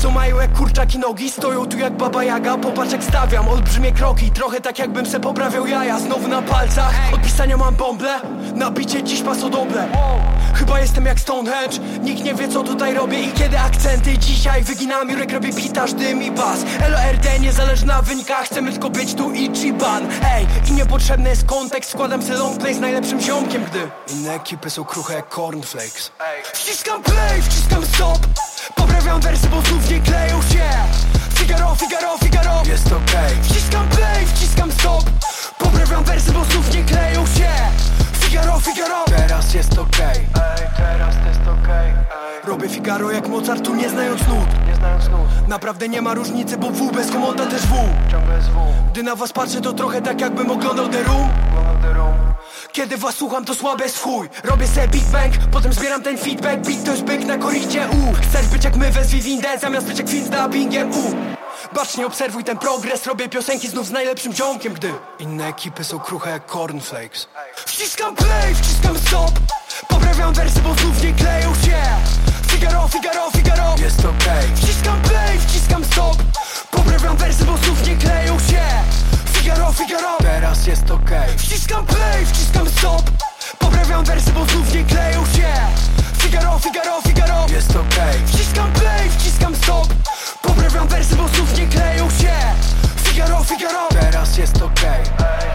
co mają jak kurczaki nogi, stoją tu jak baba Jaga. Popatrz jak stawiam olbrzymie kroki, trochę tak jakbym se poprawiał jaja. Znowu na palcach, od pisania mam bąble, na bicie dziś pasodoble. Chyba jestem jak Stonehenge, nikt nie wie co tutaj robię i kiedy akcenty. Dzisiaj wyginam jurek, robię pitaż, dym i bas. LORD niezależny na wynikach, chcemy tylko być tu Ichiban. Ej, i niepotrzebny jest kontekst, składam se long play z najlepszym ziomkiem, gdy inne ekipy są kruche jak cornflakes. Wciskam play, wciskam stop, poprawiam wersy, bo znów nie kleją się. Figaro, Figaro, Figaro, jest okej. Wciskam play, wciskam stop, poprawiam wersy, bo znów nie kleją się. Figaro, Figaro, teraz jest okej. Teraz jest okej. Robię Figaro jak Mozart, tu nie znając nut. Naprawdę nie ma różnicy, bo W bez komota też W. Gdy na was patrzę, to trochę tak jakbym oglądał The Room. Kiedy was słucham, to słabe jest w chuj. Robię sobie Big Bang, potem zbieram ten feedback. Beat to jest byk na koridzie, Chcesz być jak my, wezwij windę, zamiast być jak film z dubbingiem, Bacznie obserwuj ten progres, robię piosenki znów z najlepszym ziomkiem, gdy inne ekipy są kruche jak cornflakes. Wciskam play, wciskam stop, poprawiam wersy, bo znów nie kleją się. Figaro, Figaro, Figaro, jest okej. Wciskam play, wciskam stop, poprawiam wersy, bo znów nie kleją się. Figaro, Figaro, teraz jest okej. Wciskam play, wciskam stop, poprawiam wersy, bo znów nie kleją się. Figaro, Figaro, Figaro, jest okej. Wciskam play, wciskam stop, poprawiam wersy, bo znów nie kleją się. Figaro, Figaro, teraz jest okej.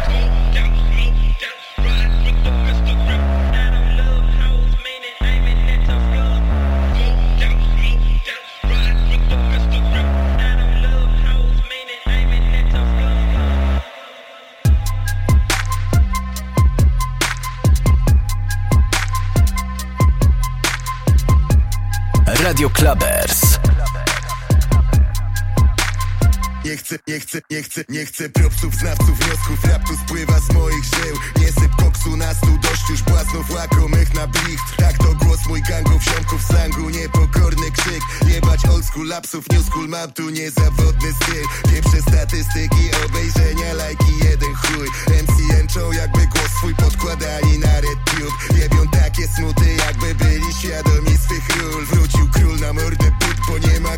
Radio Clubbers. Nie chcę propsów, znawców, wniosków, rap tu spływa z moich żył. Nie syp koksu na stół, dość już błaznów łakomych na blicht. Tak to głos mój gangów, ziomków slangu, niepokorny krzyk. Jebać old school, lapsów, new school, mam tu niezawodny styl. Pieprze statystyki, obejrzenia, lajki, jeden chuj. MC jęczą jakby głos swój podkładali na RedTube. Jebią takie smuty, jakby byli świadomi swych ról. Wrócił król na mordę but, bo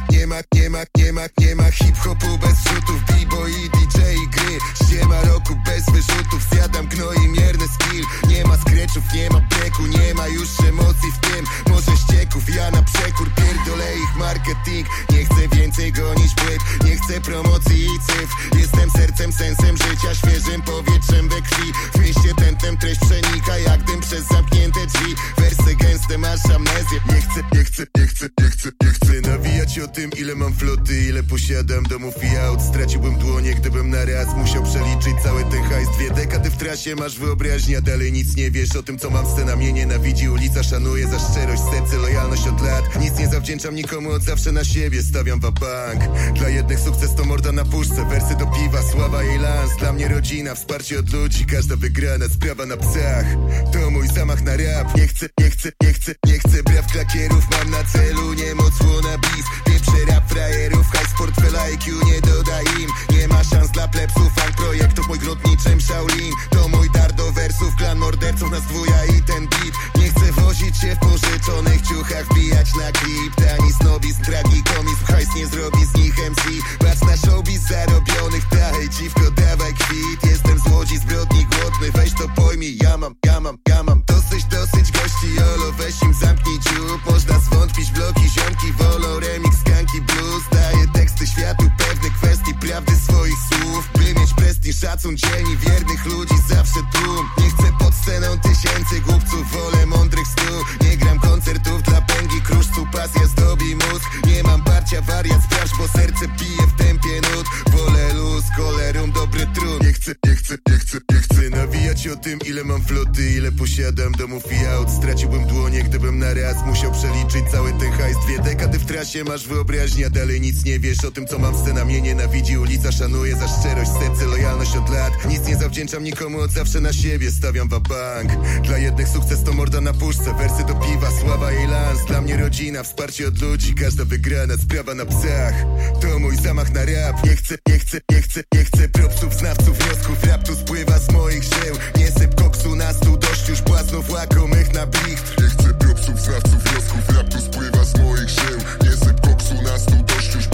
nie ma hip-hopu bez wrzutów. B-boy i DJ i gry, ściema roku bez wyrzutów. Zjadam gnoi, mierny skill. Nie ma scratchów, nie ma breku, nie ma już emocji w tym. Może ścieków, ja na przekór pierdolę ich marketing. Nie chcę więcej gonić płyt, nie chcę promocji i cyfr. Jestem sercem, sensem życia, świeżym powietrzem we krwi. W mieście tętnem treść przenika jak dym przez zamknięte drzwi. Wersy gęste, masz amnezję. Nie chcę nawijać o tym, ile mam floty, ile posiadam domów i aut. Straciłbym dłonie, gdybym na raz musiał przeliczyć cały ten hajs. 2 dekady w trasie, masz wyobraźnię, a dalej nic nie wiesz o tym, co mam. Scena mnie nienawidzi, ulica szanuje za szczerość, serce, lojalność od lat. Nic nie zawdzięczam nikomu, od zawsze na siebie stawiam bank. Dla jednych sukces to morda na puszce, wersy do piwa, sława i lans. Dla mnie rodzina, wsparcie od ludzi, każda wygrana sprawa na psach. To mój zamach na rap. Nie chcę braw klakierów, mam na celu niemoc wannabes. Pieprze rap frajerów, hajs portfela IQ nie doda im. Nie ma szans dla plebsów, fan projektów, mój grunt niczym Shaolin. To mój dar do wersów, klan morderców nas dwuja i ten beat. Nie chcę wozić się w pożyczonych ciuchach, wbijać na klip. Tani snobizm, tragikomizm, hajs nie zrobi z nich MC. Patrz na showbiz zarobionych, daj dziwko, dawaj kwit. Jestem z Łodzi, zbrodni głodny, weź to pojmij, ja mam dosyć gości, jolo, weź im zamknij dziób. Można zwątpić, bloki, ziomki wolą remix, skanki, blues. Daję teksty światu pewnych kwestii, prawdy swoich słów. By mieć prestiż, szacun, dzień i wiernych ludzi zawsze tłum. Nie chcę pod sceną tysięcy głupców, wolę mądrych stu. Nie gram koncertów dla pęgi, kruszcu, pasja zdobi mózg. Nie mam parcia, wariat, sprawdź, bo serce bije w tempie nut. Wolę luz, kolerum, dobry trud. Nie chcę nawijać o tym, ile mam floty, ile posiadam domów i aut. Straciłbym dłonie, gdybym na raz musiał przeliczyć cały ten hajs. 2 dekady w trasie, masz wyobraźnię, a dalej nic nie wiesz o tym, co mam. Scena mnie nienawidzi, ulica szanuje za szczerość, serce, lojalność od lat. Nic nie zawdzięczam nikomu, od zawsze na siebie stawiam bank. Dla jednych sukces to morda na puszce, wersy do piwa, sława i lans. Dla mnie rodzina, wsparcie od ludzi, każda wygrana sprawa na psach. To mój zamach na rap. Nie chcę propsów, znawców, wniosków, rap tu spływa z moich żył. Nie syp koksu na stół, dość już błaznów łakomych na blicht. Nie chcę propsów, znawców, wniosków, rap tu spływa z moich żył. Nie syp koksu na stół, dość już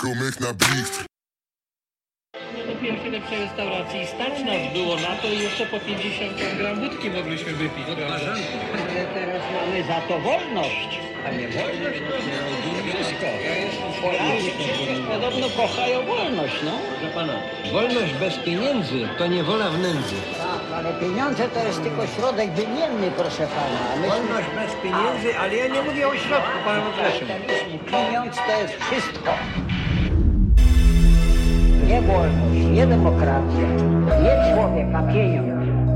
łakomych na blichtr. Do pierwszej lepszej restauracji stać nas było na to i jeszcze po 50 gram wódki mogliśmy wypić. Ale teraz mamy za to wolność, a nie wolność to wszystko. Polacy podobno kochają wolność, no. Proszę pana, wolność bez pieniędzy to niewola w nędzy. Tak, ale pieniądze to jest tylko środek wymienny, proszę pana. Wolność bez pieniędzy, ale ja nie mówię o środku, panie proszę. Pieniądz to jest wszystko. Nie wolność, nie demokracja, nie człowiek, a pieniądz.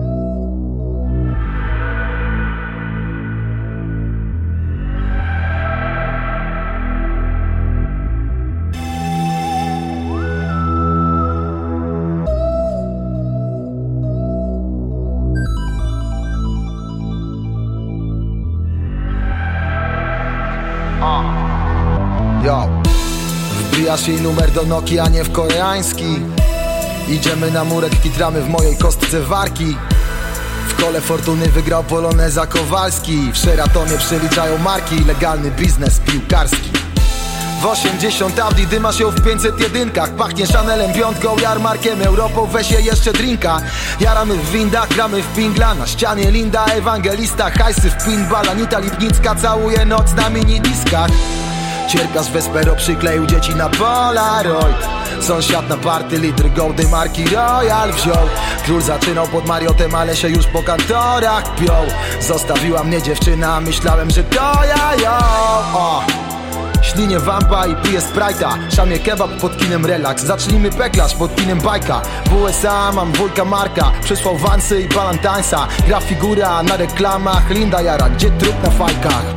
Yo. Wbijasz jej numer do Nokii, a nie w koreański. Idziemy na murek, kitramy w mojej kostce warki. W kole fortuny wygrał poloneza Kowalski. W Sheratonie przeliczają marki, legalny biznes piłkarski. W 80 Audi dymasz ją w 501. Pachnie Chanelem, piątką, jarmarkiem, Europą, weź je jeszcze drinka. Jaramy w windach, gramy w pingla. Na ścianie Linda, Ewangelista, hajsy w pinball. Anita Lipnicka całuje noc na mini-diskach. Cierpiasz Vespero przykleił dzieci na Polaroid. Sąsiad na party litry gołdy marki Royal wziął. Król zaczynał pod Mariotem, ale się już po kantorach piął. Zostawiła mnie dziewczyna, myślałem, że to ja ją. Ślinię wampa i piję Sprite'a. Szamie kebab pod kinem relaks. Zacznijmy peklarz pod kinem bajka. W USA mam wujka Marka. Przysłał Vansy i Balantańsa. Gra figura na reklamach. Linda jara, gdzie trup na fajkach?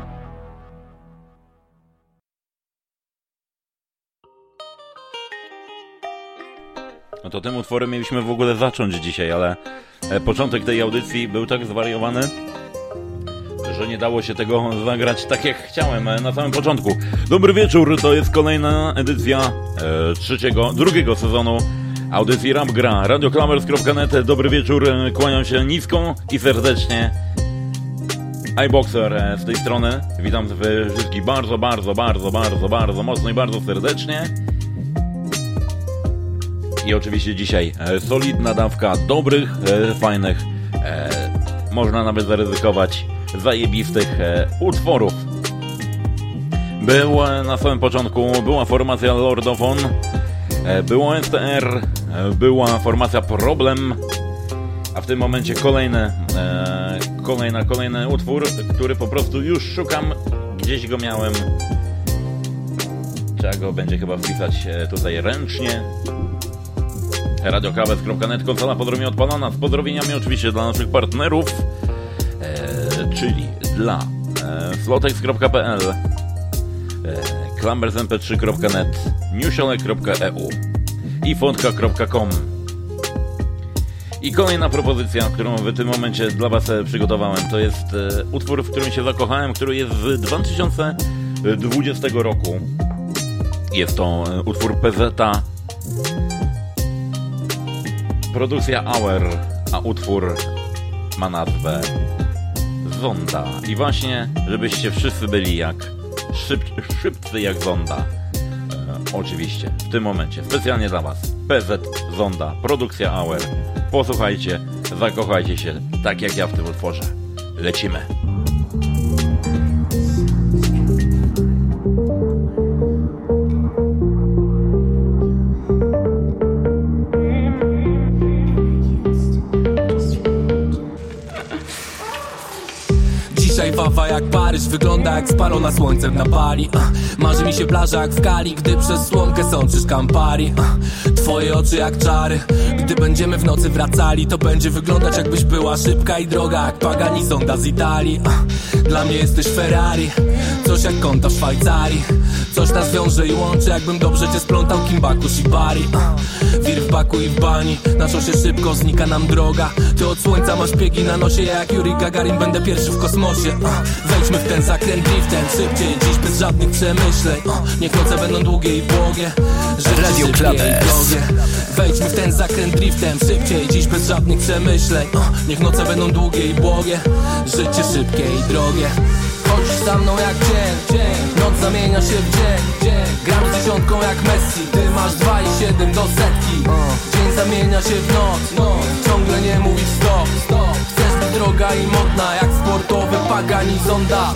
No to tym utworem mieliśmy w ogóle zacząć dzisiaj, ale początek tej audycji był tak zwariowany, że nie dało się tego zagrać tak jak chciałem na samym początku. Dobry wieczór, to jest kolejna edycja drugiego sezonu audycji Rap Gra. Radioclubbers.net, dobry wieczór, kłaniam się nisko i serdecznie. iBoxer z tej strony, witam wszystkich bardzo mocno i bardzo serdecznie. I oczywiście dzisiaj solidna dawka dobrych, fajnych, można nawet zaryzykować, zajebistych utworów. Na samym początku była formacja Lord of On, było STR, była formacja Problem, a w tym momencie kolejny utwór, który po prostu już szukam, gdzieś go miałem. Trzeba go będzie chyba wpisać tutaj ręcznie. radioclubbers.net, konsola pozdrowienia odpalona, z pozdrowieniami oczywiście dla naszych partnerów, czyli dla slotex.pl, clubbersmp3.net, newsiolek.eu i fontka.com. I kolejna propozycja, którą w tym momencie dla was przygotowałem, to jest utwór, w którym się zakochałem, który jest z 2020 roku. Jest to utwór PZ-a, produkcja Hour, a utwór ma nazwę Zonda. I właśnie, żebyście wszyscy byli jak szybcy jak Zonda. Oczywiście, w tym momencie, specjalnie dla was, PZ Zonda, produkcja Hour. Posłuchajcie, zakochajcie się, tak jak ja w tym utworze. Lecimy. Dzisiaj wawa jak Paryż, wygląda jak spalona słońcem na Bali. Marzy mi się plaża jak w Kali, gdy przez słomkę sączysz Campari. Twoje oczy jak czary, gdy będziemy w nocy wracali, to będzie wyglądać jakbyś była szybka i droga jak Pagani Zonda z Italii. Dla mnie jesteś Ferrari, coś jak konta w Szwajcarii. Coś nas wiąże i łączy, jakbym dobrze cię splątał Kimbaku Shibari. Wir w baku i w bani, na szosie szybko znika nam droga. Ty od słońca masz piegi na nosie, ja jak Yuri Gagarin będę pierwszy w kosmosie. Wejdźmy w ten zakręt driftem, szybciej dziś bez żadnych przemyśleń. Niech noce będą długie i błogie, Radio Clubbers. Wejdźmy w ten zakręt driftem, szybciej dziś bez żadnych przemyśleń. Niech noce będą długie i błogie, życie szybkie i drogie. Chodzisz za mną jak dzień, noc zamienia się w dzień. Gram z dziesiątką jak Messi, ty masz 2,7 do setki. Dzień zamienia się w noc, ciągle nie mówisz stop. Chcesz być droga i modna, jak sportowy Pagani Zonda.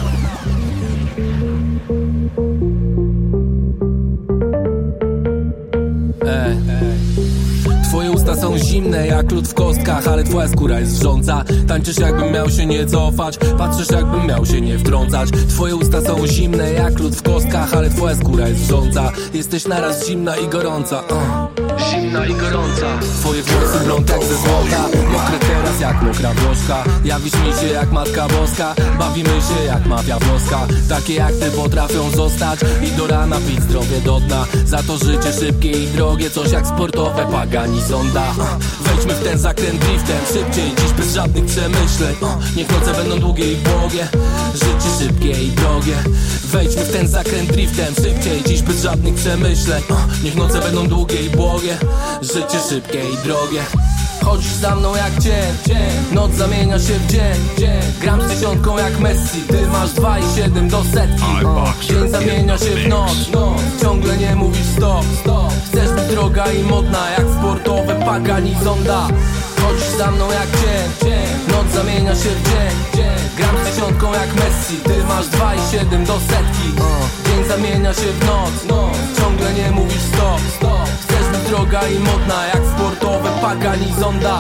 Twoje usta są zimne jak lód w kostkach, ale twoja skóra jest wrząca. Tańczysz jakbym miał się nie cofać, patrzysz jakbym miał się nie wtrącać. Twoje usta są zimne jak lód w kostkach, ale twoja skóra jest wrząca. Jesteś naraz zimna i gorąca, zimna i gorąca. Twoje włosy blond jak ze złota, mokre teraz jak mokra włoszka. Jawisz mi się jak Matka Boska, bawimy się jak mafia włoska. Takie jak ty potrafią zostać i do rana pić zdrowie do dna. Za to życie szybkie i drogie, coś jak sportowe Pagani Zonda. Wejdźmy w ten zakręt driftem, szybciej dziś bez żadnych przemyśleń. Niech noce będą długie i błogie, życie szybkie i drogie. Wejdźmy w ten zakręt driftem, szybciej dziś bez żadnych przemyśleń. Niech noce będą długie i błogie, życie szybkie i drogie. Chodzisz za mną jak dzień, noc zamienia się w dzień. Gram z dziesiątką jak Messi, ty masz 2,7 do setki. Dzień zamienia się w noc, ciągle nie mówisz stop. Chcesz być droga i modna, jak sportowe Pagani Zonda. Chodzisz za mną jak dzień, noc zamienia się w dzień. Gram z dziesiątką jak Messi, ty masz 2,7 do setki. Dzień zamienia się w noc, ciągle nie mówisz stop. Chcesz być droga i modna, jak sportowe Pagani Zonda.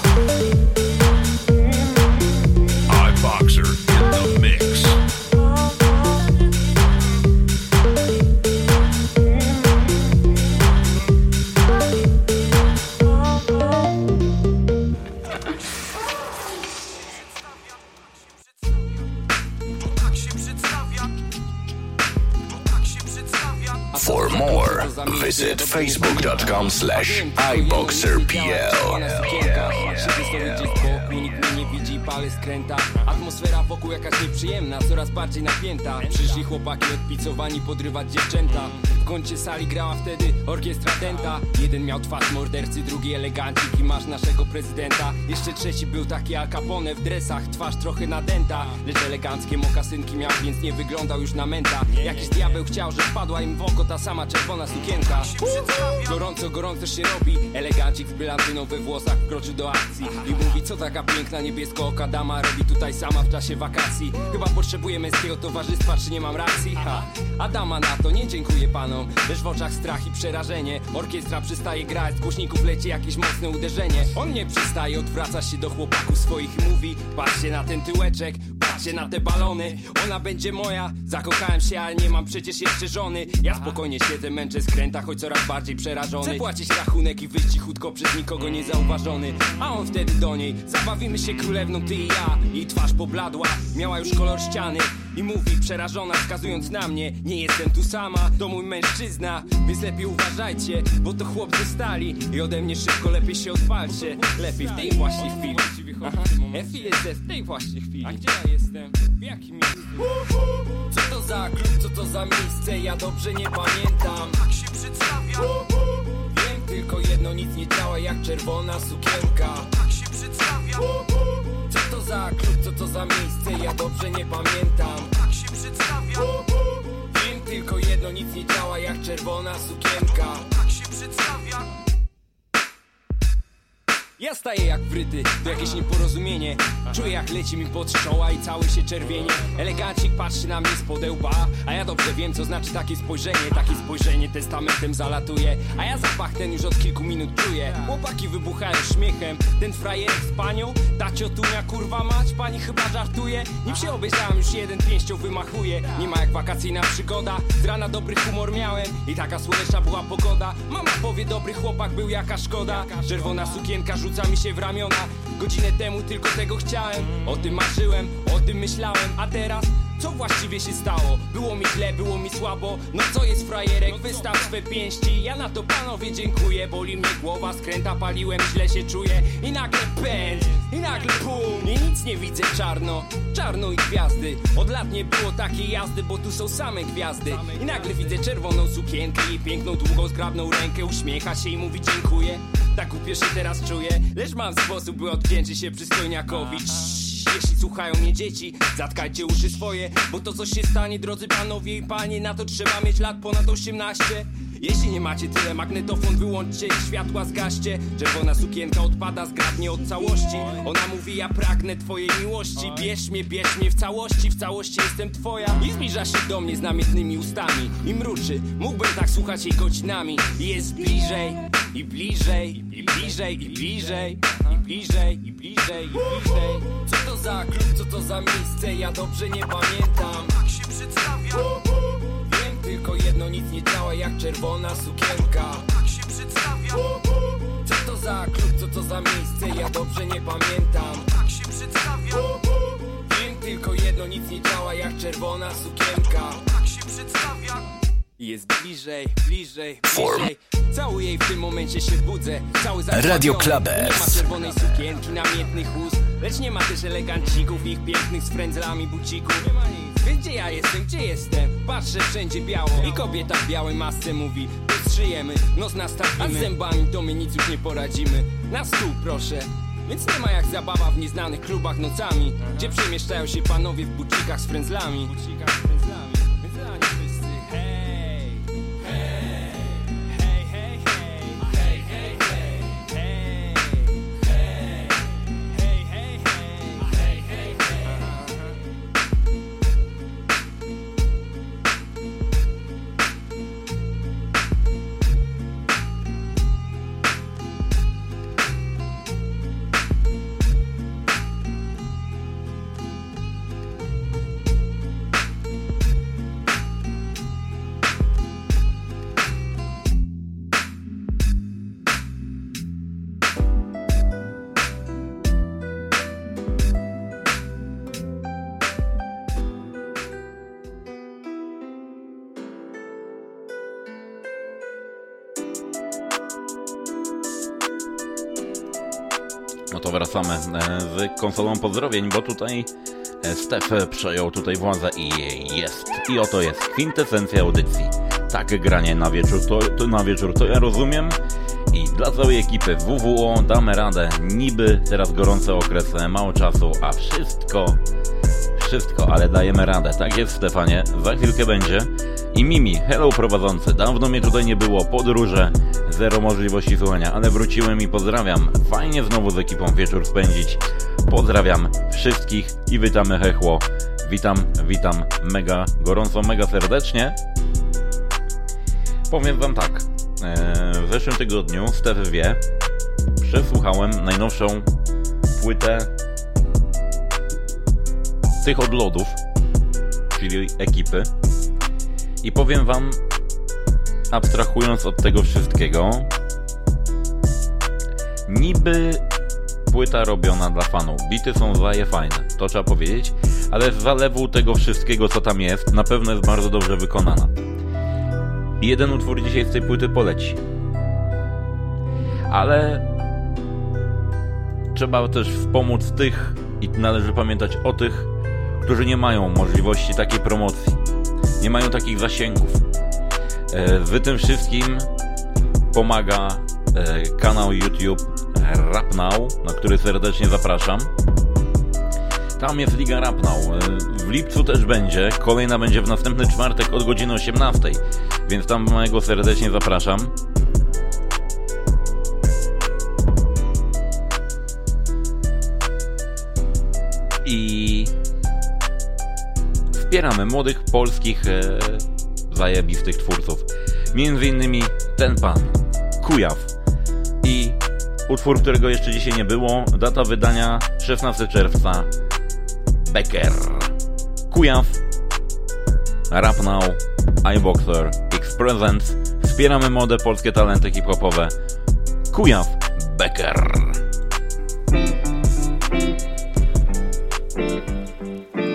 iBoxer in the mix. For more, visit facebook.com/iBoxerPL. Nikt mnie nie widzi, palę skręta. Atmosfera wokół jakaś nieprzyjemna, coraz bardziej napięta. Przyszli chłopaki odpicowani podrywać dziewczęta. W kącie sali grała wtedy orkiestra Denta. Jeden miał twarz mordercy, drugi elegancik i masz naszego prezydenta. Jeszcze trzeci był taki Al Capone w dresach, twarz trochę nadęta. Lecz eleganckie mokasynki miał, więc nie wyglądał już na menta. Jakiś diabeł chciał, że wpadła im w oko ta sama czerwona sukienka. Gorąco się robi. Elegancik z brylantyną we włosach wkroczył do akcji i mówi, co taka piękna niebieskooka dama robi tutaj sama w czasie wakacji. Chyba potrzebuje męskiego towarzystwa, czy nie mam racji? A dama na to, nie dziękuję panom. Lecz w oczach strach i przerażenie. Orkiestra przestaje grać, z głośników leci jakieś mocne uderzenie. On nie przystaje, odwraca się do chłopaków swoich i mówi, patrzcie na ten tyłeczek, patrzcie na te balony. Ona będzie moja, zakochałem się, ale nie mam przecież jeszcze żony. Ja spokojnie siedzę, męczę skręta, choć coraz bardziej przerażony. Chcę płacić rachunek i wyjść cichutko przez nikogo niezauważony. A on wtedy do niej, zabawimy się królewną ty i ja. Jej twarz pobladła, miała już kolor ściany i mówi przerażona, wskazując na mnie, nie jestem tu sama, to mój mężczyzna, więc lepiej uważajcie, bo to chłopcy stali i ode mnie szybko lepiej się odwalcie. Lepiej w tej właśnie chwili. Efi jest w tej właśnie chwili. A gdzie ja jestem? W jakim miejscu? Co to za klub, co to za miejsce? Ja dobrze nie pamiętam. Tak się przedstawia. Wiem tylko jedno, nic nie działa jak czerwona sukienka. Tak się przedstawia. Co to za klub, co to za miejsce? Ja dobrze nie pamiętam. Tak się przedstawia. Wiem tylko jedno, nic nie działa jak czerwona sukienka. Tak się przedstawia. Ja staję jak wryty, to jakieś nieporozumienie. Czuję jak leci mi pod czoła i cały się czerwienie. Elegancik patrzy na mnie z podełba, a ja dobrze wiem co znaczy takie spojrzenie testamentem zalatuje. A ja zapach ten już od kilku minut czuję. Chłopaki wybuchają śmiechem. Ten frajerek z panią, ta ciotunia kurwa mać, pani chyba żartuje. Nim się obejrzałem już jeden pięścią wymachuje. Nie ma jak wakacyjna przygoda, z rana dobry humor miałem i taka słoneczna była pogoda. Mama powie dobry chłopak był, jaka szkoda. Czerwona sukienka rzuca mi się w ramiona. Godzinę temu tylko tego chciałem. O tym marzyłem, o tym myślałem. A teraz? Co właściwie się stało? Było mi źle, było mi słabo. No co jest frajerek? Wystaw swe pięści. Ja na to panowie dziękuję. Boli mnie głowa, skręta paliłem, źle się czuję. I nagle pędź, i nagle pum. I nic nie widzę, czarno i gwiazdy. Od lat nie było takiej jazdy, bo tu są same gwiazdy. I nagle widzę czerwoną sukienkę i piękną, długą, zgrabną rękę. Uśmiecha się i mówi dziękuję. Tak głupio się teraz czuję, lecz mam sposób, by odwdzięczyć się przystojniakowi. jeśli słuchają mnie dzieci. Zatkajcie uszy swoje, bo to co się stanie, drodzy panowie i panie, na to trzeba mieć lat ponad 18. Jeśli nie macie tyle, magnetofon wyłączcie i światła zgaście. Czerwona sukienka odpada zgrabnie od całości. Ona mówi, ja pragnę twojej miłości. Bierz mnie w całości jestem twoja. I zbliża się do mnie z namiętnymi ustami i mruczy, mógłbym tak słuchać jej godzinami. I jest bliżej, i bliżej, i bliżej, i bliżej, i bliżej, i bliżej, i bliżej. Co to za klub, co to za miejsce, ja dobrze nie pamiętam. Tak się przedstawia. Tylko jedno, nic nie działa jak czerwona sukienka. Tak się przedstawia. Co to za klub, co to za miejsce, ja dobrze nie pamiętam. Tak się przedstawia. Wiem tylko jedno, nic nie działa jak czerwona sukienka. Tak się przedstawia. Jest bliżej, bliżej, bliżej. Całuję jej, w tym momencie się budzę. Cały Radio Clubbers. Nie ma czerwonej sukienki, namiętnych ust, lecz nie ma też elegancików, ich pięknych z frędzlami bucików. Nie ma nic. Więc gdzie ja jestem, gdzie jestem? Patrzę wszędzie biało i kobieta w białej masce mówi, strzyjemy, nos nastawimy, a z zębami to my nic już nie poradzimy. Na stół proszę. Więc nie ma jak zabawa w nieznanych klubach nocami, gdzie przemieszczają się panowie w bucikach z frędzlami. Więc dla nich wszyscy hej, hej, hej, hej, hej, hej, hej, hej, hej, hej, hej, hej, hej, hej. No to wracamy z konsolą pozdrowień, bo tutaj Stef przejął tutaj władzę i jest. I oto jest kwintesencja audycji. Tak, granie na wieczór to ja rozumiem. I dla całej ekipy WWO damy radę. Niby teraz gorący okres, mało czasu, a wszystko, ale dajemy radę. Tak jest, Stefanie, za chwilkę będzie. I Mimi, hello prowadzący, dawno mnie tutaj nie było, podróże, zero możliwości słuchania, ale wróciłem i pozdrawiam. Fajnie znowu z ekipą wieczór spędzić. Pozdrawiam wszystkich i witamy Hechło. Witam mega gorąco, mega serdecznie. Powiem wam tak, w zeszłym tygodniu, Stef wie, przesłuchałem najnowszą płytę tych odlodów, czyli ekipy. I powiem wam, abstrahując od tego wszystkiego, niby płyta robiona dla fanów, bity są fajne, to trzeba powiedzieć, ale z zalewu tego wszystkiego, co tam jest, na pewno jest bardzo dobrze wykonana. I jeden utwór dzisiaj z tej płyty poleci. Ale trzeba też wspomóc tych, i należy pamiętać o tych, którzy nie mają możliwości takiej promocji, nie mają takich zasięgów. W tym wszystkim pomaga kanał YouTube Rap Now, na który serdecznie zapraszam. Tam jest Liga Rap Now. W lipcu też będzie. Kolejna będzie w następny czwartek od godziny 18. Więc tam mojego serdecznie zapraszam. I wspieramy młodych polskich zajebistych twórców. Między innymi ten pan, Kujaw. I utwór, którego jeszcze dzisiaj nie było, data wydania 16 czerwca, Becker. Kujaw, Rap Now, iBoxer, X-Presents. Wspieramy młode polskie talenty hip-hopowe. Kujaw, Becker.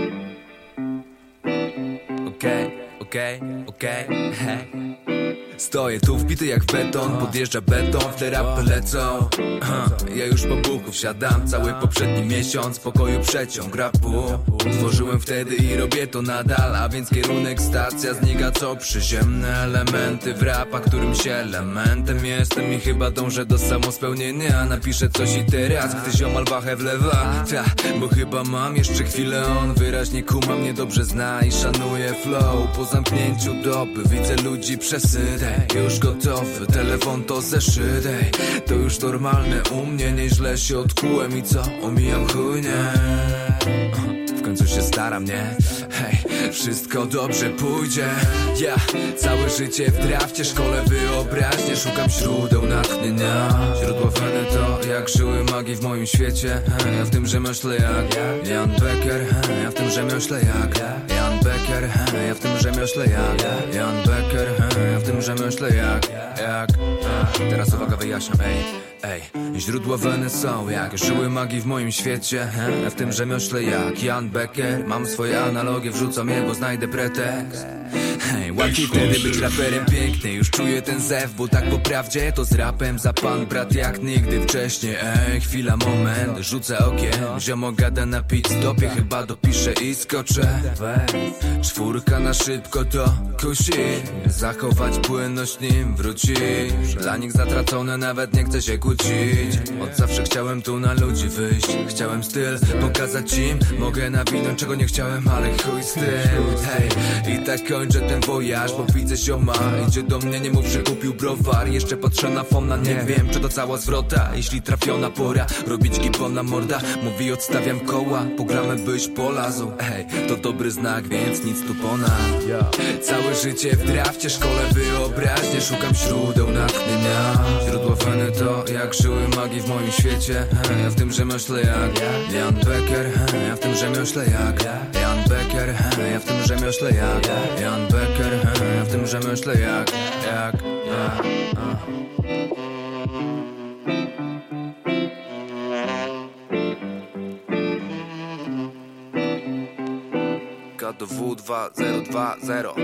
Okay, hey. Stoję tu wbity jak beton, podjeżdża beton, w te rapy lecą. Ja już po buchu wsiadam, cały poprzedni miesiąc pokoju przeciąg rapu tworzyłem wtedy i robię to nadal, a więc kierunek stacja znika co przyziemne elementy w rapa, którym się elementem jestem i chyba dążę do samospełnienia. Napiszę coś i teraz, gdy ziomal wachę wlewa, bo chyba mam jeszcze chwilę, on wyraźnie kuma mnie dobrze zna i szanuje flow. Po zamknięciu doby widzę ludzi przesytej, już gotowy, telefon to zeszyt, to już normalne u mnie, nieźle się odkułem i co, omijam chujnie. W końcu się staram, nie? Hej, wszystko dobrze pójdzie. Ja całe życie w drafcie, szkole wyobraźnie, szukam źródeł natchnienia. Źródło weny to jak żyły magii w moim świecie. Ja w tym rzemiośle jak Jan Becker. Ja w tym rzemiośle jak Jan Becker. Ja w tym rzemiośle jak Jan Becker. Ja w tym rzemiośle jak Teraz uwaga, wyjaśniam, ej, źródła weny są jak żyły magii w moim świecie. Ja w tym rzemiośle jak Jan Becker. Mam swoje analogie, wrzucam je, bo znajdę pretekst. Łatwiej wtedy być raperem piękny, już czuję ten zew, bo tak po prawdzie to z rapem za pan brat jak nigdy wcześniej. Chwila, moment, rzucę okiem, ziomo gada na pit stopie, chyba dopiszę i skoczę. Czwórka na szybko to kusi, zachować płynność nim wróci. Dla nich zatracone, nawet nie chcę się kłócić. Od zawsze chciałem tu na ludzi wyjść, chciałem styl pokazać im, mogę nawinąć czego nie chciałem, ale chuj z tym. I tak kończę ten wojaż, bo widzę zioma idzie do mnie, nie mów, że kupił browar. Jeszcze patrzę na fona, nie wiem czy to cała zwrota. Jeśli trafiona pora, robić gipona morda. Mówi odstawiam koła, pogramy byś polazł. To dobry znak, więc nic tu ponad. Całe życie w drafcie, szkole wyobraźnie, szukam źródeł natchnienia. Źródło weny to jak żyły magii w moim świecie. Ja w tym rzemiośle jak Jan Becker. Ja w tym rzemiośle jak Jan Becker. Ja w tym rzemiośle jak Jan Becker. Ja w tym rzemiośle jak KDW 2020.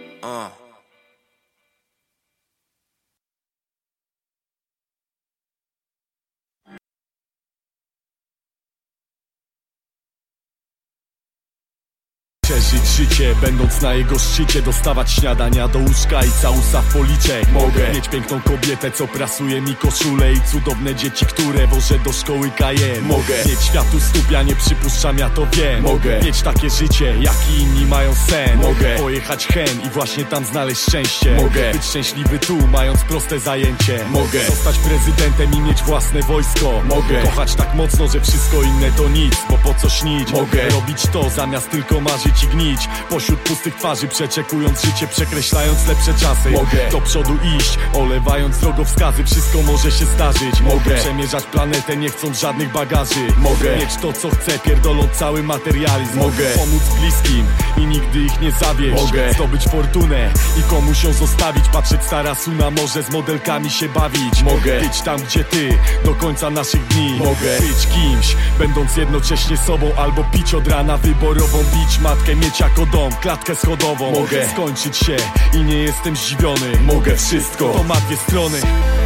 Przeżyć życie, będąc na jego szczycie, dostawać śniadania do łóżka i całusa w policzek. Mogę mieć piękną kobietę, co prasuje mi koszulę i cudowne dzieci, które wożę do szkoły Cayenne. Mogę mieć świat u stóp, ja nie przypuszczam, ja to wiem. Mogę mieć takie życie, jak i inni mają sen. Mogę pojechać hen i właśnie tam znaleźć szczęście. Mogę być szczęśliwy tu, mając proste zajęcie. Mogę zostać prezydentem i mieć własne wojsko. Mogę kochać tak mocno, że wszystko inne to nic, bo po co śnić? Mogę robić to, zamiast tylko marzyć i gnić pośród pustych twarzy, przeczekując życie, przekreślając lepsze czasy. Mogę do przodu iść, olewając drogowskazy, wszystko może się zdarzyć. Mogę przemierzać planetę, nie chcąc żadnych bagaży. Mogę mieć to co chcę, pierdoląc cały materializm. Mogę pomóc bliskim i nigdy ich nie zawieść. Mogę zdobyć fortunę i komuś ją zostawić, patrzeć stara suna, może z modelkami się bawić. Mogę być tam gdzie ty, do końca naszych dni. Mogę być kimś, będąc jednocześnie sobą, albo pić od rana wyborową, bić matkę, mieć jako dom, klatkę schodową. Mogę skończyć się i nie jestem zdziwiony. Mogę wszystko, to ma dwie strony.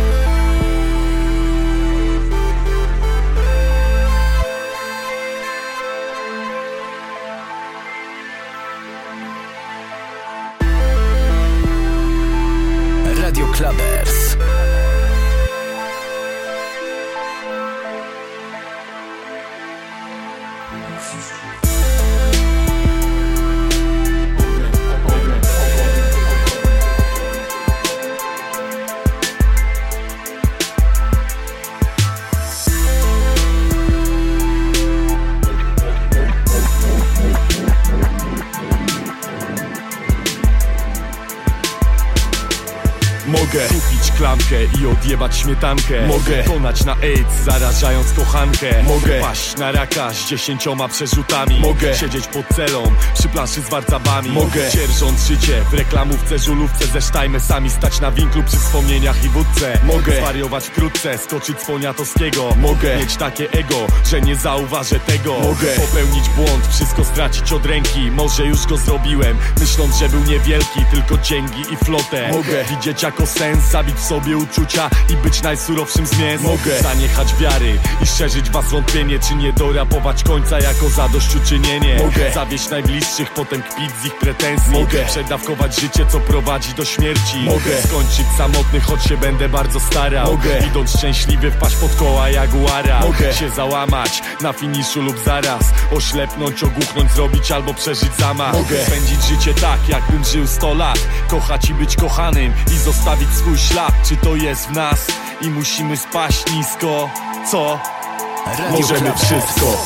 Radio Clubbers. Mogę kupić klamkę i odjebać śmietankę. Mogę konać na AIDS, zarażając kochankę. Mogę paść na raka z 10 przerzutami. Mogę siedzieć pod celą przy planszy z warcabami. Mogę dzierżąc życie w reklamówce, żulówce ze sztajmesami, stać na winklu przy wspomnieniach i wódce. Mogę zwariować wkrótce, skoczyć z Poniatowskiego. Mogę mieć takie ego, że nie zauważę tego. Mogę popełnić błąd, wszystko stracić od ręki. Może już go zrobiłem, myśląc, że był niewielki, tylko dzięki i flotę. Mogę widzieć jako sens, zabić w sobie uczucia i być najsurowszym z mięs. Mogę zaniechać wiary i szerzyć was wątpienie, czy nie dorapować końca jako zadośćuczynienie. Mogę zawieść najbliższych, potem kpić z ich pretensji. Mogę przedawkować życie, co prowadzi do śmierci. Mogę skończyć samotny, choć się będę bardzo starał. Mogę idąc szczęśliwy wpaść pod koła jaguara. Mogę się załamać na finiszu lub zaraz oślepnąć, ogłuchnąć, zrobić albo przeżyć zamach. Mogę spędzić życie tak, jakbym żył 100 lat. Kochać i być kochanym i zostawić swój ślad. Czy to jest w nas i musimy spaść nisko? Co? Możemy wszystko.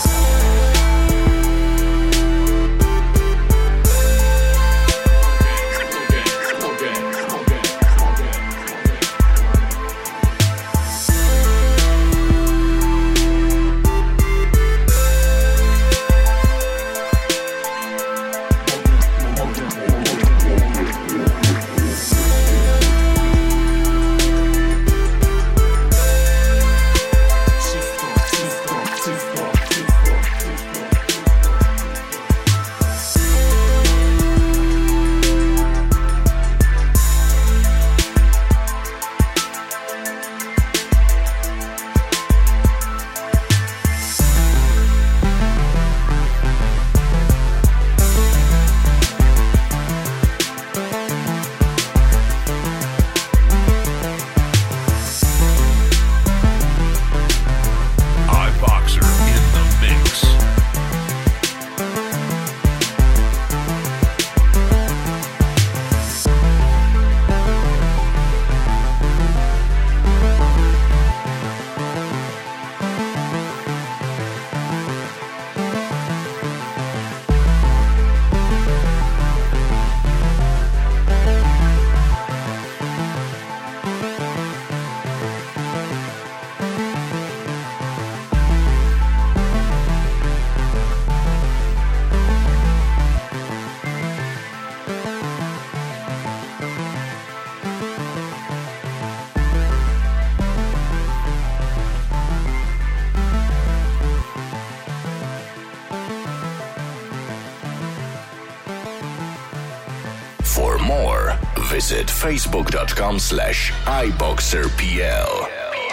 For more, visit facebook.com/iboxerpl.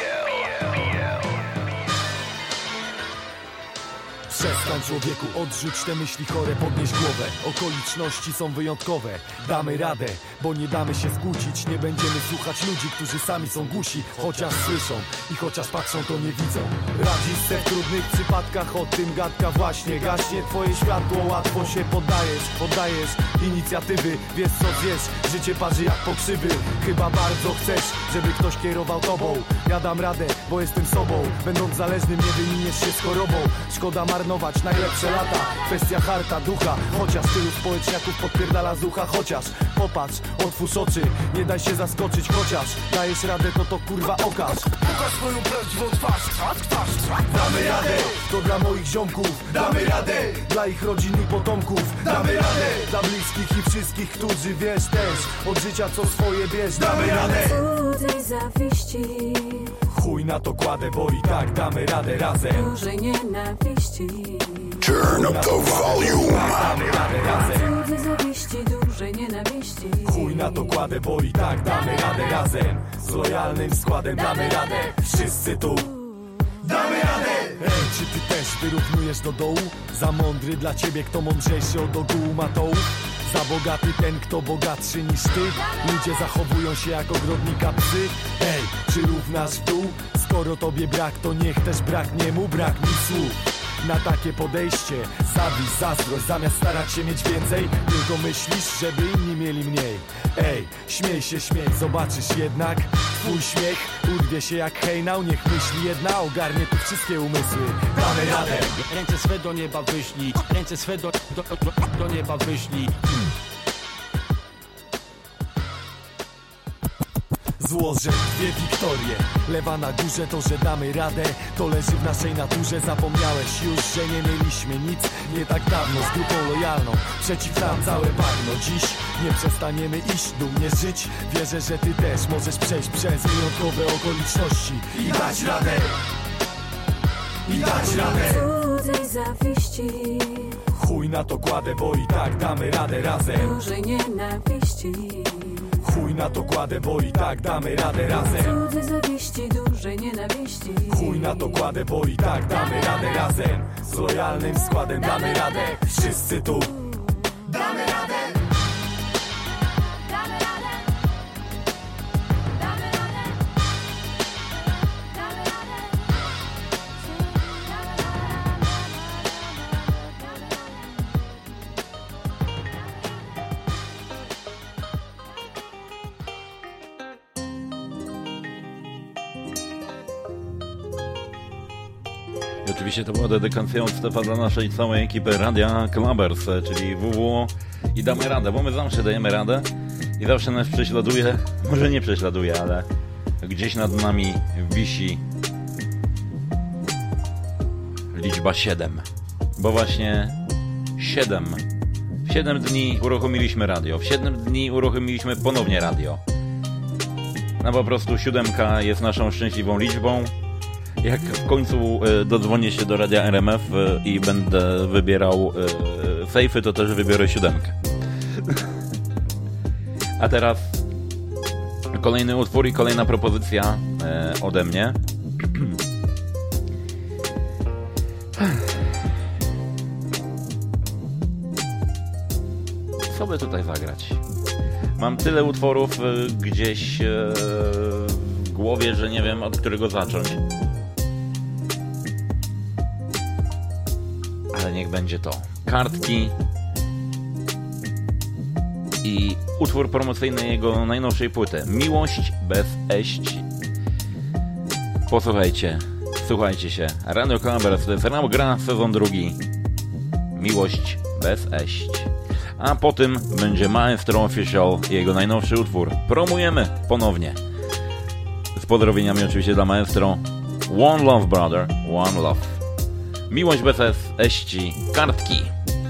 Przestań, człowieku, odrzuć te myśli chore, podnieś głowę. Okoliczności są wyjątkowe. Damy radę, bo nie damy się skłócić. Nie będziemy słuchać ludzi, którzy sami są głusi. Chociaż słyszą i chociaż patrzą, to nie widzą. Radzisz se w trudnych przypadkach, o tym gadka właśnie. Gaśnie twoje światło, łatwo się poddajesz inicjatywy. Wiesz co zjesz, życie parzy jak pokrzywy. Chyba bardzo chcesz, żeby ktoś kierował tobą. Ja dam radę, bo jestem sobą. Będąc zależnym, nie wyminiesz się z chorobą. Szkoda marnować najlepsze lata. Kwestia harta, ducha. Chociaż tylu społeczniaków podpierdala z ucha. Chociaż popatrz, otwórz oczy. Nie daj się zaskoczyć, chociaż dajesz radę, to kurwa okaż. Pokaż swoją prawdziwą twarz. Damy radę, to dla moich ziomków. Damy radę, dla ich rodzin i potomków. Damy radę, dla bliskich i wszystkich, którzy wiesz też od życia co swoje bierz. Damy radę. Cudzej zawiści. Chuj na to kładę, bo i tak damy radę razem. Dużej nienawiści. Turn up the volume. Damy radę razem. Cudzej zawiści, dużej nienawiści. Chuj na to kładę, bo i tak damy radę razem. Z lojalnym składem damy radę. Wszyscy tu damy radę. Ej, czy ty też wyrównujesz do dołu? Za mądry dla ciebie, kto mądrzejszy od ogółu matołów? Za bogaty ten, kto bogatszy niż ty? Ludzie zachowują się jak ogrodnika psy. Ej, czy równasz w dół? Skoro tobie brak, to niech też braknie mu, brak mi słów. Na takie podejście, zawiść, zazdrość. Zamiast starać się mieć więcej, tylko myślisz, żeby inni mieli mniej. Ej, śmiej się, śmiej, zobaczysz jednak twój śmiech urwie się jak hejnał. Niech myśli jedna ogarnie tu wszystkie umysły. Damy radę. Ręce swe do nieba wyślij. Ręce swe do nieba wyślij. złożę dwie wiktorie. Lewa na górze to, że damy radę, to leży w naszej naturze. Zapomniałeś już, że nie mieliśmy nic nie tak dawno z grupą lojalną. Przeciw nam całe bagno. Dziś nie przestaniemy iść, dumnie żyć. Wierzę, że ty też możesz przejść przez wyjątkowe okoliczności i dać radę. I dać radę. Cudzej zawiści. Chuj na to kładę, bo i tak damy radę razem. Dużej nienawiści. Chuj na to kładę, bo i tak damy radę razem. Cudzej zawiści, dużej nienawiści. Chuj na to kładę, bo i tak damy radę razem. Z lojalnym składem damy radę. Wszyscy tu damy radę. I oczywiście to była dedykacja od Stefa dla naszej całej ekipy Radia Clubbers, czyli WW i damy radę, bo my zawsze dajemy radę i zawsze nas prześladuje, może nie prześladuje, ale gdzieś nad nami wisi liczba 7, bo właśnie 7 dni uruchomiliśmy radio, w 7 dni uruchomiliśmy ponownie radio. No po prostu 7 jest naszą szczęśliwą liczbą. Jak w końcu dodzwonię się do radia RMF i będę wybierał sejfy, to też wybiorę 7. A teraz kolejny utwór i kolejna propozycja ode mnie. Co by tutaj zagrać? Mam tyle utworów gdzieś w głowie, że nie wiem, od którego zacząć. Ale niech będzie to. Kartki i utwór promocyjny jego najnowszej płyty. Miłość bez eść. Posłuchajcie, słuchajcie się. Radio Clubbers, to jest Rap Gra, sezon 2. Miłość bez eść. A po tym będzie Maestro Official i jego najnowszy utwór. Promujemy ponownie. Z pozdrowieniami oczywiście dla Maestro. One Love Brother, One Love. Miłość bez eści, kartki.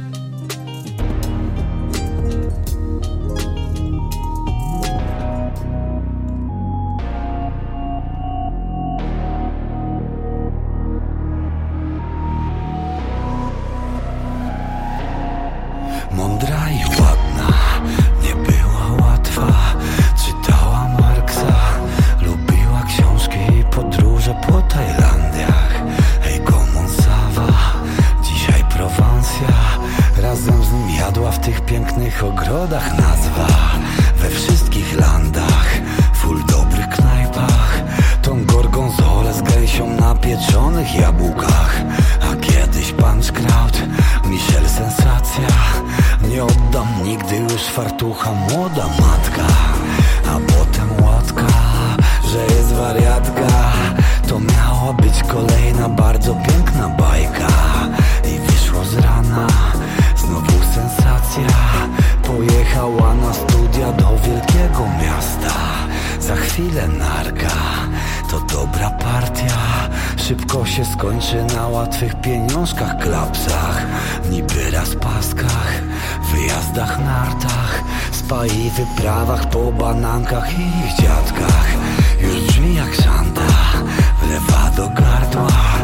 Mądra i ładna, nie była łatwa. Czytała Marksa, lubiła książki i podróże po Tajlandiach. Hej, Sawa, dzisiaj Prowansja. Razem z nim jadła w tych pięknych ogrodach nazwa. We wszystkich landach, full dobrych knajpach. Tą gorgonzolę z gęsią na pieczonych jabłkach. A kiedyś Punchkraut, Michel Sensacja. Nie oddam nigdy już fartucha młoda matka. A potem łatka, że jest wariatka. To miała być kolejna bardzo piękna bajka. I wyszło z rana, znowu sensacja. Pojechała na studia do wielkiego miasta. Za chwilę narka, to dobra partia. Szybko się skończy na łatwych pieniążkach, klapsach. Niby raz paskach, wyjazdach, nartach. Spa i wyprawach po banankach i ich dziadkach. Już drzwi jak szanta wlewa do gardła.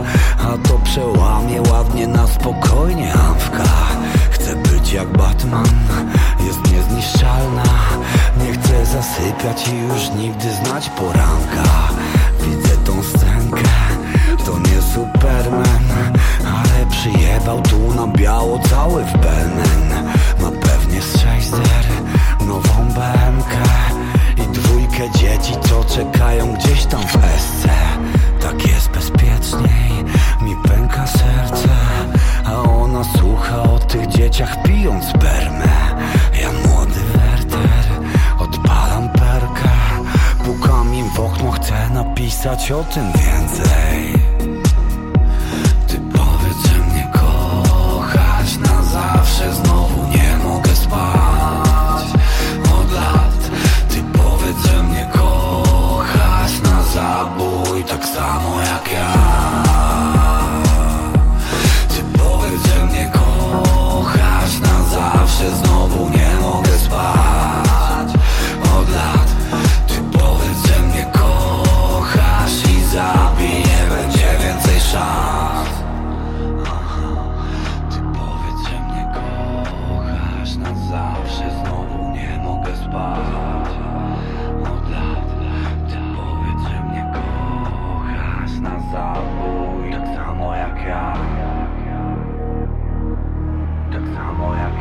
A to przełamie ładnie na spokojnie Amfka. Chce być jak Batman, jest niezniszczalna. Nie chce zasypiać i już nigdy znać poranka. Widzę tą scenkę, to nie Superman, ale przyjebał tu na biało cały w Belnen. Ma pewnie z 6-0, nową BMK i 2 dzieci, co czekają gdzieś tam w SC. Tak jest bezpieczniej, mi pęka serce, a ona słucha o tych dzieciach pijąc spermę. Ja młody Werter, odpalam perkę, pukam im w okno, chcę napisać o tym więcej. Ty powiedz, że mnie kochasz na zawsze, znowu nie mogę spać od lat. Ty powiedz, że mnie kochasz.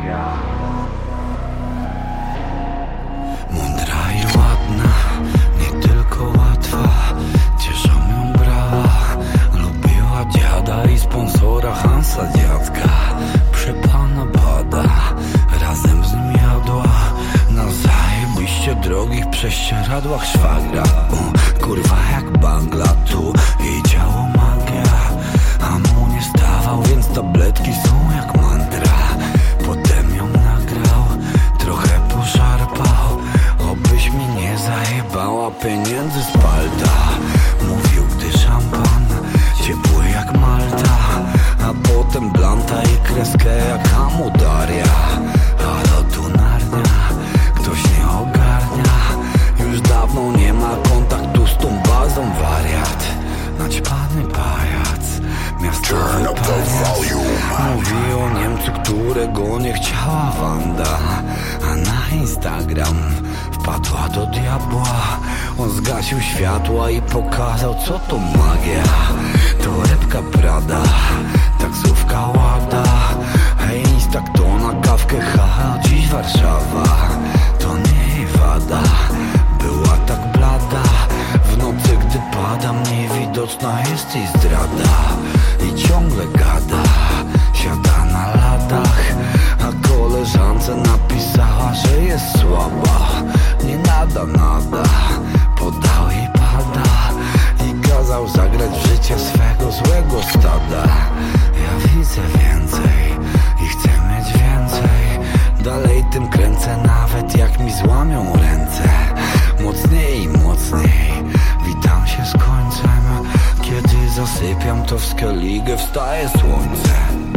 Mądra i ładna, nie tylko łatwa, cieszą ją brała. Lubiła dziada i sponsora Hansa dziadka. Przy pana bada, razem z nim jadła na zajebiście drogich prześcieradłach szwagra. Kurwa jak bangla, tu jej działo magia. A mu nie stawał, więc tabletki są jak mantra. Potem ją nagrał, trochę poszarpał. Obyś mi nie zajebała pieniędzy z palta. Mówił, gdy szampan ciepły jak Malta. A potem blanta i kreskę jak Amudaria. Halo tu Narnia, ktoś nie ogarnia. Już dawno nie ma kontaktu z tą bazą, wariat. Naćpany pajac, miastowy pajac. Mówi o Niemcu, którego nie chciała Wanda. A na Instagram wpadła do diabła. On zgasił światła i pokazał, co to magia. Torebka Prada, taksówka Łada. Hej, Instak to na kawkę, haha, dziś Warszawa. To nie jej wada, była tak blada. W nocy, gdy pada, mniej widoczna jest jej zdrada. I ciągle gada, siada na latach. A koleżance napisała, że jest słaba. Nie nada, podał jej pada. I kazał zagrać w życie swego złego stada. Ja widzę więcej i chcę mieć więcej. Dalej tym kręcę, nawet jak mi złamią ręce. Mocniej i mocniej, witam się z końcem. Kiedy zasypiam, to w Skellige wstaje słońce.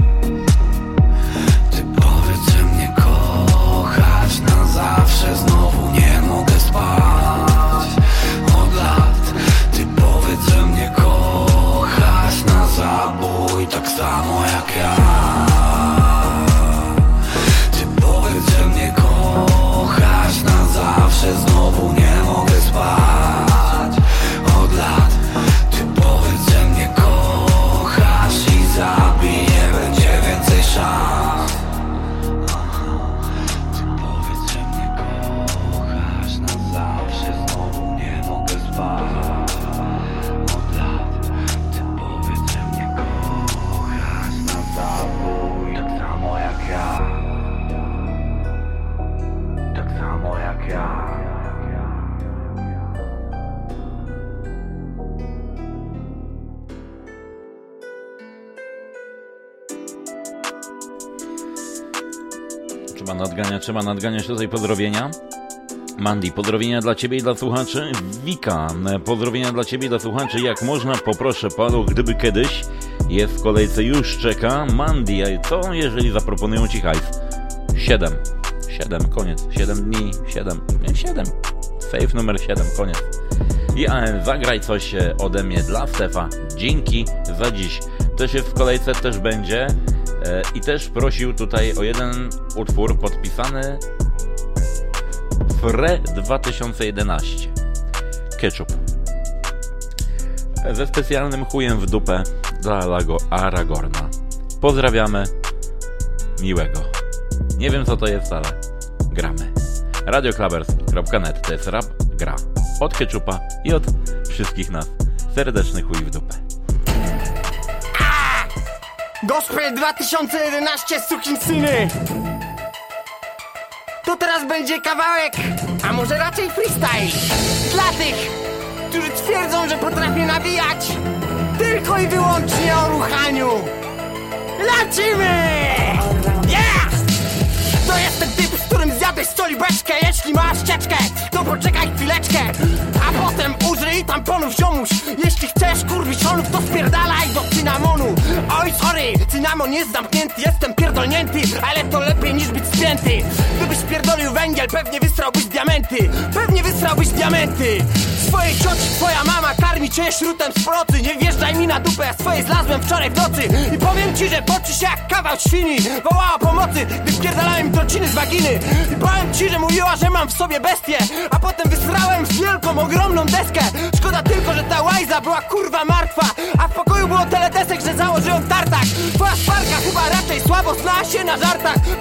Ty powiedz, że mnie kochasz na zawsze. Znowu nie mogę spać od lat. Ty powiedz, że mnie kochasz na zabój, tak samo jak ja. Ty powiedz, że mnie kochasz na zawsze. Znowu nie mogę spać od lat. Ty powiedz, że mnie kochasz i zabij, nie będzie więcej szans. Ty powiedz, że mnie kochasz na zawsze. Znowu nie mogę spać od lat. Ty powiedz, że mnie kochasz na zabój, tak samo jak ja. Tak samo jak ja. Trzeba nadganiać tutaj pozdrowienia. Mandy, pozdrowienia dla Ciebie i dla słuchaczy. Wika, pozdrowienia dla Ciebie i dla słuchaczy. Jak można, poproszę Paweł, gdyby kiedyś jest w kolejce, już czeka. Mandy, co jeżeli zaproponują Ci hajs? 7, koniec. 7 dni, 7. Save numer 7, koniec. I zagraj coś ode mnie dla Stefa. Dzięki za dziś. Też jest w kolejce, też będzie. I też prosił tutaj o jeden utwór podpisany Fre 2011 Ketchup ze specjalnym chujem w dupę dla Aragorna. Pozdrawiamy, miłego. Nie wiem co to jest, ale gramy. radioclubbers.net, to jest rap, gra od Ketchupa i od wszystkich nas. Serdeczny chuj w dupę. Gospel 2011, sukinsyny! To teraz będzie kawałek, a może raczej freestyle dla tych, którzy twierdzą, że potrafię nawijać tylko i wyłącznie o ruchaniu. Lecimy! Yeah! To jest ten typ, z którym zjadłeś soli beczkę. Jeśli masz ścieczkę, to poczekaj chwileczkę, a potem użyj tamponów, ziomuś. Jeśli chcesz kurwiszonów, to spierdalaj do cynamonu. Oj, sorry, cynamon jest zamknięty, jestem pierdolnięty, ale to lepiej niż być spięty. Gdybyś pierdolił węgiel, pewnie wysrałbyś diamenty. Pewnie wysrałbyś diamenty. Swojej cioci twoja mama karmi cię śrutem z procy. Nie wjeżdżaj mi na dupę, ja swoje zlazłem wczoraj w nocy. I powiem ci, że poczuł się jak kawał świni. Wołała pomocy, gdy wpierdalałem trociny z waginy. I powiem ci, że mówiła, że mam w sobie bestię, a potem wysrałem w wielką, ogromną deskę. Szkoda tylko, że ta łajza była kurwa martwa, a w pokoju było tyle desek, że założyłem tartak. Twoja szparka chyba raczej słabo zna się na żartach. Kurwiała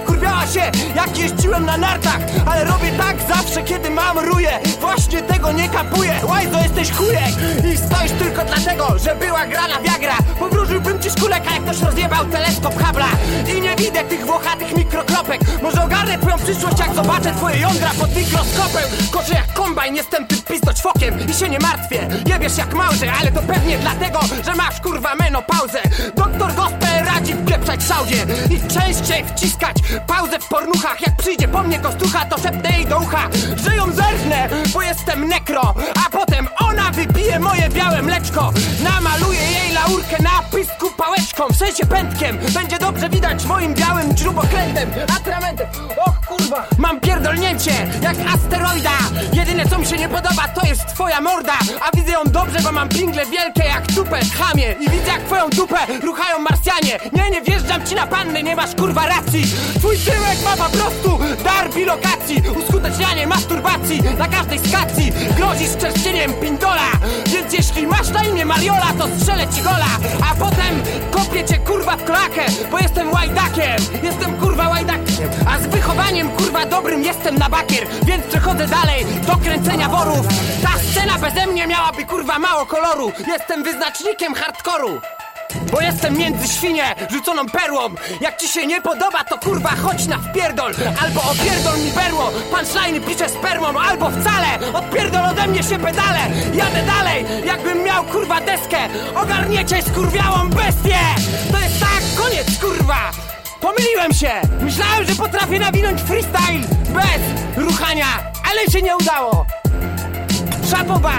się, jak jeździłem na nartach. Ale robię tak zawsze, kiedy mam ruje. Właśnie tego nie kapuję. Łajzo, jesteś chujek i stoisz tylko dlatego, że była grana Viagra. Powróżyłbym ci szkuleka, jak ktoś rozjebał teleskop Hubble'a. I nie widzę tych włochatych mikrokropek. Może ogarnę twoją przyszłość, jak zobaczę twoje jądra pod mikroskopem. Koczę jak kombajn, jestem tym pizdoćwokiem i się nie martwię. Jebiesz jak małże, ale to pewnie dlatego, że masz kurwa menopauzę. Doktor Gospel radzi wpieprzać szałdzie i częściej wciskać pauzę w pornuchach. Jak przyjdzie po mnie kostucha, to szepnę jej do ucha, że ją zerżnę, bo jestem nekro. A potem ona wypije moje białe mleczko. Namaluję jej laurkę na pysku pałeczką, w sensie pętkiem. Będzie dobrze widać moim białym śrubokrętem, atramentem. Och kurwa, mam pierdolnięcie jak asteroida. Jedyne co mi się nie podoba, to jest twoja morda. A widzę ją dobrze, bo mam pingle wielkie jak dupę, chamie. I widzę jak twoją dupę ruchają Marsjanie. Nie wjeżdżam ci na panny, nie masz kurwa racji. Twój tyłek ma po prostu dar bilokacji. Uskutecznianie masturbacji na każdej skacji. Grozisz czerwcieniem pindola. Więc jeśli masz na imię Mariola, to strzelę ci gola. A potem kopię cię kurwa w klakę, bo jestem łajdakiem. Jestem kurwa łajdakiem. A z wychowaniem kurwa dobrym jestem na bakier. Więc przechodzę dalej do kręcenia worów. Ta scena beze mnie miałaby kurwa mało koloru. Jestem wyznacznikiem hardkoru, bo jestem między świnie rzuconą perłą. Jak ci się nie podoba, to kurwa chodź na wpierdol. Albo opierdol mi berło, punchline piszę spermą. Albo wcale, odpierdol ode mnie się pedale. Jadę dalej, jakbym miał kurwa deskę. Ogarniecie skurwiałą bestię. To jest tak, koniec kurwa. Pomyliłem się, myślałem, że potrafię nawinąć freestyle bez ruchania, ale się nie udało. Szapoba.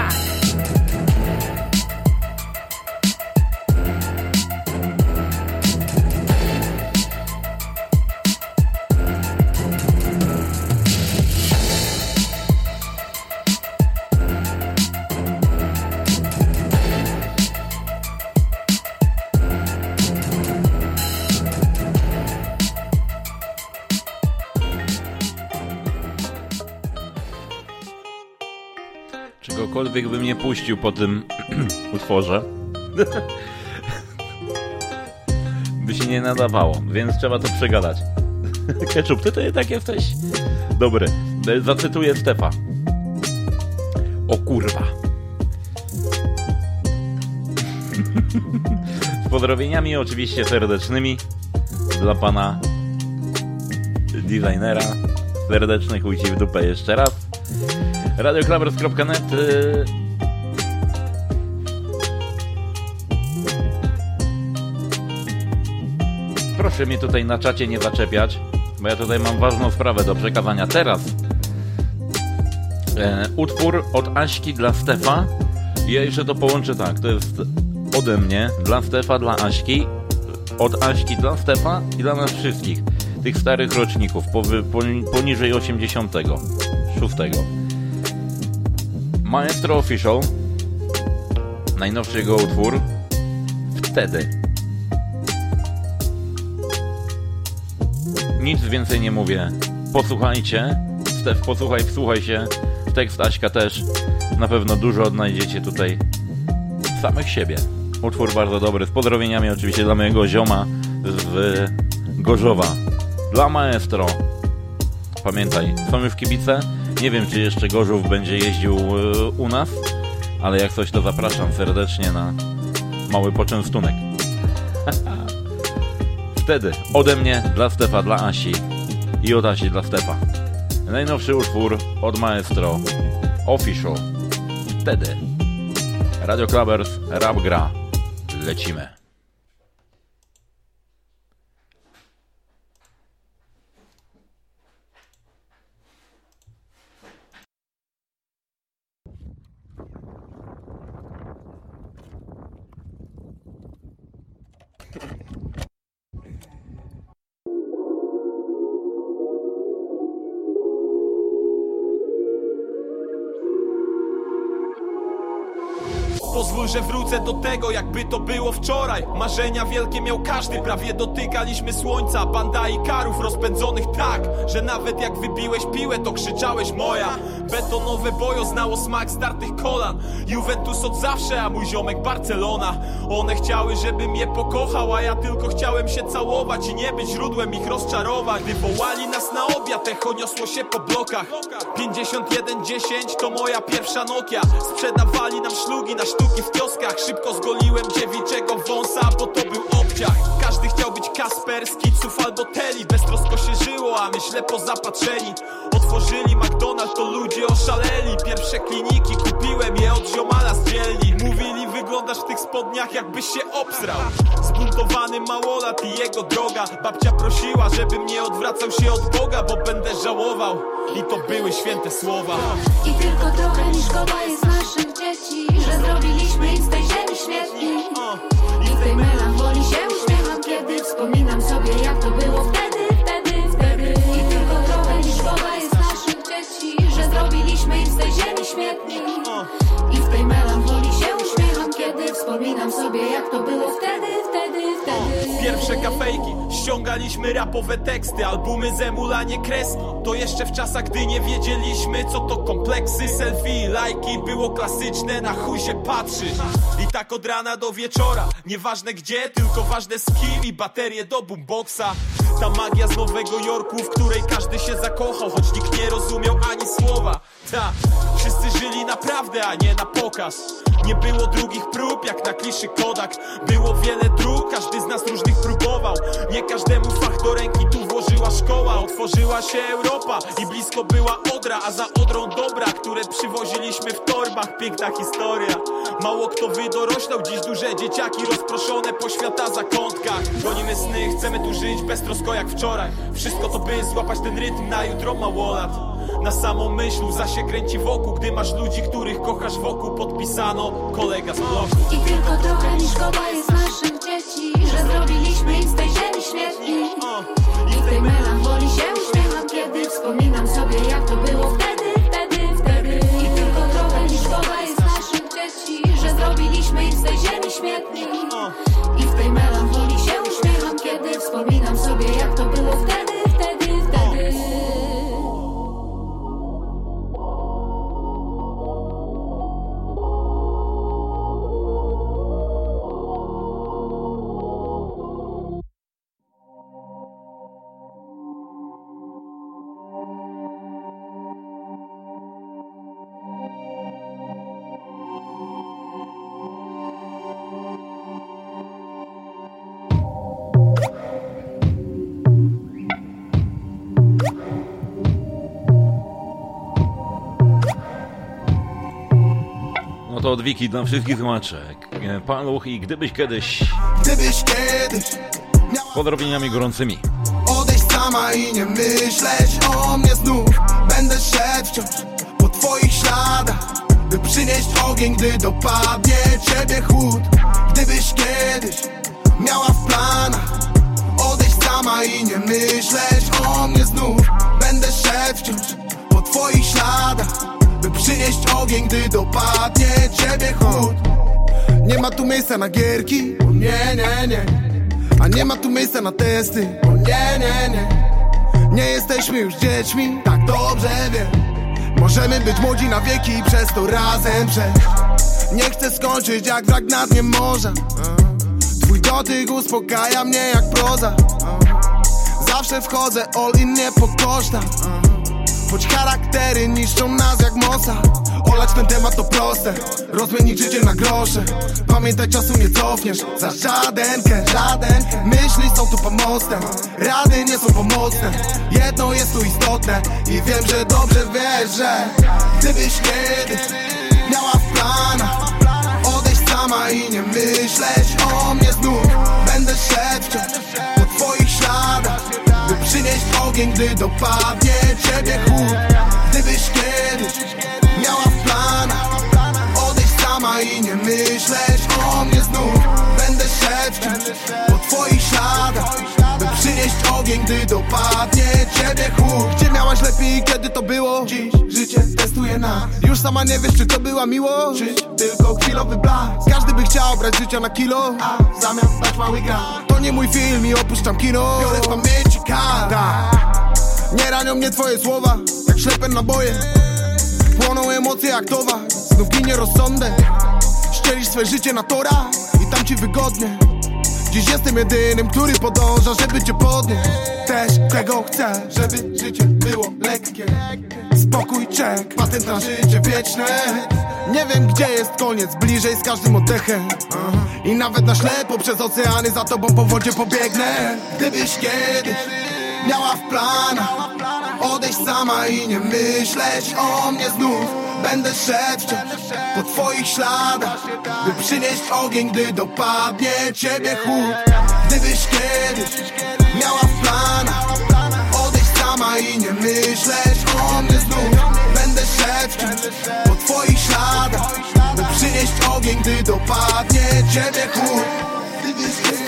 Czegokolwiek bym nie puścił po tym utworze, by się nie nadawało, więc trzeba to przegadać. Ketchup, ty to jednak jesteś dobry. Zacytuję Stefa. O kurwa. Z pozdrowieniami oczywiście serdecznymi dla pana designera. Serdeczny chuj ci w dupę jeszcze raz. radioclubbers.net. Proszę mnie tutaj na czacie nie zaczepiać, bo ja tutaj mam ważną sprawę do przekazania. Teraz utwór od Aśki dla Stefa. Ja jeszcze to połączę tak. To jest ode mnie, dla Stefa, dla Aśki, od Aśki dla Stefa i dla nas wszystkich, tych starych roczników, poniżej 86. Maestro Official, najnowszy jego utwór, Wtedy. Nic więcej nie mówię. Posłuchajcie. Stef, posłuchaj, wsłuchaj się. Tekst Aśka też. Na pewno dużo odnajdziecie tutaj samych siebie. Utwór bardzo dobry. Z pozdrowieniami oczywiście dla mojego zioma z Gorzowa. Dla Maestro. Pamiętaj, są już kibice. Nie wiem, czy jeszcze Gorzów będzie jeździł u nas, ale jak coś, to zapraszam serdecznie na mały poczęstunek. Wtedy ode mnie dla Stefa, dla Asi i od Asi dla Stefa. Najnowszy utwór od Maestro Official. Wtedy. Radio Clubbers, rap gra. Lecimy. Pozwól, że wrócę do tego, jakby to było wczoraj. Marzenia wielkie miał każdy, prawie dotykaliśmy słońca. Banda ikarów rozpędzonych tak, że nawet jak wybiłeś piłę, to krzyczałeś moja. Betonowe bojo znało smak zdartych kolan. Juventus od zawsze, a mój ziomek Barcelona. One chciały, żebym je pokochał, a ja tylko chciałem się całować i nie być źródłem ich rozczarowań. Gdy wołali nas na obiad, echo niosło się po blokach. 5110 to moja pierwsza Nokia. Sprzedawali nam szlugi na sztuki w kioskach. Szybko zgoliłem dziewiczego wąsa, bo to był obciach. Każdy chciał być Kasper z Kiców albo Teli. Beztrosko się żyło, a my ślepo zapatrzeni. Otworzyli McDonald's, to ludzie oszaleli. Pierwsze kliniki kupiłem je od ziomala z dzielni. Mówili, wyglądasz w tych spodniach, jakbyś się obsrał. Zbuntowany małolat i jego droga. Babcia prosiła, żebym nie odwracał się od Boga, bo będę żałował. I to były święte słowa. I tylko trochę mi szkoda jest naszych dzieci, że zrobiliśmy im z tej ziemi śmietnik. I w tej melancholii się uśmiecham, kiedy wspominam sobie, jak to było wtedy. I tylko trochę mi szkoda jest naszych dzieci, że zrobiliśmy im z tej ziemi śmietnik. I w tej melancholii się uśmiecham, kiedy wspominam sobie, jak to było wtedy. Pierwsze kafejki, ściągaliśmy rapowe teksty, albumy z emulanie kreski. To jeszcze w czasach, gdy nie wiedzieliśmy, co to kompleksy. Selfie, lajki, było klasyczne, na chuj się patrzy. I tak od rana do wieczora, nieważne gdzie, tylko ważne z kim. I baterie do boomboxa. Ta magia z Nowego Jorku, w której każdy się zakochał, choć nikt nie rozumiał ani słowa. Ta, wszyscy żyli naprawdę, a nie na pokaz. Nie było drugich prób, jak na kliszy Kodak. Było wiele dróg, każdy z nas różnych próbował. Nie każdemu fach do ręki tu włożyła szkoła. Otworzyła się Europa i blisko była Odra, a za Odrą dobra, które przywoziliśmy w torbach. Piękna historia. Mało kto wydoroślał, dziś duże dzieciaki rozproszone po świata zakątkach. Gonimy sny, chcemy tu żyć beztrosko jak wczoraj. Wszystko to by złapać ten rytm na jutro małolat. Na samą myśl łza się kręci wokół, gdy masz ludzi, których kochasz wokół. Podpisano kolega z bloku. I tylko trochę mi szkoda jest naszych dzieci, że zrobiliśmy im z tej ziemi śmietnik. I w tej melancholii się uśmiecham, kiedy wspominam sobie, jak to było wtedy. I tylko trochę mi szkoda jest naszych dzieci, że zrobiliśmy im z tej ziemi śmietnik. I w tej melancholii się uśmiecham, kiedy wspominam sobie, jak to było wtedy. To od Wiki dla wszystkich słuchaczek. Paluch i gdybyś kiedyś pozdrowieniami gorącymi. Odejść sama i nie myśleć o mnie znów. Będę szedł wciąż po twoich śladach, by przynieść ogień, gdy dopadnie ciebie chłód. Gdybyś kiedyś miała w planach odejść sama i nie myśleć o mnie znów. Będę szedł wciąż po twoich śladach, by przynieść ogień, gdy dopadnie ciebie chłód. Nie ma tu miejsca na gierki, o nie. A nie ma tu miejsca na testy, o nie. Nie jesteśmy już dziećmi, tak dobrze wiem. Możemy być młodzi na wieki i przez to razem przejść. Nie chcę skończyć jak wrak na dnie morza. Twój dotyk uspokaja mnie jak proza. Zawsze wchodzę all in, nie po kosztach. Choć charaktery niszczą nas jak mosa. Olać ten temat to proste, rozmienić życie na grosze. Pamiętaj, czasu nie cofniesz za żaden cash. Myśli są tu pomostem, rady nie są pomocne. Jedno jest tu istotne i wiem, że dobrze wiesz, że gdybyś kiedyś miała w planach odejść sama i nie myśleć o mnie znów. Będę szedł wciąż po twoich śladach, by przynieść ogień, gdy dopadnie ciebie chłód. Gdybyś kiedyś miała w planach odejść sama i nie myśleć o mnie znów. Będę szedł wciąż po twoich śladach, by przynieść ogień, gdy dopadnie ciebie chłód. Gdzie miałaś lepiej i kiedy to było? Dziś życie testuje nas. Już sama nie wiesz, czy to była miłość, czy tylko chwilowy blask. Każdy by chciał brać życia na kilo, a w zamian dać mały gram. To nie mój film i opuszczam kino. Biorę w pamięci karta. Nie ranią mnie twoje słowa, jak ślepe naboje. Płoną emocje jak towar, znów ginie rozsądek. Ścielisz swe życie na torach i tam ci wygodnie. Dziś jestem jedynym, który podąża, żeby cię podnieść. Też tego chcę, żeby życie było lekkie. Spokój, czek, patent na życie wieczne. Nie wiem gdzie jest koniec, bliżej z każdym oddechem. I nawet na ślepo przez oceany za tobą po wodzie pobiegnę. Gdybyś kiedyś miała w planach odejść sama i nie myśleć o mnie znów, będę szedł wciąż po twoich śladach, by przynieść ogień, gdy dopadnie ciebie chłód. Gdybyś kiedyś miała w planach odejść sama i nie myśleć o mnie znów, będę szedł wciąż po twoich śladach, by przynieść ogień, gdy dopadnie ciebie chłód. Gdybyś kiedyś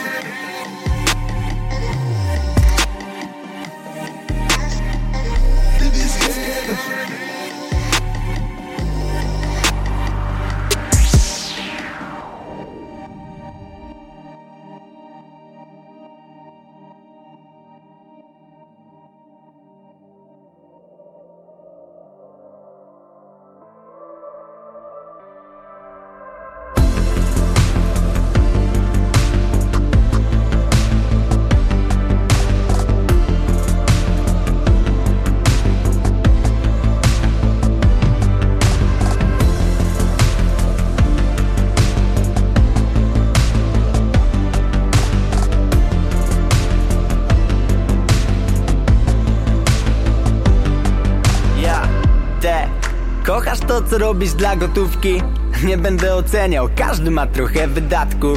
Kochasz to, co robisz dla gotówki? Nie będę oceniał, każdy ma trochę wydatków.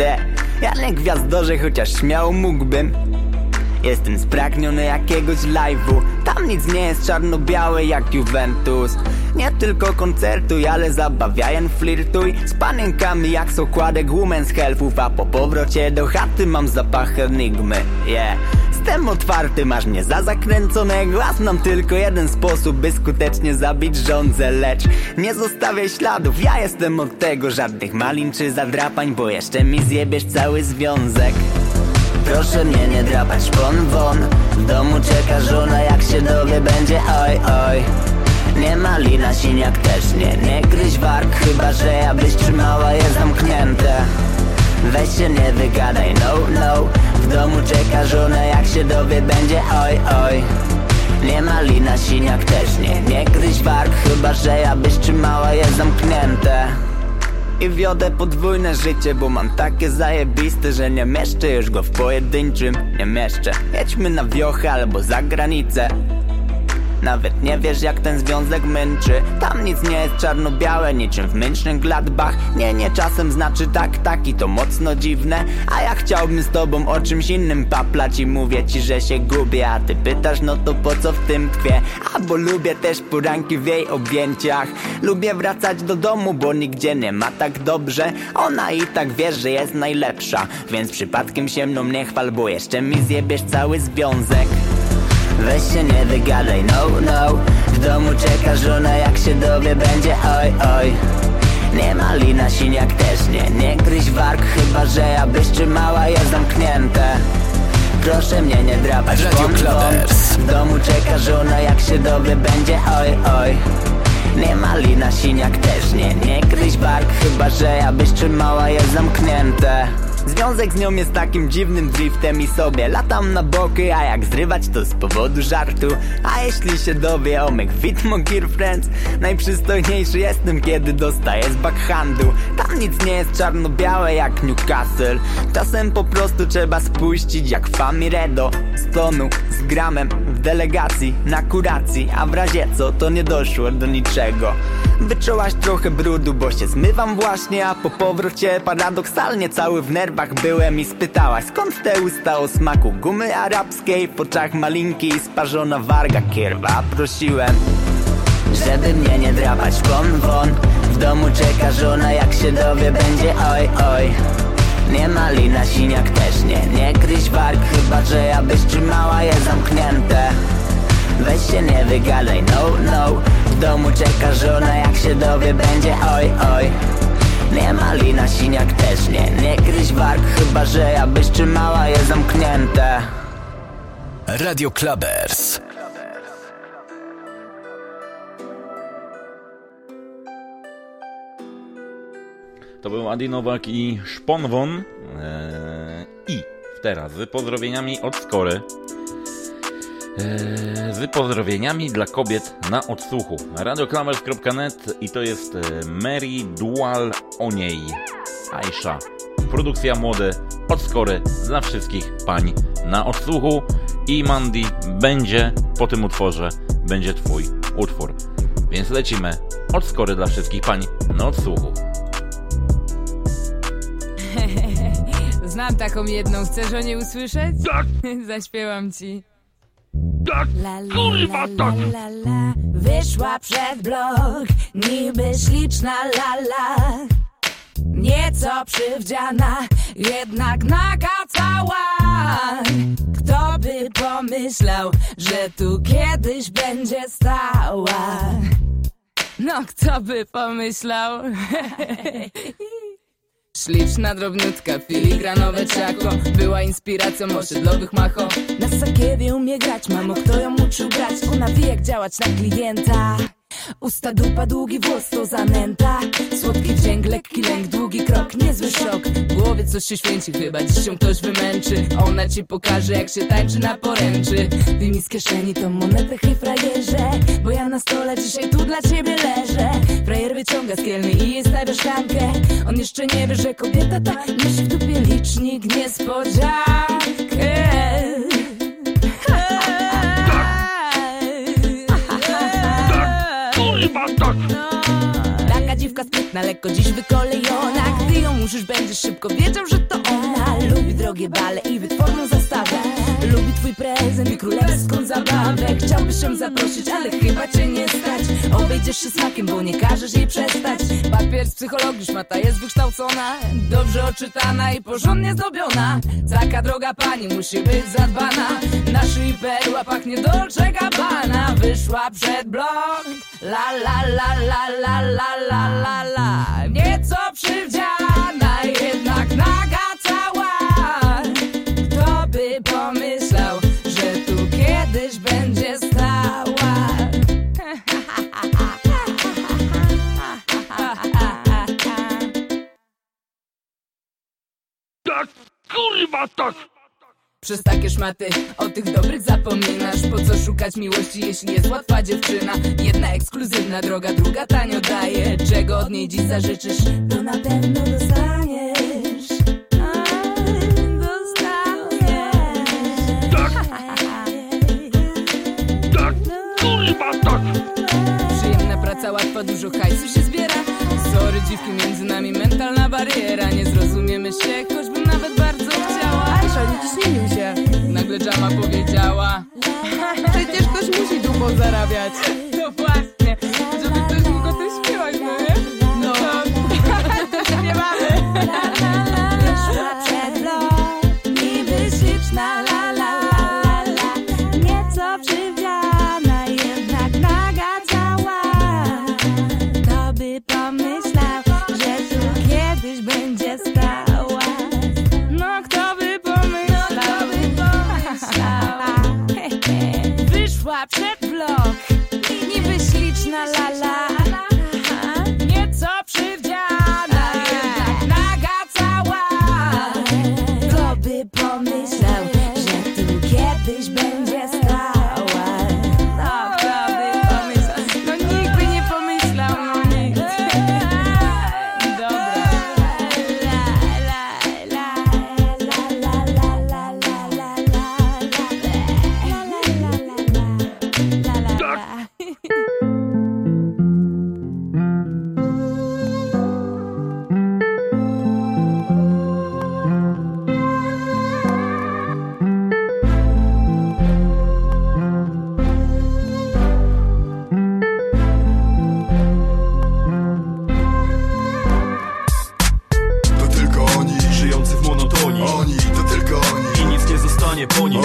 Ja nie gwiazdorze, chociaż śmiało mógłbym. Jestem spragniony jakiegoś live'u. Tam nic nie jest czarno-białe jak Juventus. Nie tylko koncertuj, ale zabawiajen flirtuj z panienkami jak z okładek Women's Healthów. A po powrocie do chaty mam zapach enigmy. Jestem otwarty, masz mnie za zakręconego, a znam tylko jeden sposób, by skutecznie zabić żądzę. Lecz nie zostawiaj śladów, ja jestem od tego. Żadnych malin czy zadrapań, bo jeszcze mi zjebiesz cały związek. Proszę mnie nie drapać szpon won. W domu czeka żona, jak się dowie będzie oj oj. Nie malina, siniak też nie gryź warg, chyba że ja byś trzymała je zamknięte. Weź się nie wygadaj, no. W domu czeka żona, jak się dowie będzie oj oj. Nie malina, siniak też nie gryź warg, chyba że ja byś trzymała je zamknięte. I wiodę podwójne życie, bo mam takie zajebiste, że nie mieszczę już go w pojedynczym. Nie mieszczę, jedźmy na wiochę albo za granicę. Nawet nie wiesz jak ten związek męczy. Tam nic nie jest czarno-białe, niczym w Mönchengladbach. Nie, czasem znaczy tak i to mocno dziwne. A ja chciałbym z tobą o czymś innym paplać i mówię ci, że się gubię. A ty pytasz, no to po co w tym tkwię? A bo lubię też poranki w jej objęciach. Lubię wracać do domu, bo nigdzie nie ma tak dobrze. Ona i tak wie, że jest najlepsza, więc przypadkiem się mną nie chwal, bo jeszcze mi zjebiesz cały związek. Weź się nie wygadaj, no. W domu czeka żona, jak się dowie będzie oj oj. Nie malina, siniak też nie gryź warg, chyba że ja byś trzymała je zamknięte. Proszę mnie nie drapać szpon. W domu czeka żona, jak się dowie będzie oj oj. Nie malina, siniak też nie gryź warg, chyba że ja byś trzymała je zamknięte. Związek z nią jest takim dziwnym driftem i sobie latam na boky, a jak zrywać to z powodu żartu. A jeśli się dowie o mych Widmo Girlfriends, najprzystojniejszy jestem, kiedy dostaję z backhandu. Tam nic nie jest czarno-białe jak Newcastle. Czasem po prostu trzeba spuścić jak Famiredo z tonu, z gramem w delegacji, na kuracji. A w razie co, to nie doszło do niczego. Wyczułaś trochę brudu, bo się zmywam właśnie, a po powrocie paradoksalnie cały w nerwach byłem i spytałaś, skąd te usta o smaku gumy arabskiej, w oczach malinki i sparzona warga kierwa. Prosiłem, żeby mnie nie drapać szpon won. W domu czeka żona, jak się dowie będzie oj oj. Nie malina, siniak też nie. Nie gryź warg, chyba że ja byś trzymała je zamknięte. Weź się nie wygadaj, no. W domu czeka żona, jak się dowie będzie oj. Nie malina, siniak też nie. Nie gryź warg, chyba że ja byś trzymała je zamknięte. Radio Clubbers. To był Adi Nowak i Szponwon. I teraz z pozdrowieniami od Skory. Z pozdrowieniami dla kobiet na odsłuchu. radioclubbers.net i to jest Mary Dual Oniej Aisha. Produkcja młode od Skory dla wszystkich pań na odsłuchu. I Mandy będzie po tym utworze, będzie twój utwór. Więc lecimy od Skory dla wszystkich pań na odsłuchu. Znam taką jedną, chcesz o niej usłyszeć? Tak! Zaśpiewam ci. Tak, kurwa, tak! Wyszła przed blok, niby śliczna lala. Nieco przywdziana, jednak naga cała. Kto by pomyślał, że tu kiedyś będzie stała? No, kto by pomyślał? Śliczna, drobniutka, filigranowe ciako. Była inspiracją osiedlowych macho. Na sakiewie umie grać, mamo, kto ją uczył grać? Ona wie jak działać na klienta. Usta, dupa, długi włos to zanęta. Słodki wdzięk, lekki lęk, długi krok, niezły szok. W głowie coś się święci, chyba dziś ją ktoś wymęczy. Ona ci pokaże jak się tańczy na poręczy. Wyjmij z kieszeni tą monetę, hej frajerze, bo ja na stole dzisiaj tu dla ciebie leżę. Frajer wyciąga z kielny i jej stawia szklankę. On jeszcze nie wie, że kobieta ta nosi w dupie licznik niespodziankę. Taka dziwka sprytna, lekko dziś wykolejona. Gdy ją użysz, będziesz szybko wiedział, że to ona. Lubi drogie bale i wytworną zastawę. Lubi twój prezent i królewską zabawę. Chciałbyś ją zaprosić, ale chyba cię nie stać. Obejdziesz się smakiem, bo nie każesz jej przestać. Papier z psychologii, szmata jest wykształcona, dobrze oczytana i porządnie zdobiona. Taka droga pani musi być zadbana. Na szyi perła pachnie Dolce Gabbana. Wyszła przed blok, la la la la la la la la la. Nieco przywdziana, jednak naga cała. Kto by pomyślał, że tu kiedyś będzie stała? Tak, kurwa, tak! Przez takie szmaty o tych dobrych zapominasz. Po co szukać miłości, jeśli jest łatwa dziewczyna? Jedna ekskluzywna droga, druga tanio daje. Czego od niej dziś zażyczysz, to na pewno dostaniesz. Tak! Tak, kurwa, tak! Przyjemna praca, łatwa, dużo hajsu się zbiera. Sorry dziwki, między nami mentalna bariera. Nie zrozumiemy się, choćbym nawet bardzo chciała. Aisha, nie ciśnij się. Nagle Dżama powiedziała: przecież ktoś musi dupą zarabiać. No właśnie, żeby ktoś mógł o tym śpiewać, no nie? No, to śpiewamy. Wyszła przed blok, niby śliczna la la la. Nieco przywdziana, jednak naga cała. Kto by pomyślał, że tu kiedyś będzie stała? No kto by pomyślał? Wyszła przed blok, niby śliczna la la. Nieco przywdziana, jednak naga cała. Kto by pomyślał, że tu kiedyś będzie stała? No kto by pomyślał? No nikt by nie pomyślał, no nikt. Dobra.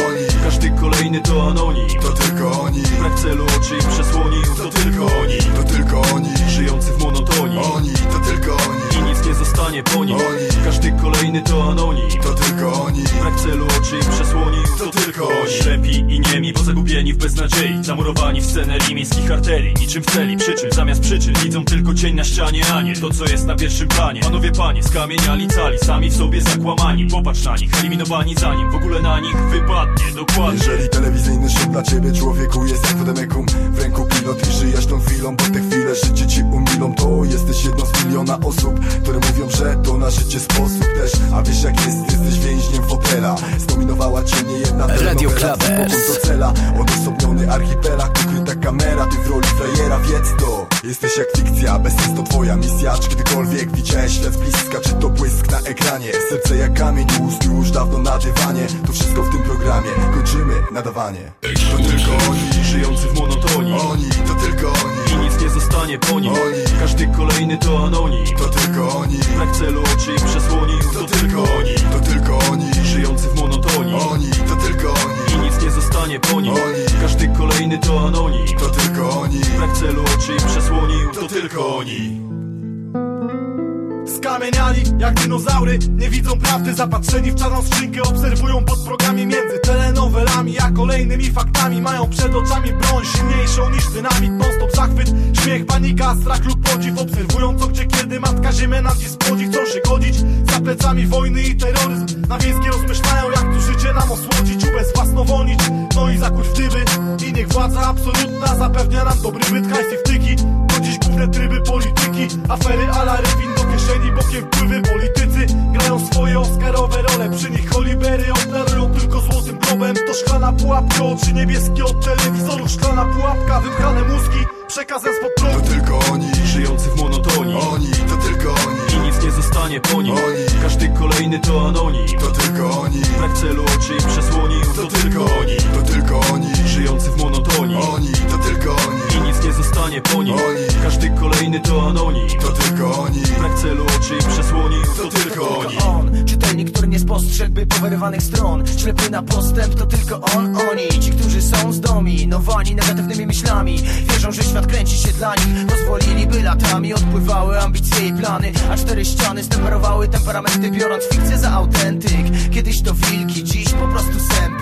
oni. Każdy kolejny to anonim, to tylko oni. Brak celu oczy im przesłonił, to tylko oni. To tylko oni. Żyjący w monotonii, oni. To tylko oni. I nic nie zostanie po nim, oni. Każdy kolejny to anonim, to tylko oni. Brak celu oczy im przesłonił, to tylko oni. Ślepi i niemi, bo zagubieni w beznadziei, zamurowani w scenerii miejskich arterii, niczym w celi, przyczyn zamiast przyczyn widzą tylko cień na ścianie, a nie to co jest na pierwszym planie. Panowie panie, skamieniali cali, sami w sobie zakłamani. Popatrz na nich, eliminowani zanim w ogóle na nich wypadnie dokładnie. Jeżeli telewizyjny szum dla ciebie człowieku jest jak wodemekum, w ręku pilot i żyjesz tą chwilą, bo te chwile życie ci umilą, to jesteś jedną z miliona osób, które mówią, że to na życie sposób też. A wiesz jak jest, jesteś więźniem fotela. Zdominowała cię niejedna Radio Klabers. Do cela, odosobniony archipelag, ukryta kamera, ty w roli frajera, wiedz to. Jesteś jak fikcja, bez sensu to twoja misja. Czy kiedykolwiek widziałeś świat z bliska, czy to błysk na ekranie? Serce jak kamień, ust już dawno na dywanie. To wszystko w tym programie, kończymy nadawanie. To tylko oni, żyjący w monotonii, oni, to tylko oni. I nic nie zostanie po nim, oni. Każdy kolejny to anonim, to tylko oni. Brak celu oczy im przesłonił, to tylko oni. To tylko oni. Żyjący w monotonii, oni, to tylko oni. I nic nie zostanie po nim, oni. Każdy kolejny to anonim, to tylko oni. Brak celu oczy im przesłonił, to tylko oni. Skamieniali jak dinozaury, nie widzą prawdy, zapatrzeni w czarną skrzynkę, obserwują pod progami między telenowelami, a kolejnymi faktami. Mają przed oczami broń silniejszą niż dynamit, non-stop zachwyt, śmiech, panika, strach lub podziw. Obserwują co gdzie kiedy matka ziemię nam dziś spłodzi. Chcą się godzić za plecami wojny i terroryzm. Na wiejskie rozmyślają jak tu życie nam osłodzić, ubezwłasnowolnić, no i zakuć w dyby. I niech władza absolutna zapewnia nam dobry byt, hajs i wtyki. To dziś główne tryby polityki, afery a la Rywin do kieszeni, bokiem wpływy. Politycy grają swoje oscarowe role, przy nich Olivery operują tylko złotym globem. To szklana pułapka, oczy niebieskie od telewizorów. Szklana pułapka, wypchane mózgi przekazem spod progu. To tylko oni, żyjący w monotonii, oni, to tylko oni. I nic nie zostanie po nim, oni. Każdy kolejny to anonim, to tylko oni. Brak celu oczy im przesłonił, to tylko oni. To tylko oni. Żyjący w monotonii, oni, to tylko oni. I nic nie zostanie po nim, oni. Każdy kolejny to anonim, to tylko oni. Brak celu oczy im przesłonił, to tylko oni. On, czytelnik, który nie spostrzegłby powyrywanych stron, ślepy na postęp, to tylko on, oni. Ci, którzy są zdominowani negatywnymi myślami, wierzą, że świat kręci się dla nich. Pozwoliliby latami, odpływały ambicje i plany, a cztery ściany stemperowały temperamenty, biorąc fikcję za autentyk. Kiedyś to wilki, dziś po prostu sępy.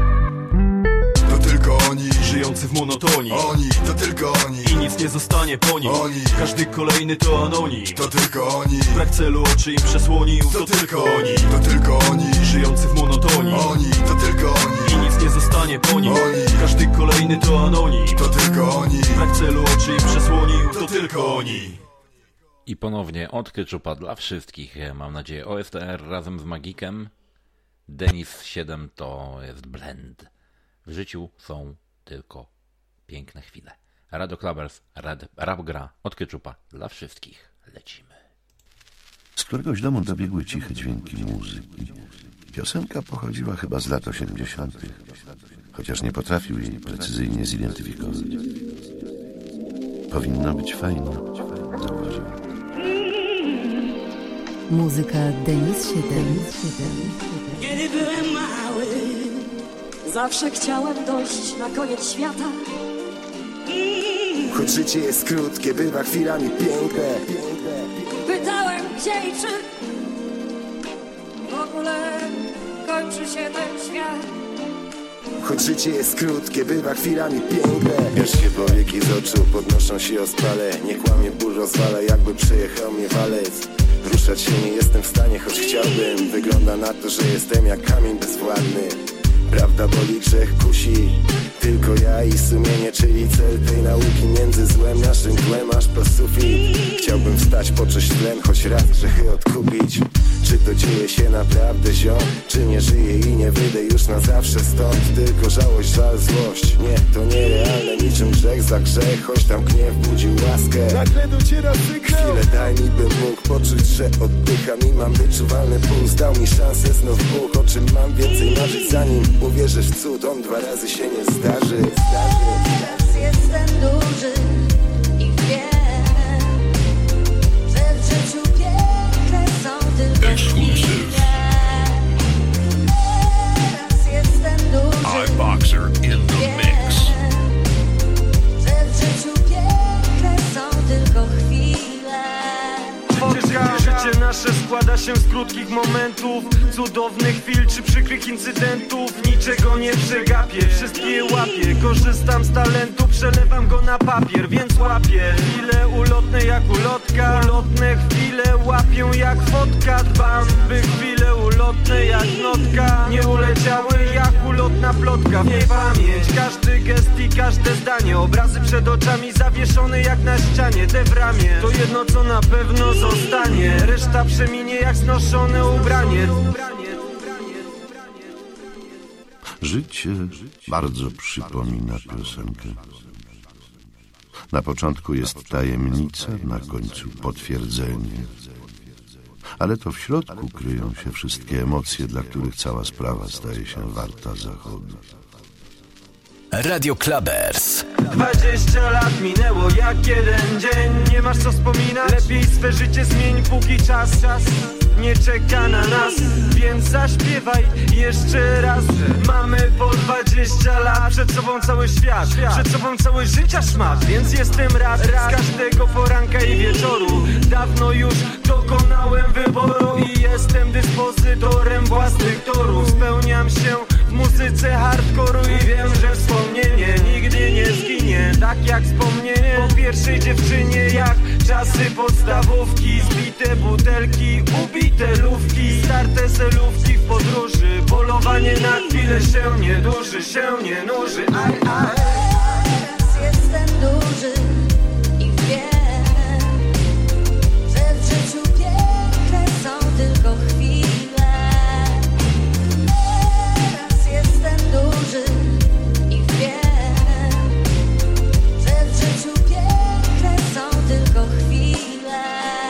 To tylko oni, żyjący w monotonii, oni, to tylko oni. I nic nie zostanie po nim, oni. Każdy kolejny to anonim, to tylko oni. Brak celu oczy im przesłonił, to tylko oni. To tylko oni, żyjący w monotonii, oni, to tylko oni. I nic nie zostanie po nim, oni. Każdy kolejny to anonim, to tylko oni. Brak celu oczy im przesłonił, to tylko oni. I ponownie od Ketchupa dla wszystkich, mam nadzieję, OSTR razem z Magikiem. Denis 7 to jest blend. W życiu są tylko piękne chwile. Radio Klabers, rap gra od Ketchupa dla wszystkich. Lecimy. Z któregoś domu dobiegły ciche dźwięki muzyki. Piosenka pochodziła chyba z lat 80., chociaż nie potrafił jej precyzyjnie zidentyfikować. Powinna być fajna, zauważył. Muzyka Denis 7. Kiedy byłem mały, zawsze chciałem dojść na koniec świata. Choć życie jest krótkie, bywa chwilami piękne. Pytałem gdzie i czy w ogóle kończy się ten świat. Choć życie jest krótkie, bywa chwilami piękne. Bierzcie powieki z oczu, podnoszą się ospale. Nie kłamie, ból rozwala, jakby przejechał mnie walec. Ruszać się nie jestem w stanie, choć chciałbym. Wygląda na to, że jestem jak kamień bezwładny. Prawda boli, grzech kusi. Tylko ja i sumienie, czyli cel tej nauki. Między złem naszym tłem aż po sufit. Chciałbym wstać, poczuć tlen, choć raz grzechy odkupić. Czy to dzieje się naprawdę, ziom? Czy nie żyję i nie wyjdę już na zawsze stąd? Tylko żałość, żal, złość. Nie, to nierealne, niczym grzech za grzech. Choć tam gniew budził łaskę. Nagle dociera sygnał. Chwilę daj mi, bym mógł poczuć, że oddycham i mam wyczuwalny puls. Dał mi szansę znów Bóg, o czym mam więcej marzyć, zanim uwierzysz w cud. On 2 razy się nie zdarzy. Teraz jestem duży i wiem, że w życiu piękne są tylko chwile. Teraz jestem duży się z krótkich momentów, cudownych chwil czy przykrych incydentów. Niczego nie przegapię, wszystkie je łapię. Korzystam z talentu, przelewam go na papier, więc łapię chwile ulotne jak ulotka. Ulotne chwile łapię jak fotka. Dbam, by chwile ulotne jak notka nie uleciały jak ulotna plotka. W niej pamięć, każdy gest i każde zdanie. Obrazy przed oczami zawieszone jak na ścianie. Te w ramię, to jedno co na pewno zostanie. Reszta przeminie jak znoszone ubranie. Życie bardzo przypomina piosenkę. Na początku jest tajemnica, na końcu potwierdzenie. Ale to w środku kryją się wszystkie emocje, dla których cała sprawa staje się warta zachodu. Radio Clubbers. 20 lat minęło jak jeden dzień. Nie masz co wspominać? Lepiej swe życie zmień, póki czas nie czeka na nas. Więc zaśpiewaj jeszcze raz. Mamy po 20 lat, przed sobą cały świat, przed sobą całe życia szmat. Więc jestem rad z każdego poranka i wieczoru. Dawno już dokonałem wyboru i jestem dyspozytorem własnych torów. Spełniam się w muzyce hardkoru i wiem, że wspomnienie nigdy nie zginie. Tak jak wspomnienie po pierwszej dziewczynie, jak czasy podstawówki. Zbite butelki, ubite lówki, starte selówki w podróży. Polowanie na chwilę się nie duży, się nie nuży. Aj, aj. Teraz jestem duży i wiem, że w życiu piękne są tylko chwile. Teraz jestem duży i wiem, że w życiu piękne są tylko chwile.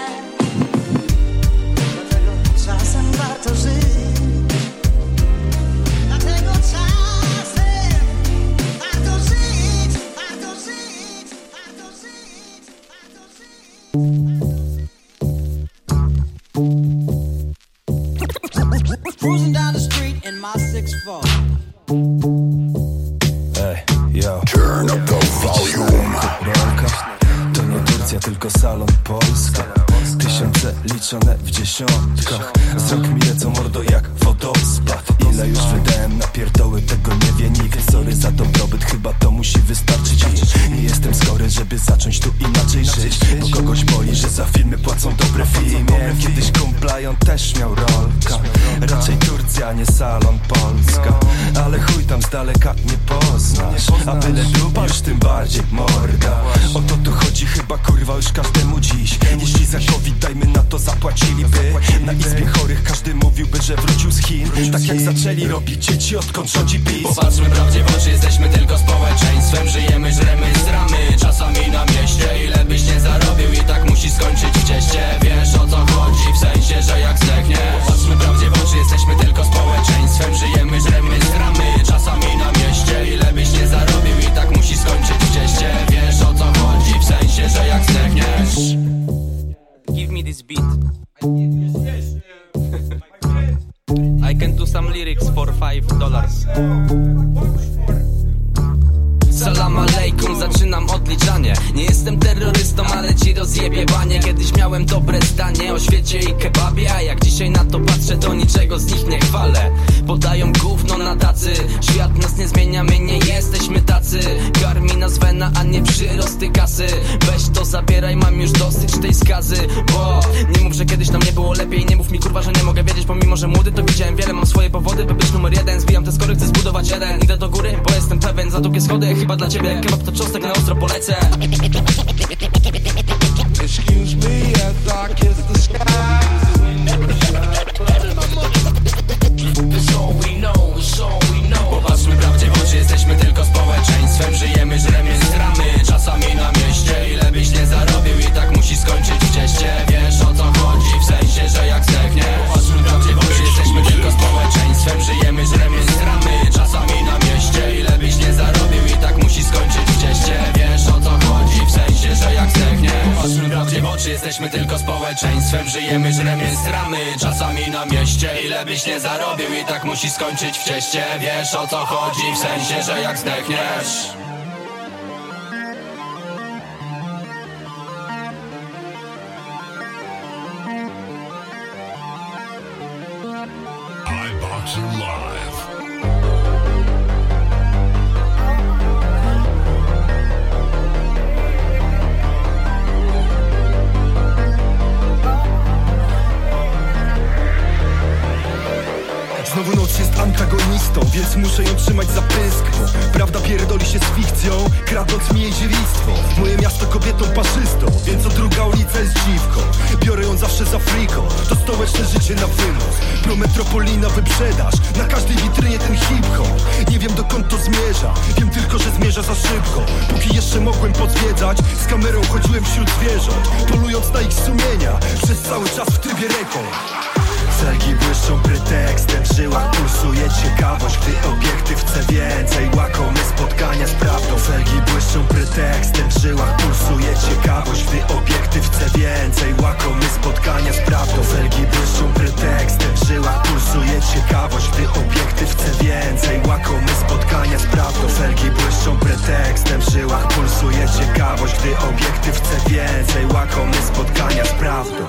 Dlatego czasem warto żyć. Dlatego czasem warto żyć, warto żyć, warto żyć, warto żyć. Cruising down the street in my 6'4". Hey, yo. Turn up the volume. To nie Turcja, tylko salon Polska. Tysiące liczone w dziesiątkach. Z rąk mi lecą mordo jak wodospad. Ile już wydałem na pierdoły, tego nie wie nikt. Sorry za dobrobyt, chyba to musi wystarczyć. Nie jestem skory, żeby zacząć tu inaczej żyć. Bo kogoś boli, że za filmy płacą dobre filmy. Miałem kiedyś kumpla i on też miał rolka. Raczej Turcja, nie salon Polska. Ale chuj tam z daleka nie poznasz. A byle dubasz, tym bardziej morda. O to tu chodzi chyba kurwa już każdemu dziś. Jeśli za COVID dajmy na to zapłaciliby. Na izbie chorych każdy mówiłby, że wrócił z Chin. Tak jak zaczęli robić dzieci, odkąd rządzi PiS. Popatrzmy prawdzie w oczy, jesteśmy tylko społeczeństwem. Żyjemy, żremy, zdramy, czasami na mieście. Ile byś nie zarobił i tak musi skończyć w cieście. Wiesz o co chodzi, w sensie, że jak zdechniesz. Popatrzmy prawdzie w oczy, jesteśmy tylko społeczeństwem. Żyjemy, żremy, zdramy, czasami na mieście. Ile byś nie zarobił i tak musi skończyć w cieście. Wiesz o co chodzi, w sensie, że jak zdechniesz. Give me this beat. I can do some lyrics for $5. Salam alejkum, zaczynam odliczanie. Nie jestem terrorystą, ale ci rozjebie banie. Kiedyś miałem dobre zdanie o świecie i kebabie, a jak dzisiaj na to patrzę, to niczego z nich nie chwalę. Podają gówno na tacy. Świat nas nie zmienia, my nie jesteśmy tacy. Karmi nas wena, a nie przyrosty kasy. Weź to zabieraj, mam już dosyć tej skazy. Bo nie mów, że kiedyś nam nie było lepiej. Nie mów mi kurwa, że nie mogę wiedzieć. Pomimo, że młody to widziałem wiele. Mam swoje powody, by być numer jeden. Zwijam te skory, chcę zbudować jeden. Idę do góry, bo jestem pewien, za długie schody. Chyba dla ciebie kebab to cząstek, na ostro polecę. Excuse me as I kiss the sky. It's all we know, it's all we know. Popatrzmy prawdzie w oczy, jesteśmy tylko społeczeństwem. Żyjemy, żremy, stramy, czasami na mieście. Ile byś nie zarobił i tak musi skończyć w cieście. Wiesz o co chodzi, w sensie, że jak zdechniesz. Popatrzmy prawdzie w oczy, jesteśmy tylko społeczeństwem. Żyjemy, żremy, stramy, czasami na mieście. Ile byś nie zarobił i tak musi skończyć w cieście. Wiesz o co chodzi, w sensie, że jak zdechniesz. Popatrzmy prawdzie w oczy, jesteśmy tylko społeczeństwem. Żyjemy, żremy, stramy, czasami na mieście. Ile byś nie zarobił i tak musi skończyć w cieście. Wiesz o co chodzi, w sensie, że jak zdechniesz. się z fikcją, kradąc mi jej dziewictwo. Moje miasto kobietą parzystą, więc co druga ulica jest dziwką. Biorę ją zawsze za friko, to stołeczne życie na wynos. Prometropolina wyprzedaż, na każdej witrynie ten hip-hop. Nie wiem dokąd to zmierza, wiem tylko, że zmierza za szybko. Póki jeszcze mogłem podzwiedzać, z kamerą chodziłem wśród zwierząt, polując na ich sumienia, przez cały czas w trybie rekord. Felgi błyszczą pretekstem, w żyłach pulsuje ciekawość, gdy obiektyw chce więcej. Łakomy spotkania z prawdą. Felgi błyszczą pretekstem, w żyłach pulsuje ciekawość, gdy obiektyw chce więcej. Łakomy spotkania z prawdą. Felgi błyszczą pretekstem, w żyłach pulsuje ciekawość, gdy obiektyw chce więcej. Łakomy spotkania z prawdą. Felgi błyszczą pretekstem, w żyłach pulsuje ciekawość, gdy obiektyw chce więcej. Łakomy spotkania z prawdą.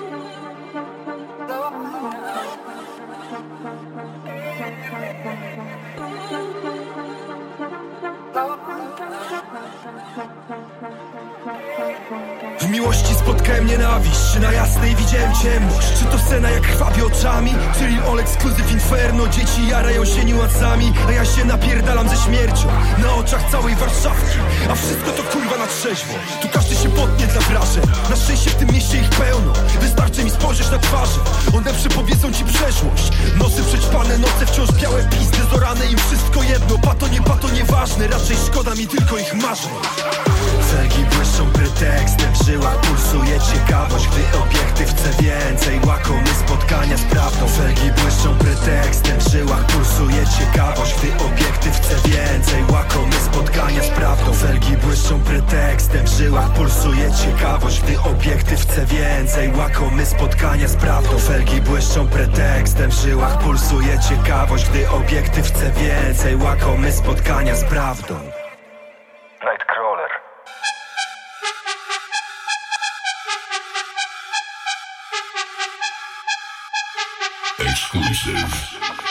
W miłości spotkałem nienawiść, czy na jasnej widziałem ciemność? Czy to scena jak krwawi oczami? Czyli all exclusive inferno, dzieci jarają się niuansami, a ja się napierdalam ze śmiercią na oczach całej Warszawki. A wszystko to kurwa na trzeźwo, tu każdy się potnie dla wrażeń. Na szczęście w tym mieście ich pełno, wystarczy mi spojrzeć na twarze. One przypowiedzą ci przeszłość, nosy przećpane, noce wciąż białe, pizdy zorane, im wszystko jedno. Pato nieważne, raczej szkoda mi tylko ich marzeń. Felgi błyszczą pretekstem, w żyłach pulsuje ciekawość, gdy obiektyw chce więcej. Łakomy spotkania z prawdą. Felgi błyszczą pretekstem, w żyłach pulsuje ciekawość, gdy obiektyw chce więcej. Łakomy spotkania z prawdą. Felgi błyszczą pretekstem, w żyłach pulsuje ciekawość, gdy obiektyw chce więcej. Łakomy spotkania z prawdą. Felgi błyszczą pretekstem, w żyłach pulsuje ciekawość, gdy obiektyw chce więcej. Łakomy spotkania z prawdą. Nightcrawler. Exclusive.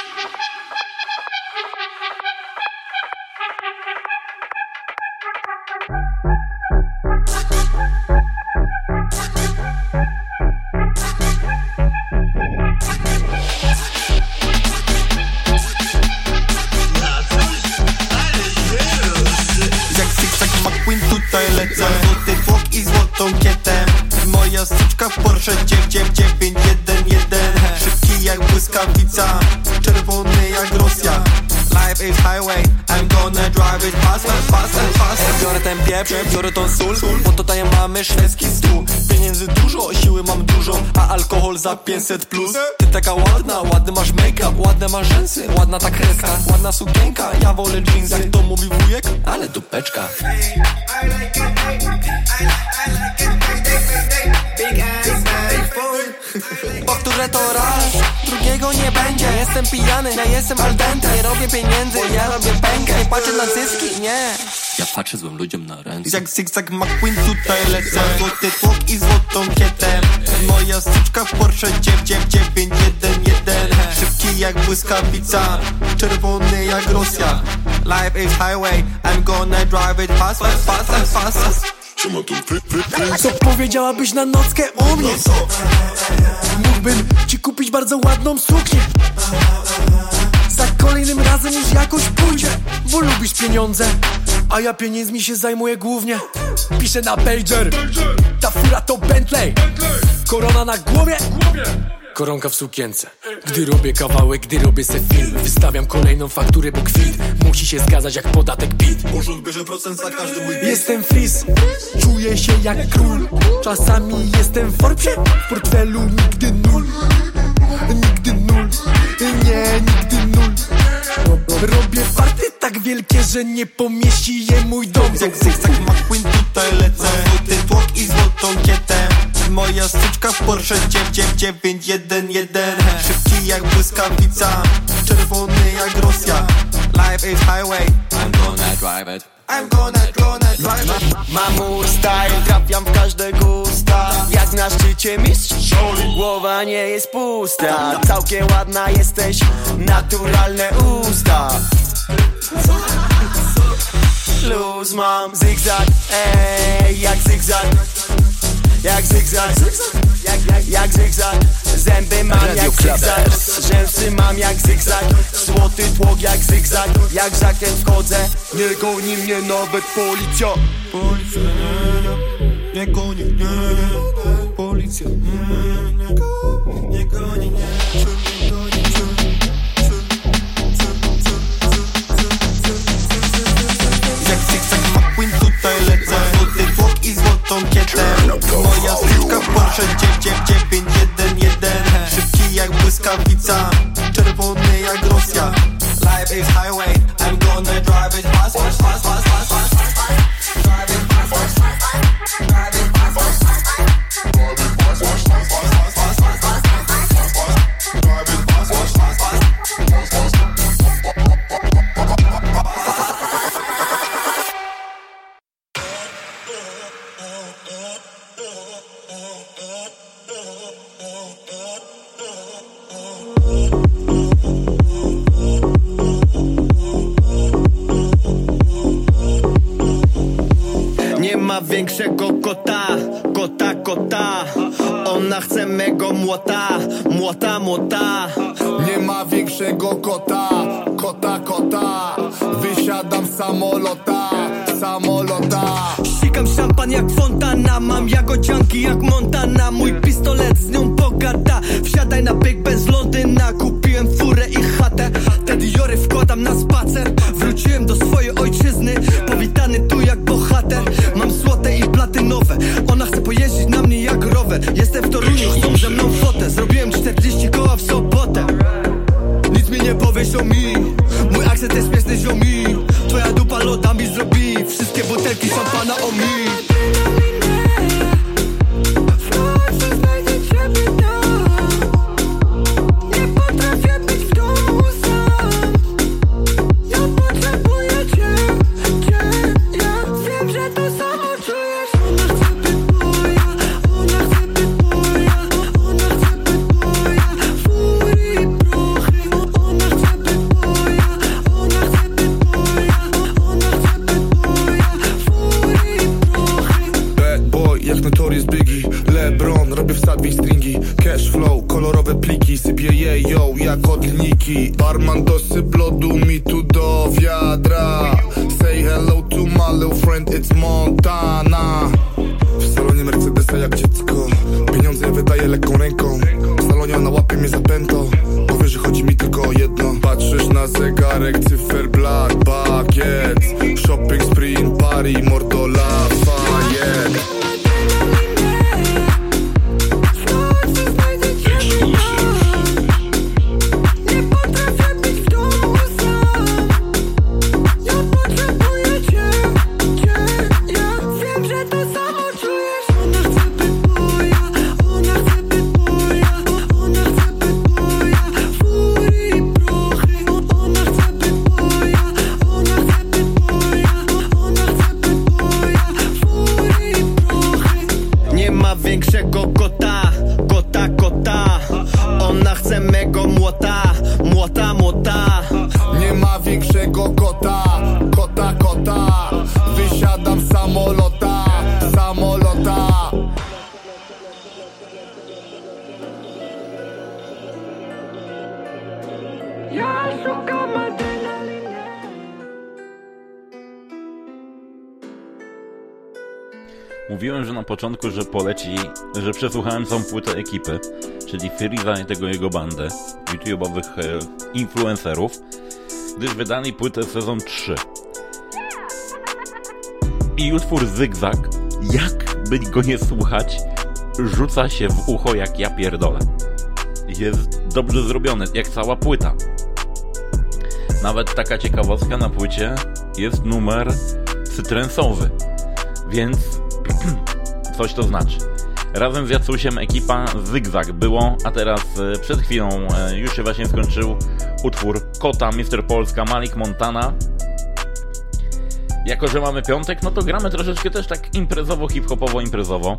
Jak zygzak McQueen tutaj lecę, złoty tłok i złotą kietę. Moja styczka w Porsche 911. Szybki jak błyskawica, czerwony jak Rosja. Life is highway, I'm gonna drive it fast and fast and fast. Biorę ten pieprz, biorę tą sól, bo tutaj mamy szwedzki stół. Pieniędzy dużo, siły mam dużo, a alkohol za 500 plus. Ty taka ładna, ładny masz make-up, ładne masz rzęsy, ładna ta kreska, ładna sukienka, ja wolę jeans, jak to mówi wujek, ale dupeczka. Powtórzę to raz, drugiego nie będzie. Ja jestem pijany, ja jestem al dente. Nie robię pieniędzy, ja robię pękę. Nie patrzę na zyski, nie. Ja patrzę złym ludziom na ręce. Jak zygzak McQueen tutaj lecę, złoty tłok i złotą kietę. Moja styczka w Porsche 911. Szybki jak błyskawica, czerwony jak Rosja. Life is highway, I'm gonna drive it fast, fast and fast. Co powiedziałabyś na nockę u mnie? Mógłbym ci kupić bardzo ładną suknię. Za kolejnym razem już jakoś pójdzie, bo lubisz pieniądze, a ja pieniędzmi się zajmuję głównie. Piszę na pager, ta fura to Bentley. Korona na głowie, koronka w sukience. Gdy robię kawałek, gdy robię se film, wystawiam kolejną fakturę, bo kwit musi się zgadzać jak podatek PIT. Urząd bierze procent za każdy mój bit. Jestem fris, czuję się jak król. Czasami jestem w Forbesie, w portfelu nigdy nul. Nigdy nul, nie, nigdy nul. Robię farty tak wielkie, że nie pomieści je mój dom. Jak zygzak McQueen tutaj lecę, złoty tłok i złotą kietę. Moja styczka w Porsche 911. Szybki jak błyskawica, czerwony jak Rosja. Life is highway, I'm gonna drive it. I'm gonna drive it. Mam style, trafiam w każde gusta. Jak na szczycie mistrz, głowa nie jest pusta. Całkiem ładna jesteś, naturalne usta. Luz mam, zygzak, jak zygzak. Jak zygzak, jak zygzak, Zęby mam jak zygzak, rzęsy mam jak zygzak, złoty tłok jak zygzak, jak zakręt wchodzę. Nie goni mnie nawet policja. Policja nie goni, policja nie goni, jak zygzak McQueen tutaj lecę, złoty tłok i złotą kietę. Moja styczka w Porsche 911, szybki jak błyskawica, czerwony jak Rosja. Life is highway, I'm gonna drive it fast, fast, fast, fast, fast, fast, fast. Drive it fast, fast, fast, fast. Drive it fast, fast, fast, fast. Drive it fast, fast, fast, fast, fast, fast, fast, fast. Drive it fast, fast, fast, fast. Nie ma większego kota, kota, kota. Ona chce mego młota, młota, młota. Nie ma większego kota, kota, kota. Wysiadam z samolota, samolota. Ścigam szampan jak fontana, mam jagodzianki jak Montana. Mój pistolet z nią pogada. Wsiadaj na Big Ben z Londyna. Kupiłem furę i chatę, te Diory wkładam na spacer. Wróciłem do swojej ojczyzny, powitany tu jak bohater. Mam złote i platynowe, ona chce pojeździć na mnie jak rower. Jestem w Toruniu, chcą ze mną fotę. Zrobiłem 40 koła w sobotę. Nic mi nie powiesz o mi, mój akcent jest śmieszny ziomi. Twoja dupa lodami zrobi wszystkie butelki szampana o mi. Barman dosyp lodu mi tu do wiadra. Say hello to my little friend, it's Montana. W salonie Mercedesa jak dziecko, pieniądze wydaję lekką ręką. W salonie ona łapie mnie za pęto, powie, że chodzi mi tylko o jedno. Patrzysz na zegarek, cyferblat, bagiet. Shopping spree in Paris, mordo Lafayette. Większego kota, kota, kota. Ona chce mego młota, młota, młota. Nie ma większego kota, kota, kota. Wysiadam z samolota, samolota. Ja szukam adrenaliny. Mówiłem, że na początku, że poleci, że przesłuchałem całą płytę ekipy, czyli Freeza i tego jego bandę YouTube'owych influencerów, gdyż wydali płytę sezon 3. I utwór Zygzak, jakby go nie słuchać, rzuca się w ucho jak ja pierdolę. Jest dobrze zrobiony, jak cała płyta. Nawet taka ciekawostka na płycie, jest numer cytrensowy, więc coś to znaczy. Razem z Jacusiem ekipa Zygzak było, a teraz przed chwilą już się właśnie skończył utwór Kota, Mr. Polska, Malik Montana. Jako że mamy piątek, no to gramy troszeczkę też tak imprezowo, hip-hopowo, imprezowo.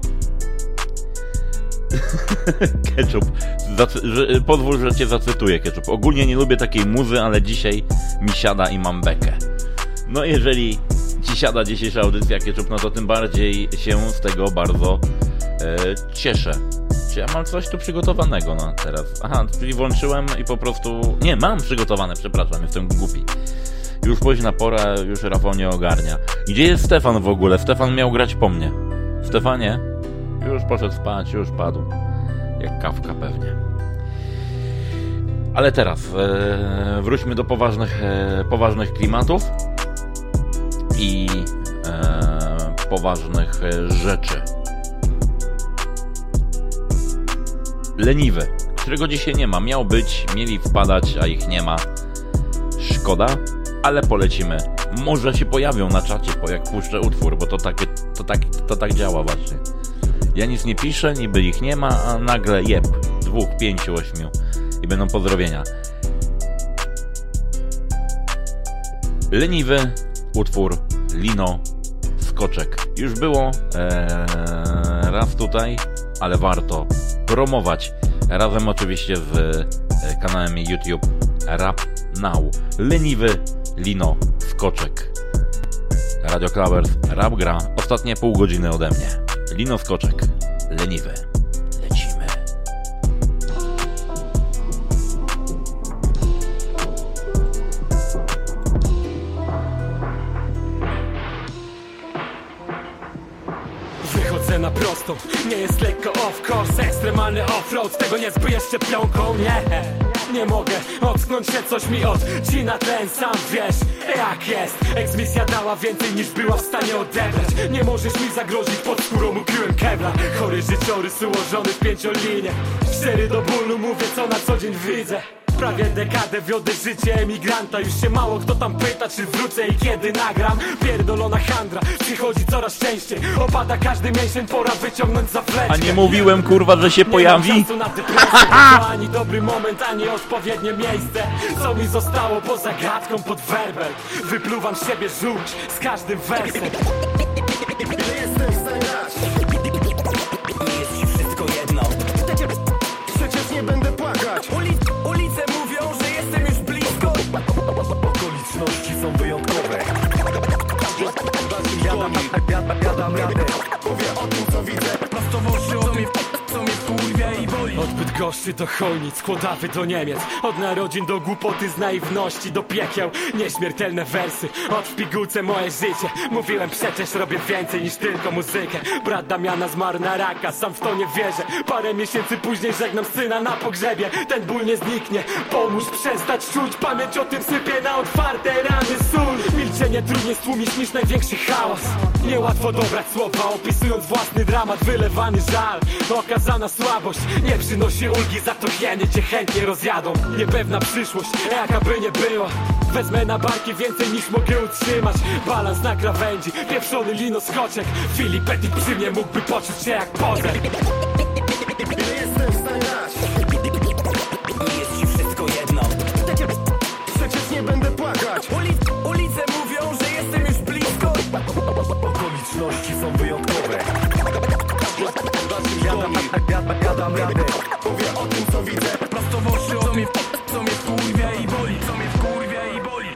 Ketchup, pozwól, że cię zacytuję, Ketchup. Ogólnie nie lubię takiej muzy, ale dzisiaj mi siada i mam bekę. No jeżeli ci siada dzisiejsza audycja, Ketchup, no to tym bardziej się z tego bardzo cieszę. Ja mam coś tu przygotowanego na teraz. Aha, czyli włączyłem i po prostu... Nie, mam przygotowane, przepraszam, jestem głupi. Już późna pora, już Rafał nie ogarnia. Gdzie jest Stefan w ogóle? Stefan miał grać po mnie. Stefanie? Już poszedł spać, już padł. Jak kawka pewnie. Ale teraz wróćmy do poważnych klimatów i poważnych rzeczy. Leniwy, którego dzisiaj nie ma. Miał być, mieli wpadać, a ich nie ma. Szkoda, ale polecimy. Może się pojawią na czacie, jak puszczę utwór, bo to tak działa właśnie. Ja nic nie piszę, niby ich nie ma, a nagle 2, 5, 8 i będą pozdrowienia. Leniwy, utwór Lino, Skoczek. Już było raz tutaj, ale warto promować. Razem oczywiście z kanałem YouTube Rap Now. Leniwy, Lino, Skoczek. Radio Klabers, Rap gra. Ostatnie pół godziny ode mnie. Lino, Skoczek, Leniwy. Lecimy. Wychodzę na prostą, nie jest lekko off course. Ekstremalny offroad, tego nie zbyjesz szczepionką. Nie mogę ocknąć się, coś mi odcina tlen. Sam wiesz jak jest. Eksmisja dała więcej niż była w stanie odebrać. Nie możesz mi zagrozić, pod skórą ukryłem kevlar. Chory życiorys ułożony w 5-linię. Szczery do bólu mówię, co na co dzień widzę. Prawie dekadę wiodę życie emigranta. Już się mało kto tam pyta, czy wrócę i kiedy nagram. Pierdolona handra przychodzi coraz częściej. Opada każdy miesiąc, pora wyciągnąć za fleczkę. A nie mówiłem kurwa, że się pojawi? Nie mam czasu na depresję, to ani dobry moment, ani odpowiednie miejsce. Co mi zostało poza gadką pod werbel? Wypluwam siebie żółć z każdym wersem. Jestem w stanie dać. Nie jest ci wszystko jedno. Przecież nie będę płakać. Ulice mówią, że jestem już blisko. Okoliczności są wyjątkowe. Jadam radę. Mówię o tym, co widzę. Prosto w oczy, co mnie wkurwia i boli. Od Bydgoszczy do Chojnic, Kłodawy do Niemiec. Od narodzin do głupoty, z naiwności do piekieł. Nieśmiertelne wersy, od w pigułce moje życie. Mówiłem przecież robię więcej niż tylko muzykę. Brat Damiana zmarł na raka, sam w to nie wierzę. Parę miesięcy później żegnam syna na pogrzebie. Ten ból nie zniknie, pomóż przestać czuć. Pamięć o tym sypie na otwarte rany sól. Milczenie trudniej stłumić niż największy hałas. Niełatwo dobrać słowa, opisując własny dramat. Wylewany żal, okazana słabość nie przynosi ulgi, za to hieny cię chętnie rozjadą. Niepewna przyszłość, jaka by nie była. Wezmę na barki więcej niż mogę utrzymać. Balans na krawędzi, pieprzony Lino, Skoczek. Filip Petit przy mnie mógłby poczuć się jak pozer. Jestem w stanie dać. Nie jest ci wszystko jedno. Przecież nie będę płakać. Ulice mówią, że jestem już blisko. Okoliczności są wyjątkowe. Jadam radę. Mówię o tym, co widzę. Prosto w oczy, co mnie wkurwia i boli. Co mnie wkurwia i boli.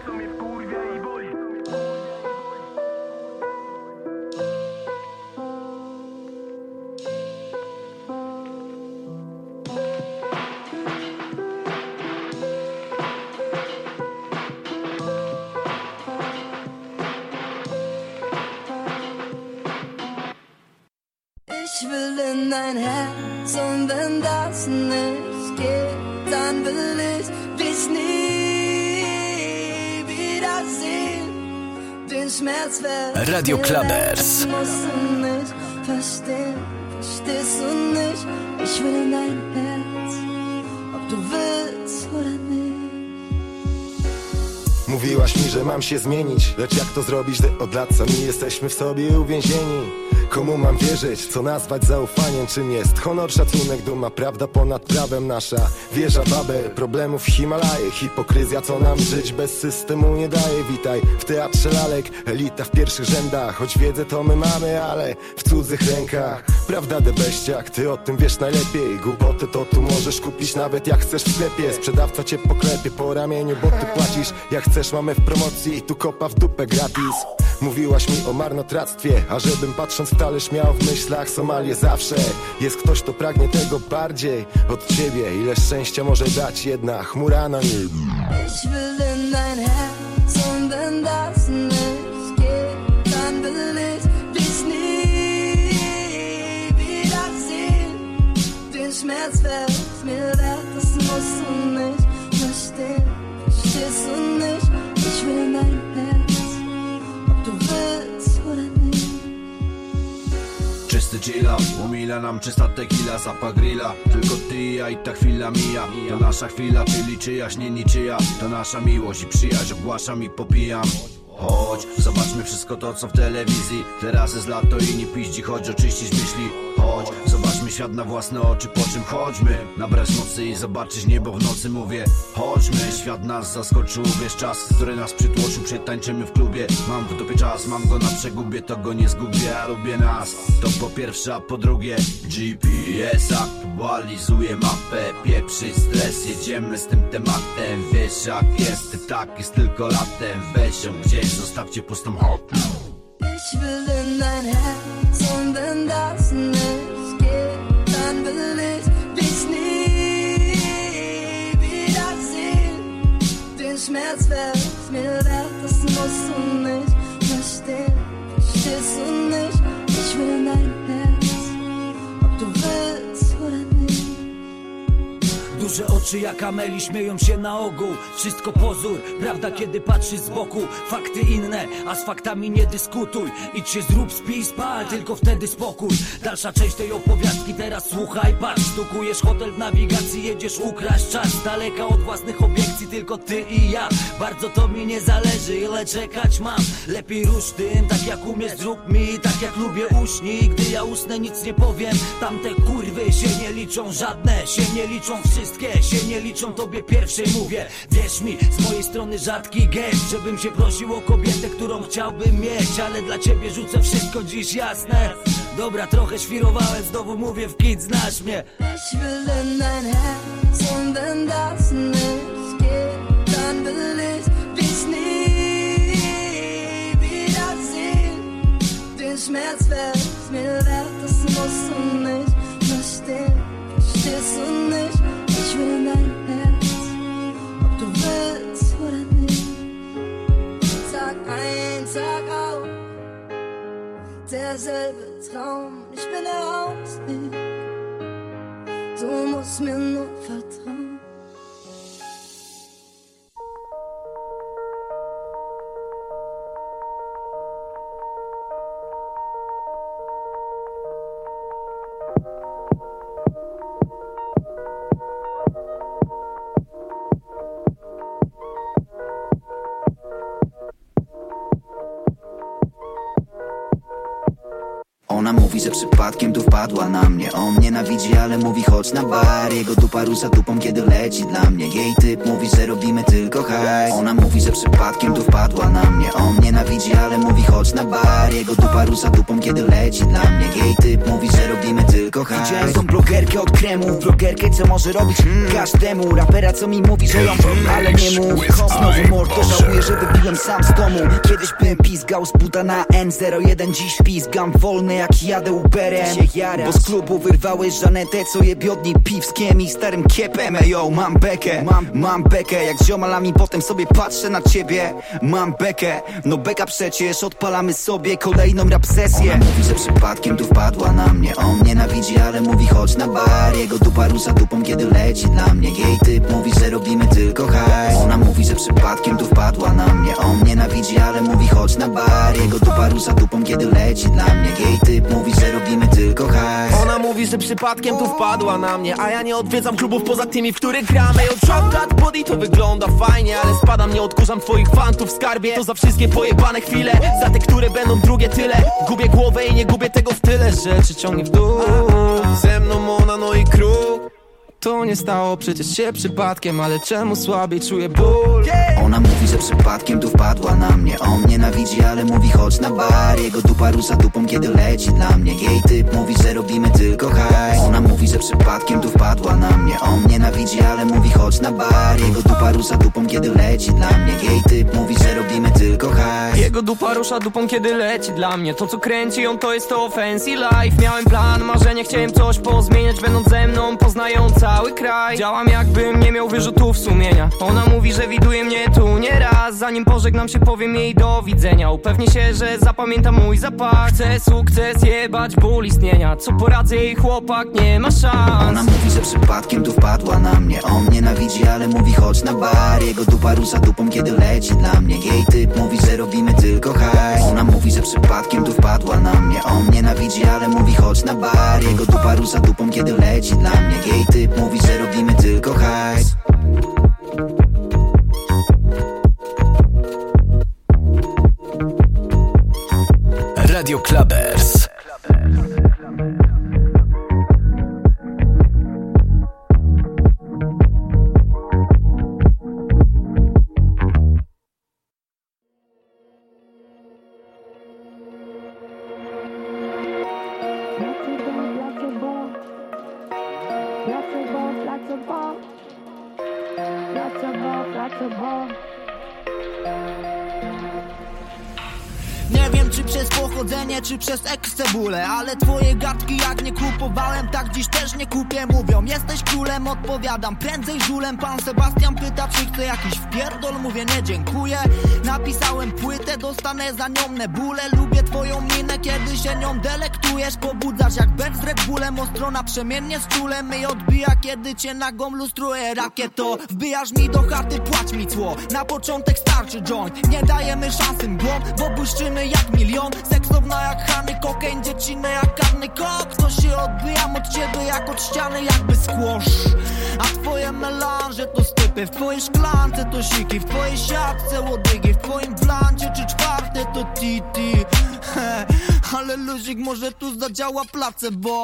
Ich will in dein Herz und wenn das nicht geht, dann will ich dich nie wiedersehen. Den Schmerz Radio Klabers. musst du nicht verstehen, verstehst du nicht? Ich will in dein Herz, ob du willst oder nicht. Mówiłaś mi, że mam się zmienić, lecz jak to zrobić, gdy od lat sami jesteśmy w sobie uwięzieni? Komu mam wierzyć, co nazwać zaufaniem? Czym jest honor, szacunek, duma, prawda ponad prawem? Nasza wieża Babel, problemów Himalaje, hipokryzja, co nam żyć bez systemu nie daje. Witaj w teatrze lalek, elita w pierwszych rzędach. Choć wiedzę to my mamy, ale w cudzych rękach. Prawda, debeściak, ty o tym wiesz najlepiej. Głupoty to tu możesz kupić nawet jak chcesz w sklepie. Sprzedawca cię poklepie po ramieniu, bo ty płacisz jak chcesz. Mamy w promocji, tu kopa w dupę gratis. Mówiłaś mi o marnotrawstwie, a żebym patrząc w talerz miał w myślach Somalię zawsze. Jest ktoś, kto pragnie tego bardziej od ciebie. Ile szczęścia może dać jedna chmura na niebie. Ich will in dein Herz und in das nicht geht, dann will ich dich nie wiedersehen. Den Schmerz wär's mir wert, das musst du nicht verstehen. Verstehst du nicht? Ich will in dein Herz, ob du willst oder nicht. Czysty chilla, umila nam czysta tequila, zapach grilla. Tylko ty i ja i ta chwila mija. To nasza chwila, czyli czyjaś, nie niczyja. To nasza miłość i przyjaźń, ogłaszam i popijam. Chodź, zobaczmy wszystko to, co w telewizji. Teraz jest lato i nie piździ, chodź oczyścić myśli. Chodź, zobaczmy świat na własne oczy, po czym chodźmy nabrać mocy i zobaczyć niebo w nocy. Mówię, chodźmy, świat nas zaskoczył. Wiesz, czas, który nas przytłoczył, przetańczymy w klubie. Mam w dupie czas, mam go na przegubie, to go nie zgubię, ja lubię nas. To po pierwsze, a po drugie GPS aktualizuje mapę. Pieprzy stres, jedziemy z tym tematem. Wiesz jak jest, tak jest tylko latem. Weź ją gdzieś, zostawcie pustą hotę. Ich will in dein Herz und in das nicht geht, dann will ich dich nie wiedersehen. Den Schmerz wär's mir wert, das musst du nicht verstehen. Verstehst du nicht? Ich will in dein Herz, ob du willst oder nicht. Duże oczy jak Ameli śmieją się na ogół. Wszystko pozór, prawda kiedy patrzysz z boku. Fakty inne, a z faktami nie dyskutuj. Idź się zrób, spij, spal, tylko wtedy spokój. Dalsza część tej opowiastki teraz słuchaj, patrz. Stukujesz hotel w nawigacji, jedziesz ukraść czas. Z daleka od własnych obiekcji, tylko ty i ja. Bardzo to mi nie zależy, ile czekać mam. Lepiej rusz tym, tak jak umiesz zrób mi. Tak jak lubię uśnij, gdy ja usnę nic nie powiem. Tamte kurwy się nie liczą, żadne się nie liczą, wszystkie się nie liczą, tobie pierwszej mówię. Wierz mi, z mojej strony rzadki gest, żebym się prosił o kobietę, którą chciałbym mieć. Ale dla ciebie rzucę wszystko dziś, jasne. Dobra, trochę świrowałem, znowu mówię w kit, znasz mnie. Ich will in dein Herz und in das nicht geht, dann will ich dich nie wiedersehen. Den Schmerz wär's mir wert, das musst du nicht verstehen. Verstehst du nicht? Ich will in dein Herz, ob du willst oder nicht. Tag ein, Tag aus, derselbe Traum, ich bin der Ausweg. Du musst mir nur vertrauen. Ona mówi, że przypadkiem tu wpadła na mnie. On nienawidzi, ale mówi chodź na bar. Jego dupa rusza dupą, kiedy leci dla mnie. Jej typ mówi, że robimy tylko hajs. Ona mówi, że przypadkiem tu wpadła na mnie. On nienawidzi, ale mówi chodź na bar. Jego dupa rusza dupą, kiedy leci dla mnie. Jej typ mówi, że robimy tylko hajs. Widziałem tą blogerkę od kremu, blogerkę co może robić każdemu. Rapera co mi mówi, że ją ale nie mów. Znowu mordo, żałuję, że wybiłem sam z domu. Kiedyś bym pizgał z buta na N01. Dziś pizgam wolny jak jadę Uberem. Bo z klubu wyrwałeś Żanetę, co je biodni piwskiem i starym kiepem. Ejo, mam bekę, mam bekę. Jak z ziomalami potem sobie patrzę na ciebie. Mam bekę, no beka przecież. Odpalamy sobie kolejną rap sesję. Ona mówi, że przypadkiem tu wpadła na mnie. On nienawidzi, ale mówi chodź na bar. Jego dupa rusza dupą, kiedy leci dla mnie. Jej typ mówi, że robimy tylko hajs. Ona mówi, że przypadkiem tu wpadła na mnie. On nienawidzi, ale mówi chodź na bar. Jego dupa rusza dupą, kiedy leci dla mnie. Jej typ mówi, że robimy tylko hajs. Ona mówi, że przypadkiem tu wpadła na mnie. A ja nie odwiedzam klubów poza tymi, w których gramy. Od drop that body to wygląda fajnie, ale spadam, nie odkurzam twoich fantów w skarbie. To za wszystkie pojebane chwile, za te, które będą drugie tyle. Gubię głowę i nie gubię tego w tyle rzeczy ciągnie w dół. Ze mną ona, no i kruk. to nie stało przecież się przypadkiem, ale czemu słabiej czuję ból? Ona mówi, że przypadkiem tu wpadła na mnie. On nienawidzi, ale mówi chodź na bar. Jego dupa rusza dupą, kiedy leci dla mnie. Jej typ mówi, że robimy tylko hajs. Ona mówi, że przypadkiem tu wpadła na mnie. On nienawidzi, ale mówi chodź na bar. Jego dupa rusza dupą, kiedy leci dla mnie. Jej typ mówi, że robimy tylko hajs. Jego dupa rusza dupą, kiedy leci dla mnie. To co kręci ją, to jest to fancy life. Miałem plan, marzenie, chciałem coś pozmieniać. Będąc ze mną, poznają cały kraj. Działam jakbym nie miał wyrzutów sumienia. Ona mówi, że widuje mnie tu nie raz. Zanim pożegnam się, powiem jej do widzenia. Upewnię się, że zapamięta mój zapach. Chcę sukces, jebać ból istnienia. Co poradzę, jej chłopak nie ma szans. Ona mówi, że przypadkiem tu wpadła na mnie. On nienawidzi, ale mówi chodź na bar. Jego dupa rusza dupą, kiedy leci dla mnie. Jej typ mówi, że robimy tylko hajs. Ona mówi, że przypadkiem tu wpadła na mnie. On nienawidzi, ale mówi chodź na bar. Jego dupa rusza dupą, kiedy leci dla mnie. Jej typ mówi, że robimy tylko hajs. Radio Clubbers. Nie wiem czy przez pochodzenie, czy przez eks-cebulę, ale twoje gadki jak nie kupowałem, tak dziś też nie kupię. Mówią jesteś królem, odpowiadam prędzej żulem. Pan Sebastian pyta czy chcę jakiś wpierdol, mówię nie dziękuję. Napisałem płytę, dostanę za nią nebulę. Lubię twoją minę, kiedy się nią delektujesz. Pobudzasz jak Ben z Red Bullem, ostro naprzemiennie z czulem. I odbija kiedy cię nagą lustruje rakieto. Wbijasz mi do chaty, płać mi cło. Na początek starczy joint, nie dajemy szansy mgłom, bo błyszczymy jak milion. Seksowna jak Hany, kokain, dziecinę jak karny kok. To się odbijam od ciebie jak od ściany, jakby squash. A twoje melanże to stypy, w twojej szklance to siki, w twojej siatce łodygi, w twoim blancie czy czwarte to titi. Ale luzik, może tu zadziała placebo.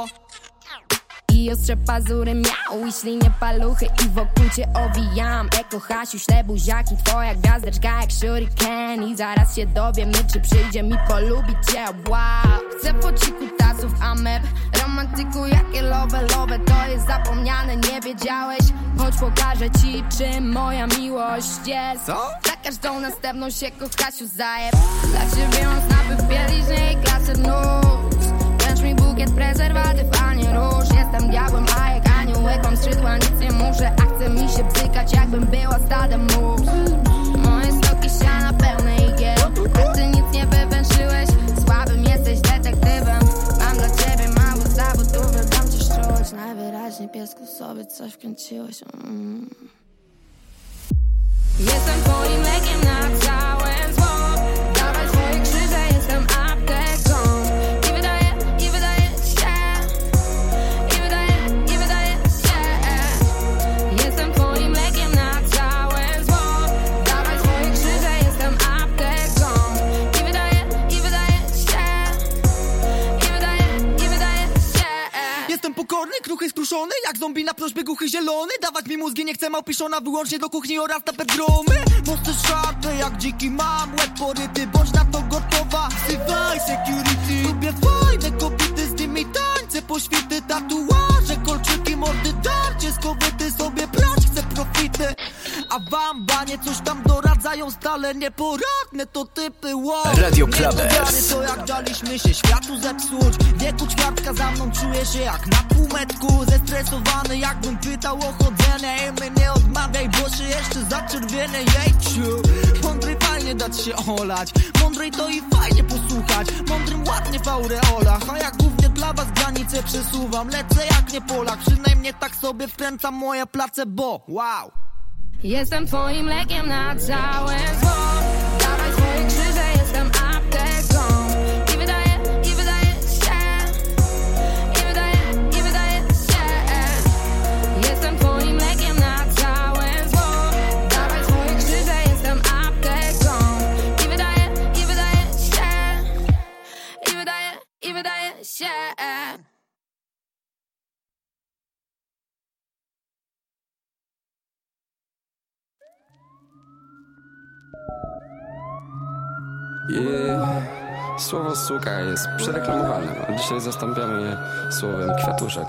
I ostrze pazury miał i ślinie paluchy i wokół cię owijam. Eko Hasiu, śle buziaki, twoja gazdeczka jak shuriken. I zaraz się dowiemy, czy przyjdzie mi polubić cię, wow. Chcę pociku tasów ameb, romantyku jakie love, to jest zapomniane, nie wiedziałeś? Chodź pokażę ci, czym moja miłość jest. Co? Za każdą następną się Hasiu zajeb. Dla ciebie mam snapy w bieliźnie i klasy nóż. Wręcz mi bukiet prezerwatyw, a nie róż. Jestem diabłem, a jak aniołek mam skrzydła, nic nie muszę. A chce mi się bzykać, jakbym była stadem mórz. Moje stoki siana pełne igieł, a ty nic nie wywęszyłeś. Słabym jesteś detektywem. Mam dla ciebie mało zawodów, dam ci szczułość. Najwyraźniej piesku sobie coś wkręciłeś. Jestem twoim lekiem na całe zło. Dawaj swoje krzyże, jestem apteką. Jestem twoim lekiem na całe zło. Dawaj swoje krzyże, jestem apteką. I wydaje się. Jestem pokorny, kruchy, skruszony, jak zombie na prośbie głuchy zielony. Dawać mi mózgi, nie chcę małpiszona, wyłącznie do kuchni oraz tapet gromy. Mosty szarpe jak dziki mam, łeb poryty, bądź na to gotowa. Wzywaj security. Lubię fajne kobiety, z nimi tańce, poświty, tatuaże, kolczyki, mordy, darcie, skowyty, sobie brać chcę profity. A wam banie coś tam doradzają, stale nieporadne to typy, wow. Radio Clubbers. To jak daliśmy się światu zepsuć. W wieku ćwiartka za mną czuję się jak na półmetku. Zestresowany jakbym pytał o chodzenie. I mnie nie odmawiaj, bo się jeszcze zaczerwienię. Jejciu, mądry fajnie dać się olać. Mądrej to i fajnie posłuchać. Mądrym ładnie w aureolach. A jak głównie dla was granice przesuwam. Lecę jak nie Polak, przynajmniej tak sobie wkręcam moje placebo. Wow. Jestem twoim lekiem na całe zło. Dawaj swoje krzyże, jestem apteką. I wydaje się. Jestem twoim lekiem na całe zło. Dawaj swoje krzyże, jestem apteką. I wydaje się. Słowo suka jest przereklamowane. Dzisiaj zastąpiamy je słowem kwiatuszek.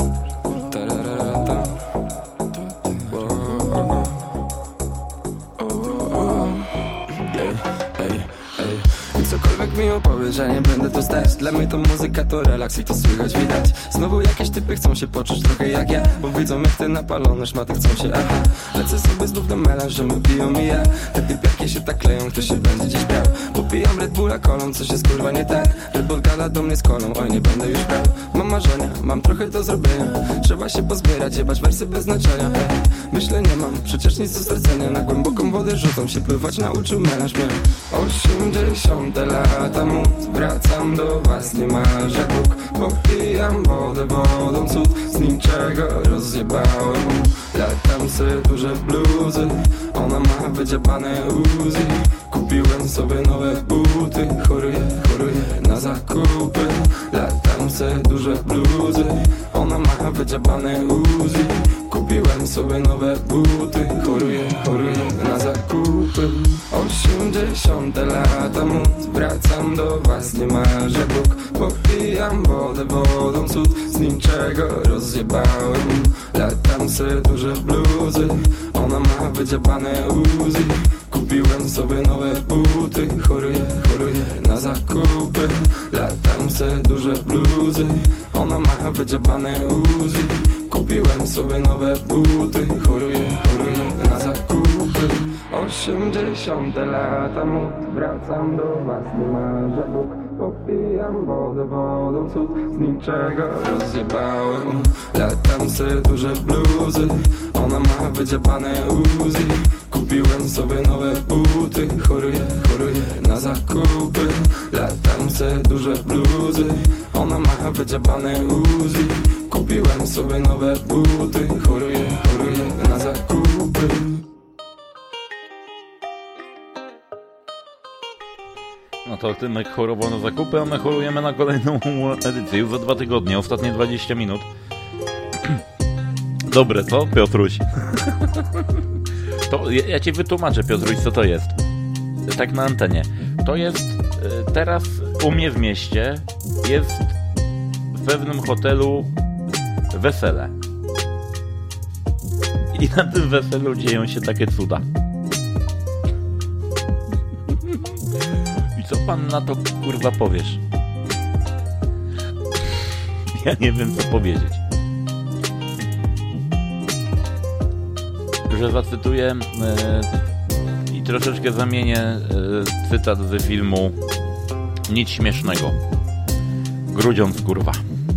Cokolwiek mi opowiesz, że nie będę tu stać. Dla mnie to muzyka to relaks i to słychać widać. Znowu jakieś typy chcą się poczuć trochę jak ja, bo widzą jak te napalone szmaty chcą się aha. Lecę sobie znów do melanż, że my piją mi ja. Te typiarki się tak kleją, kto się będzie dziś brał. Popijam Red Bulla kolą, coś jest kurwa nie tak. Red Bull gada do mnie z kolą, oj nie będę już brał. Mam marzenia, mam trochę do zrobienia. Trzeba się pozbierać, jebać wersy bez znaczenia. Myślę nie mam, przecież nic do stracenia. Na głęboką wodę rzucą się, pływać nauczył melanż mnie. 80 lata móc, wracam do was, nie marzę Bóg. Popijam wodę, wodą cud, z niczego rozjebałem. Latam se duże bluzy, ona ma wydziabane Uzi. Kupiłem sobie nowe buty, choruję na zakupy. Latam se duże bluzy, ona ma wydziabane Uzi. Kupiłem sobie nowe buty, choruję na zakupy. 80 lata móc, wracam do was, nie marzę Bóg. Popijam wodę, wodą cud, z niczego rozjebałem. Latam se duże bluzy, ona ma wydziabane Uzi. Kupiłem sobie nowe buty, choruję na zakupy. Latam se duże bluzy, ona ma wydziabane Uzi. Kupiłem sobie nowe buty, choruję na zakupy. 80 lata móc, wracam do was, nie marzę Bóg. Popijam wodę, wodą cud, z niczego rozjebałem. Latam se duże bluzy, ona ma wydziabane Uzi. Kupiłem sobie nowe buty, choruję na zakupy. Latam se duże bluzy, ona ma wydziabane Uzi. Kupiłem sobie nowe buty, choruję na zakupy. No to Tymek chorował na zakupy, a my chorujemy na kolejną edycję. Już za 2 tygodnie, ostatnie 20 minut. Dobre, co, Piotruś? To ja ci wytłumaczę, Piotruś, co to jest. Tak na antenie. To jest teraz u mnie w mieście jest w pewnym hotelu wesele. I na tym weselu dzieją się takie cuda. I co pan na to, kurwa, powiesz? Ja nie wiem, co powiedzieć. Że zacytuję i troszeczkę zamienię cytat z filmu Nic śmiesznego. Grudziąc, kurwa.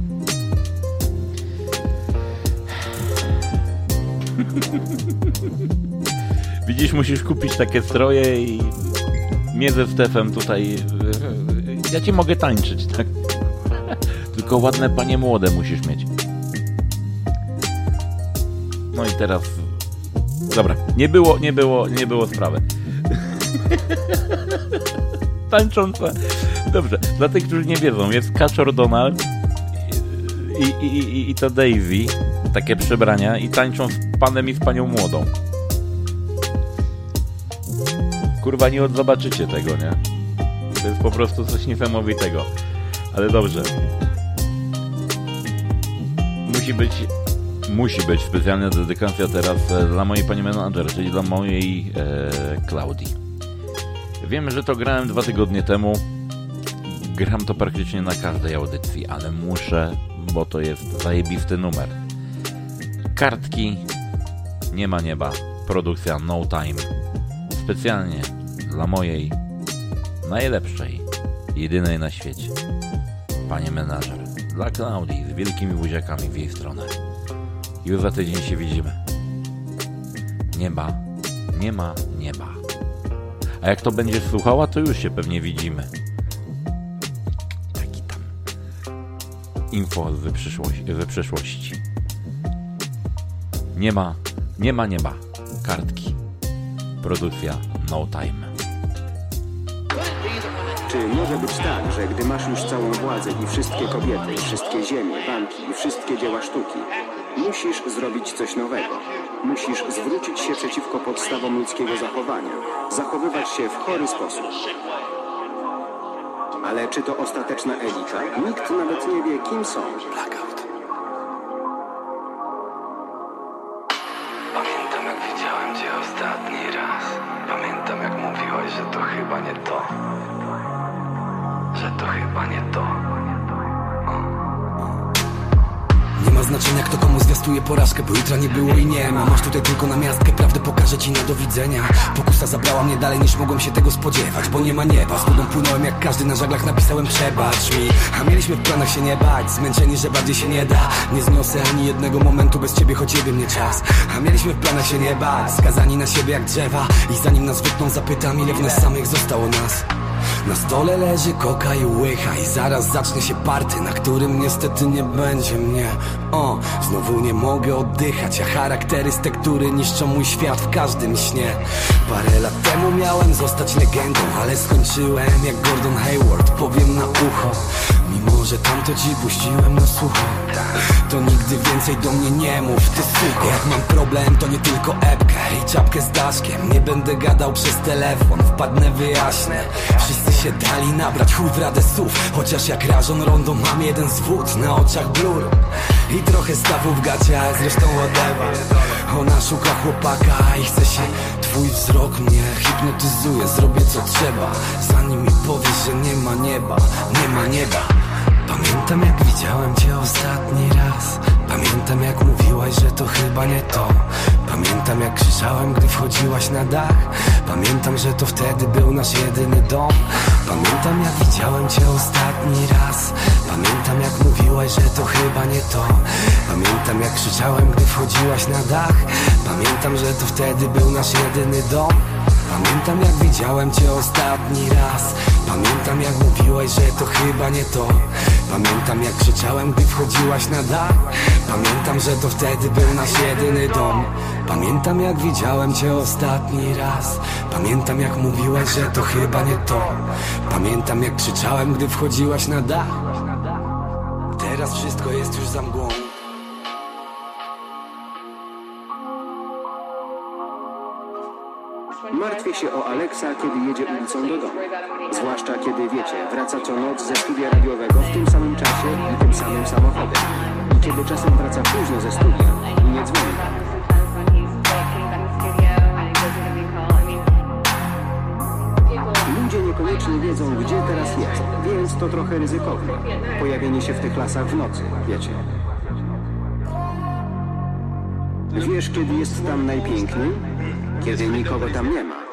Widzisz, musisz kupić takie stroje i mnie ze Stefem tutaj... Ja ci mogę tańczyć, tak? Tylko ładne panie młode musisz mieć. No i teraz... Dobra, nie było sprawy. Tańczące. Dobrze, dla tych, którzy nie wiedzą, jest Kaczor Donald i to Daisy, takie przebrania, i tańczą z panem i z panią młodą. Kurwa, nie odzobaczycie tego, nie? To jest po prostu coś niesamowitego. Ale dobrze. Musi być specjalna dedykacja teraz dla mojej pani menadżer, czyli dla mojej Klaudii. Wiem, że to grałem 2 tygodnie temu. Gram to praktycznie na każdej audycji, ale muszę, bo to jest zajebisty numer. Kartki, nie ma nieba, produkcja No Time. Specjalnie dla mojej najlepszej, jedynej na świecie pani menadżer. Dla Klaudii z wielkimi buziakami w jej stronę. Już za tydzień się widzimy. Nieba, nie ma nieba. A jak to będziesz słuchała, to już się pewnie widzimy. Taki tam info ze przyszłości. Nie ma nieba. Kartki. Produkcja No Time. Czy może być tak, że gdy masz już całą władzę i wszystkie kobiety, wszystkie ziemie, banki i wszystkie dzieła sztuki, musisz zrobić coś nowego. Musisz zwrócić się przeciwko podstawom ludzkiego zachowania. Zachowywać się w chory sposób. Ale czy to ostateczna elita? Nikt nawet nie wie, kim są. Pamiętam, jak widziałem cię ostatni raz. Pamiętam, jak mówiłaś, że to chyba nie to. Że to chyba nie to. Nie ma znaczenia, kto komu zwiastuje porażkę, bo jutra nie było i nie ma. Masz tutaj tylko namiastkę, prawdę pokażę ci, na do widzenia. Pokusa zabrała mnie dalej niż mogłem się tego spodziewać, bo nie ma nieba. Z wodą płynąłem jak każdy, na żaglach napisałem przebacz mi. A mieliśmy w planach się nie bać, zmęczeni, że bardziej się nie da. Nie zniosę ani jednego momentu bez ciebie, choć jebie mnie czas. A mieliśmy w planach się nie bać, skazani na siebie jak drzewa. I zanim nas wytną, zapytam, ile w nas samych zostało nas. Na stole leży koka i łycha i zaraz zacznie się party, na którym niestety nie będzie mnie. Znowu nie mogę oddychać, a charaktery z tektury niszczą mój świat w każdym śnie. Parę lat temu miałem zostać legendą, ale skończyłem jak Gordon Hayward, powiem na ucho. Mimo, że tamto ci puściłem na sucho, to nigdy więcej do mnie nie mów, ty suko. Jak mam problem, to nie tylko epkę i czapkę z daszkiem. Nie będę gadał przez telefon, wpadnę, wyjaśnię. Wszyscy się dali nabrać, chuj w radę słów. Chociaż jak rażon rondo, mam jeden zwód, na oczach blur i trochę stawu w gaciach, zresztą odewa. Ona szuka chłopaka i chce się, twój wzrok mnie hipnotyzuje. Zrobię co trzeba, zanim mi powiesz, że nie ma nieba, nie ma nieba. Pamiętam, jak widziałem cię ostatni raz. Pamiętam, jak mówiłaś, że to chyba nie to. Pamiętam, jak krzyczałem, gdy wchodziłaś na dach. Pamiętam, że to wtedy był nasz jedyny dom. Pamiętam, jak widziałem cię ostatni raz. Pamiętam, jak mówiłaś, że to chyba nie to. Pamiętam, jak krzyczałem, gdy wchodziłaś na dach. Pamiętam, że to wtedy był nasz jedyny dom. Pamiętam, jak widziałem cię ostatni raz. Pamiętam, jak mówiłaś, że to chyba nie to. Pamiętam, jak krzyczałem, gdy wchodziłaś na dach. Pamiętam, że to wtedy był nasz jedyny dom. Pamiętam, jak widziałem cię ostatni raz. Pamiętam, jak mówiłaś, że to chyba nie to. Pamiętam, jak krzyczałem, gdy wchodziłaś na dach. Teraz wszystko jest już za mgłą. Martwię się o Alexa, kiedy jedzie ulicą do domu. Zwłaszcza kiedy, wiecie, wraca co noc ze studia radiowego w tym samym czasie i tym samym samochodem. I kiedy czasem wraca późno ze studia i nie dzwoni. Ludzie niekoniecznie wiedzą, gdzie teraz jest, więc to trochę ryzykowne. Pojawienie się w tych lasach w nocy, wiecie. Wiesz, kiedy jest tam najpiękniej? Kiedy nikogo tam nie ma.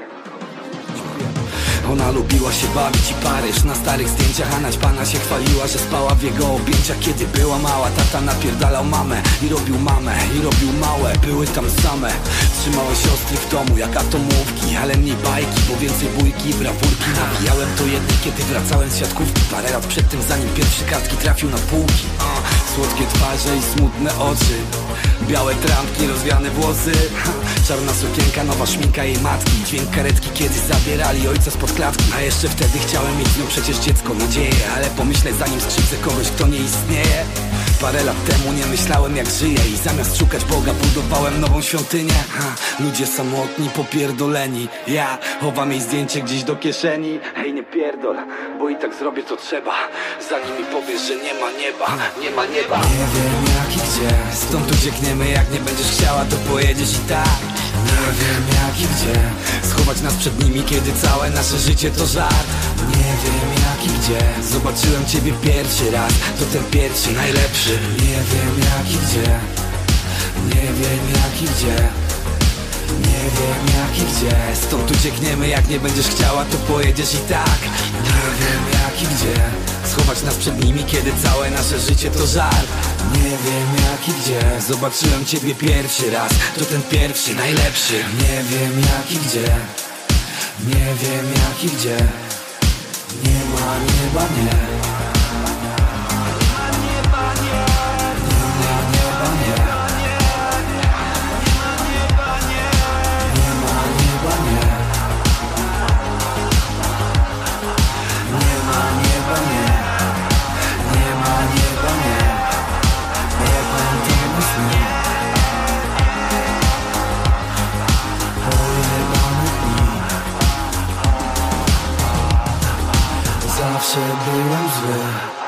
Ona lubiła się bawić i Paryż na starych zdjęciach, a naćpana się chwaliła, że spała w jego objęciach. Kiedy była mała, tata napierdalał mamę i robił mamę, i robił małe. Były tam same, trzymały siostry w domu jak atomówki, ale mniej bajki, bo więcej bójki i brawurki. Nawijałem to jedno, kiedy wracałem z siatkówki parę lat przed tym, zanim pierwszy kartki trafił na półki. Słodkie twarze i smutne oczy, białe trampki, rozwiane włosy, czarna sukienka, nowa szminka jej matki, dźwięk karetki, kiedy zabierali ojca spod klatki. A jeszcze wtedy chciałem mieć z nią przecież dziecko, nadzieję, ale pomyślę, zanim skrzywdzę kogoś, kto nie istnieje. Parę lat temu nie myślałem, jak żyję i zamiast szukać Boga budowałem nową świątynię. Ludzie samotni, popierdoleni, ja chowam jej zdjęcie gdzieś do kieszeni. Hej, nie pierdol, bo i tak zrobię co trzeba, zanim mi powiesz, że nie ma nieba, nie ma nieba. Nie wiem jak i gdzie, stąd uciekniemy, jak nie będziesz chciała, to pojedziesz i tak. Nie wiem jak i gdzie, schować nas przed nimi, kiedy całe nasze życie to żart. Nie wiem jak i gdzie, zobaczyłem ciebie pierwszy raz, to ten pierwszy, najlepszy. Nie wiem jak i gdzie, nie wiem jak i gdzie, nie wiem jak i gdzie, stąd uciekniemy, jak nie będziesz chciała, to pojedziesz i tak. Nie wiem jak i gdzie, schować nas przed nimi, kiedy całe nasze życie to żart. Nie wiem jak i gdzie, zobaczyłem ciebie pierwszy raz, to ten pierwszy, najlepszy. Nie wiem jak i gdzie, nie wiem jak i gdzie, nie ma nieba, nie. zawsze byłem zły.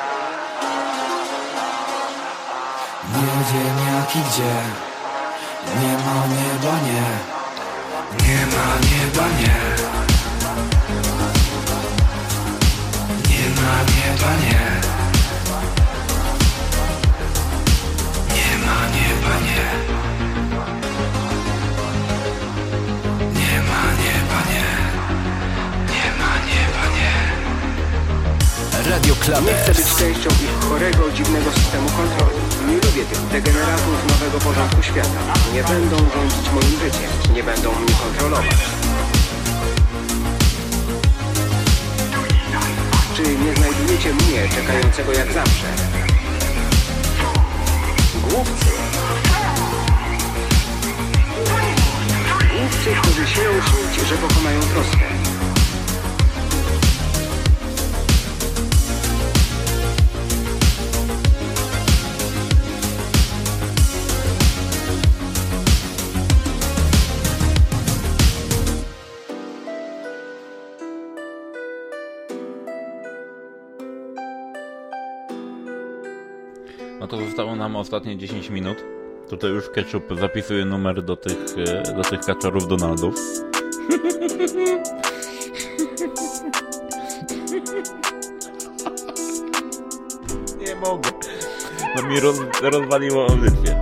Nie wiem jak i gdzie. Nie ma nieba, nie. Nie ma nieba, nie. Nie ma nieba, nie. Nie ma nieba, nie. Nie ma nieba, nie. Nie ma nieba, nie. Radio Klabers. Nie chcę być częścią ich chorego, dziwnego systemu kontroli. Nie lubię tych degeneratów nowego porządku świata. Nie będą rządzić moim życiem. Nie będą mnie kontrolować. Czy nie znajdujecie mnie czekającego jak zawsze? Głupcy. Głupcy, którzy śmieją śnić, że pokonają troskę. No to zostało nam ostatnie 10 minut. Tutaj już Ketchup zapisuje numer do tych kaczorów Donaldów. Nie mogę. No mi rozwaliło audycję.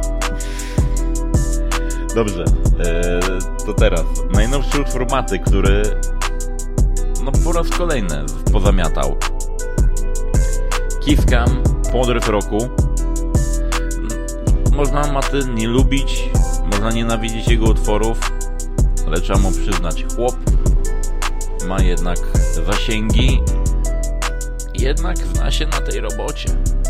Dobrze. To teraz. Najnowszy utwór Maty, który no po raz kolejny pozamiatał. Kiss Cam, podryw roku. Można Maty nie lubić, można nienawidzić jego utworów, ale trzeba mu przyznać, chłop ma jednak zasięgi, jednak zna się na tej robocie.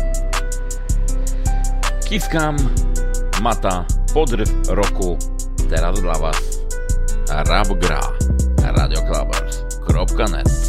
Kiss Cam, Mata, podryw roku, teraz dla was Rap gra, radioclubers.net.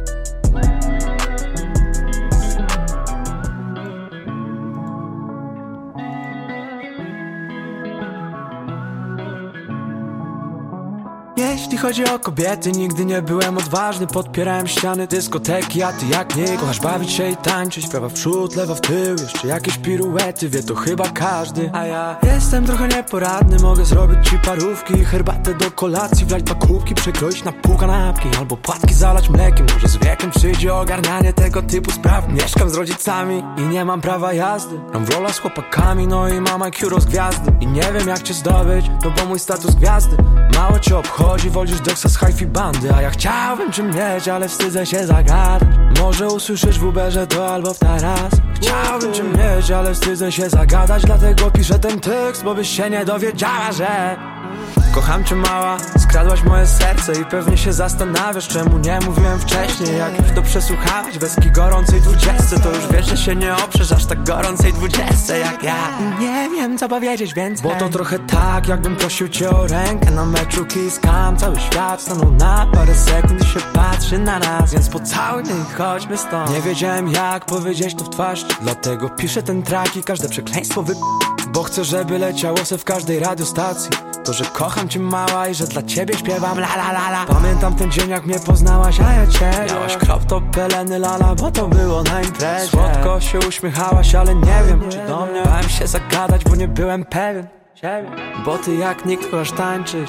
Jeśli chodzi o kobiety, nigdy nie byłem odważny. Podpierałem ściany dyskoteki, a ty jak nie kochasz bawić się i tańczyć. Prawa w przód, lewa w tył, jeszcze jakieś piruety, wie to chyba każdy. A ja jestem trochę nieporadny, mogę zrobić ci parówki, herbatę do kolacji, wlać dwa kubki, przekroić na pół kanapki, albo płatki zalać mlekiem. Może z wiekiem przyjdzie ogarnianie tego typu spraw. Mieszkam z rodzicami i nie mam prawa jazdy. Gram w rola z chłopakami, no i mam IQ rozgwiazdy. I nie wiem jak cię zdobyć, no bo mój status gwiazdy mało cię obchodzi, wolisz doksa z hi-fi bandy. A ja chciałbym czym mieć, ale wstydzę się zagadać. Może usłyszysz w Uberze to albo w taras. Chciałbym czym mieć, ale wstydzę się zagadać. Dlatego piszę ten tekst, bo byś się nie dowiedziała, że kocham cię mała, skradłaś moje serce i pewnie się zastanawiasz, czemu nie mówiłem wcześniej. Jak już to przesłuchałeś weski gorącej 20, to już wiesz, że się nie oprzesz aż tak gorącej 20 jak ja. Nie wiem co powiedzieć więcej, bo to trochę tak, jakbym prosił cię o rękę na meczu Kiss Cam. Cały świat stanął na parę sekund i się patrzy na nas, więc pocałuj mnie i chodźmy stąd. Nie wiedziałem jak powiedzieć to w twarz, dlatego piszę ten track i każde przekleństwo bo chcę, żeby leciało se w każdej radiostacji. To, że kocham cię mała i że dla ciebie śpiewam la la la la. Pamiętam ten dzień jak mnie poznałaś, a ja cię miałaś crop top, peleny lala, bo to było na imprezie. Słodko się uśmiechałaś, ale nie wiem czy do mnie. Bałem się zagadać, bo nie byłem pewien siebie. Bo ty jak nikt kochasz tańczyć,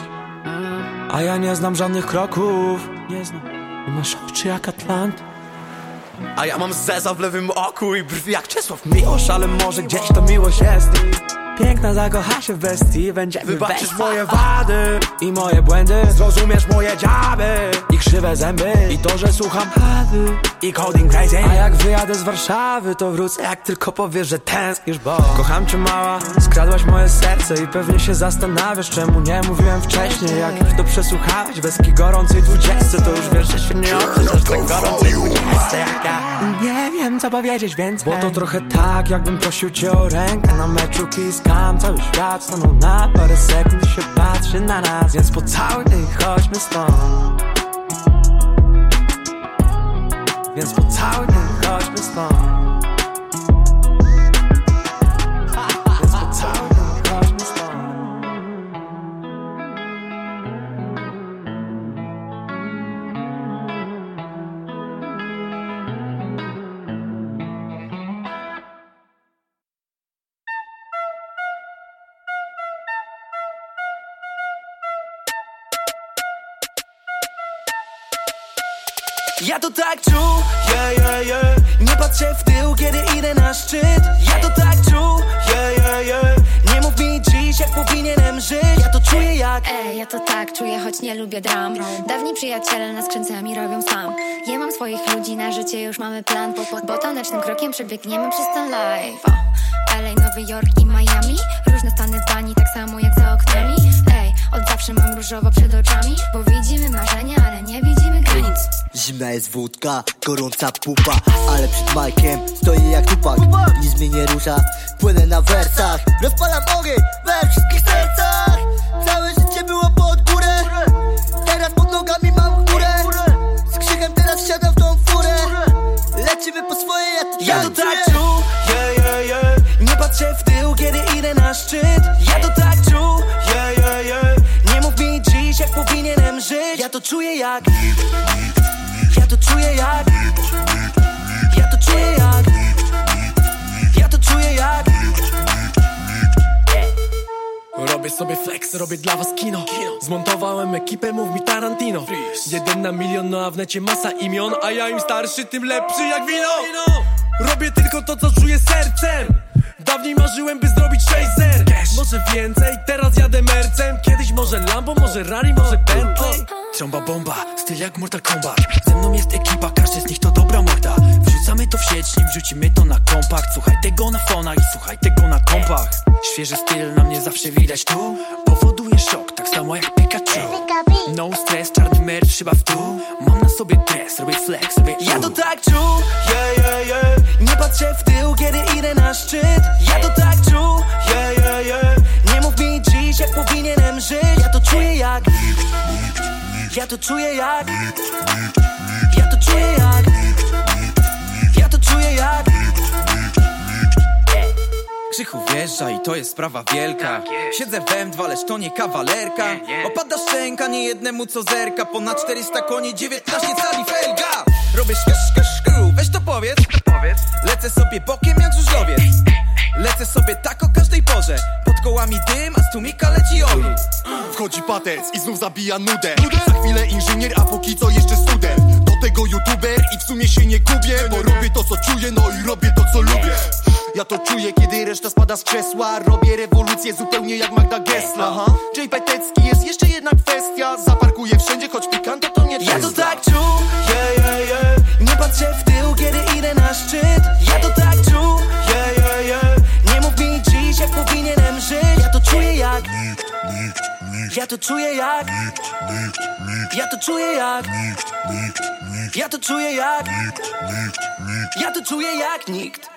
a ja nie znam żadnych kroków. Nie znam. I masz oczy jak Atlant, a ja mam zeza w lewym oku i brwi jak Czesław Miłosz. Ale może gdzieś to miłość jest. Piękna zakocha się w bestii, będziemy wybaczysz moje wady i moje błędy, zrozumiesz moje dziaby i krzywe zęby i to, że słucham Hady i Coding Crazy. A jak wyjadę z Warszawy, to wrócę jak tylko powiesz, że tęsknisz, bo kocham cię mała, skradłaś moje serce i pewnie się zastanawiasz, czemu nie mówiłem wcześniej. Jak już to przesłuchałeś weski gorącej 20, to już wiesz, że się nie oprzesz aż tak gorącej 20 jak ja. Nie wiem co powiedzieć więcej, bo to trochę tak, jakbym prosił cię o rękę na meczu Kiss Cam. Cały świat stanął na parę sekund i się patrzy na nas, więc pocałuj mnie i chodźmy stąd. Więc pocałuj mnie i chodźmy stąd. Więc pocałuj mnie i chodźmy stąd. Ja to tak czuję, nie patrzę w tył, kiedy idę na szczyt. Ja to tak czuję, nie mów mi dziś, jak powinienem żyć. Ja to czuję jak... ja to tak czuję, choć nie lubię dram. Dawni przyjaciele nas kręcami robią sam. Ja mam swoich ludzi, na życie już mamy plan. Bo tanecznym krokiem przebiegniemy przez ten live. LA, Nowy Jork i Miami. Różne stany zdani, tak samo jak za oknami. Od zawsze mam różowo przed oczami. Bo widzimy marzenia, ale nie widzimy granic. Zimna jest wódka, gorąca pupa, ale przed Majkiem stoję jak tupak. Nic mnie nie rusza, płynę na wersach. Rozpalam ogień we wszystkich sercach. Całe życie było pod górę, teraz pod nogami mam górę. Z krzykiem teraz wsiadam w tą furę. Lecimy po swoje, ja to tak czuję, nie patrzę w tył, kiedy idę na szczyt. Ja to tak czuję, nie mów mi dziś, jak powinienem żyć. Ja to czuję jak... Ja to czuję jak... Ja to czuję jak... Ja to czuję jak... Robię sobie flex, robię dla was kino. Zmontowałem ekipę, mów mi Tarantino. 1 na milion, no a w necie masa imion. A ja im starszy, tym lepszy jak wino. Robię tylko to, co czuję sercem. Dawniej marzyłem, by zrobić 6-0. Może więcej, teraz jadę mercem. Kiedyś może Lambo, może Rari, może Bentley. Trąba bomba, styl jak Mortal Kombat. Ze mną jest ekipa, każdy z nich to dobra morda. Wrzucamy to w sieć, nim wrzucimy to na kompakt. Słuchaj tego na fonach i słuchaj tego na kompach. Świeży styl na mnie zawsze widać tu. Powoduje szok, tak samo jak Pikachu. No stres, czarny merch, szyba w dół. Mam na sobie dres, robię flex, robię ja to tak czuję, nie patrzę w tył, kiedy idę na szczyt. Ja to tak czuję, nie mów mi dziś, jak powinienem żyć. Ja to czuję jak... Ja to czuję jak... Ja to czuję jak... Ja to czuję jak... Krzychu wjeżdża i to jest sprawa wielka. Siedzę w M2, lecz to nie kawalerka. Opada szczęka niejednemu co zerka. Ponad 400 koni, 19 cali felga. Robię szkru, weź to powiedz. Lecę sobie bokiem jak żużlowiec. Lecę sobie tak o każdej porze. Pod kołami dym, a z tłumika leci ogień. Wchodzi patec i znów zabija nudę. Za chwilę inżynier, a póki co jeszcze student. Do tego youtuber i w sumie się nie gubię. Bo robię to co czuję, no i robię to co lubię. Ja to czuję, kiedy reszta spada z krzesła. Robię rewolucję zupełnie jak Magda Gessler. Jay Petecki, jest jeszcze jedna kwestia. Zaparkuję wszędzie, choć pikanto to nie Tesla. Ja to tak czuję, nie patrzę w tył, kiedy idę na szczyt. Ja to tak czuję, nie mów mi dziś, jak powinienem żyć. Ja to czuję jak... Ja to czuję jak... Ja to czuję jak... Ja to czuję jak... Ja to czuję jak nikt.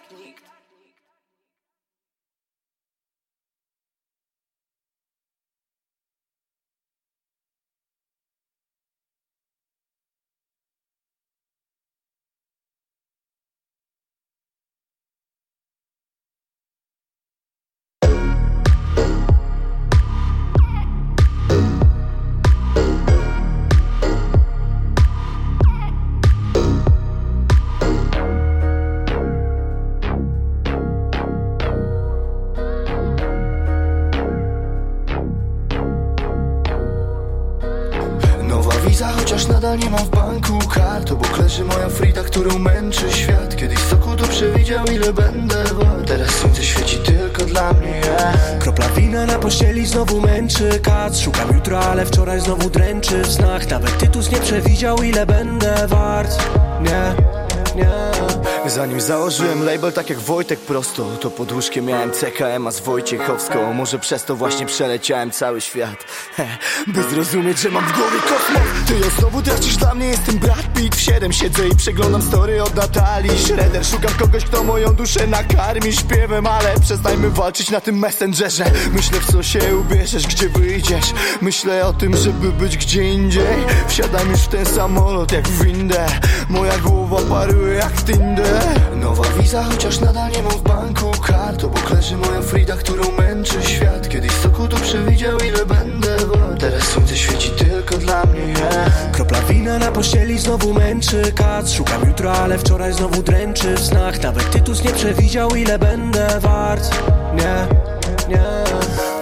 Chociaż nadal nie mam w banku kart. Obok leży moja Frida, którą męczy świat. Kiedyś soku to przewidział, ile będę wart. Teraz słońce świeci tylko dla mnie, Kropla wina na pościeli znowu męczy kac. Szukam jutra, ale wczoraj znowu dręczy w snach. Nawet Tytus nie przewidział, ile będę wart. Nie. Zanim założyłem label tak jak Wojtek prosto, to pod łóżkiem miałem CKM-a z Wojciechowską. Może przez to właśnie przeleciałem cały świat. By zrozumieć, że mam w głowie kosmos. Ty ją znowu tracisz, dla mnie jestem Brad Pitt. W 7 siedzę i przeglądam story od Natalii Schroeder. Szukam kogoś, kto moją duszę nakarmi śpiewem. Ale przestańmy walczyć na tym messengerze. Myślę, w co się ubierzesz, gdzie wyjdziesz. Myślę o tym, żeby być gdzie indziej. Wsiadam już w ten samolot jak w windę. Moja głowa paruje jak Tinder. Nowa wiza, chociaż nadal nie mam w banku kart. Obok leży moja Frida, którą męczy świat. Kiedyś soku to przewidział, ile będę wart. Teraz słońce świeci tylko dla mnie, Kropla wina na pościeli znowu męczy kac. Szukam jutra, ale wczoraj znowu dręczy w snach. Nawet Tytus nie przewidział, ile będę wart. Nie.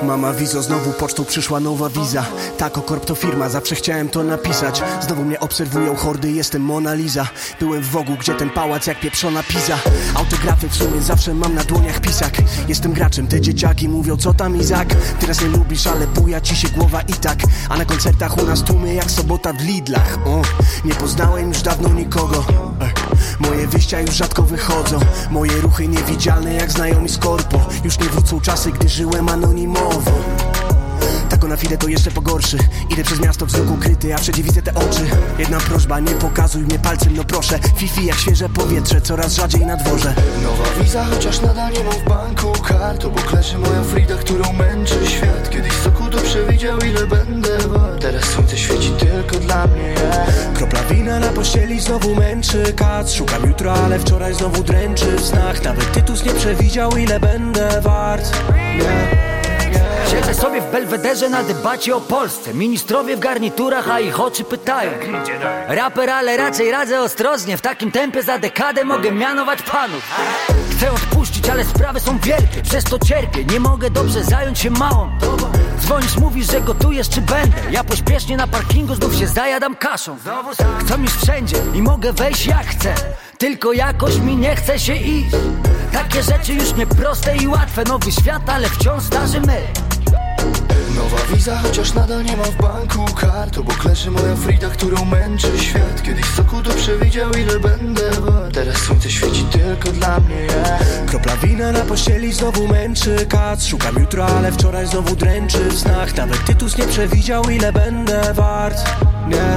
Mama wizo, znowu pocztą przyszła nowa wiza. Tako Corp to firma, zawsze chciałem to napisać. Znowu mnie obserwują hordy, jestem Mona Lisa. Byłem w Wogu, gdzie ten pałac jak pieprzona Pisa. Autografy w sumie zawsze mam na dłoniach pisak. Jestem graczem, te dzieciaki mówią co tam Izak. Teraz nie lubisz, ale buja ci się głowa i tak. A na koncertach u nas tłumy jak sobota w Lidlach. Nie poznałem już dawno nikogo. Moje wyjścia już rzadko wychodzą. Moje ruchy niewidzialne jak znajomi z korpo. Już nie wrócą czasy, gdy żyłem anonimowo. Tako na chwilę to jeszcze pogorszy. Idę przez miasto wzrok ukryty, a wszędzie widzę te oczy. Jedna prośba, nie pokazuj mnie palcem, no proszę. Fifi jak świeże powietrze, coraz rzadziej na dworze. Nowa wiza, chociaż nadal nie mam w banku kart. Obok leży moja Frida, którą męczy świat. Kiedyś soku to przewidział, ile będę wart. Teraz słońce świeci tylko dla mnie, Kropla wina na pościeli znowu męczy kac. Szukam jutra, ale wczoraj znowu dręczy w snach. Nawet Tytus nie przewidział, ile będę wart. Siedzę sobie w Belwederze na debacie o Polsce. Ministrowie w garniturach, a ich oczy pytają. Raper, ale raczej radzę ostrożnie. W takim tempie za dekadę mogę mianować panów. Chcę odpuścić, ale sprawy są wielkie. Przez to cierpię, nie mogę dobrze zająć się małą. Dzwonisz, mówisz, że gotujesz czy będę. Ja pośpiesznie na parkingu znów się zajadam kaszą. Chcę iść wszędzie i mogę wejść jak chcę. Tylko jakoś mi nie chce się iść. Takie rzeczy już nie proste i łatwe. Nowy świat, ale wciąż starzy my. Nowa wiza, chociaż nadal nie mam w banku kart. Obok leży moja Frida, którą męczy świat. Kiedyś soku to przewidział, ile będę wart. Teraz słońce świeci tylko dla mnie, Kropla wina na pościeli znowu męczy kac. Szukam jutra, ale wczoraj znowu dręczy w snach. Nawet Tytus nie przewidział, ile będę wart. Nie.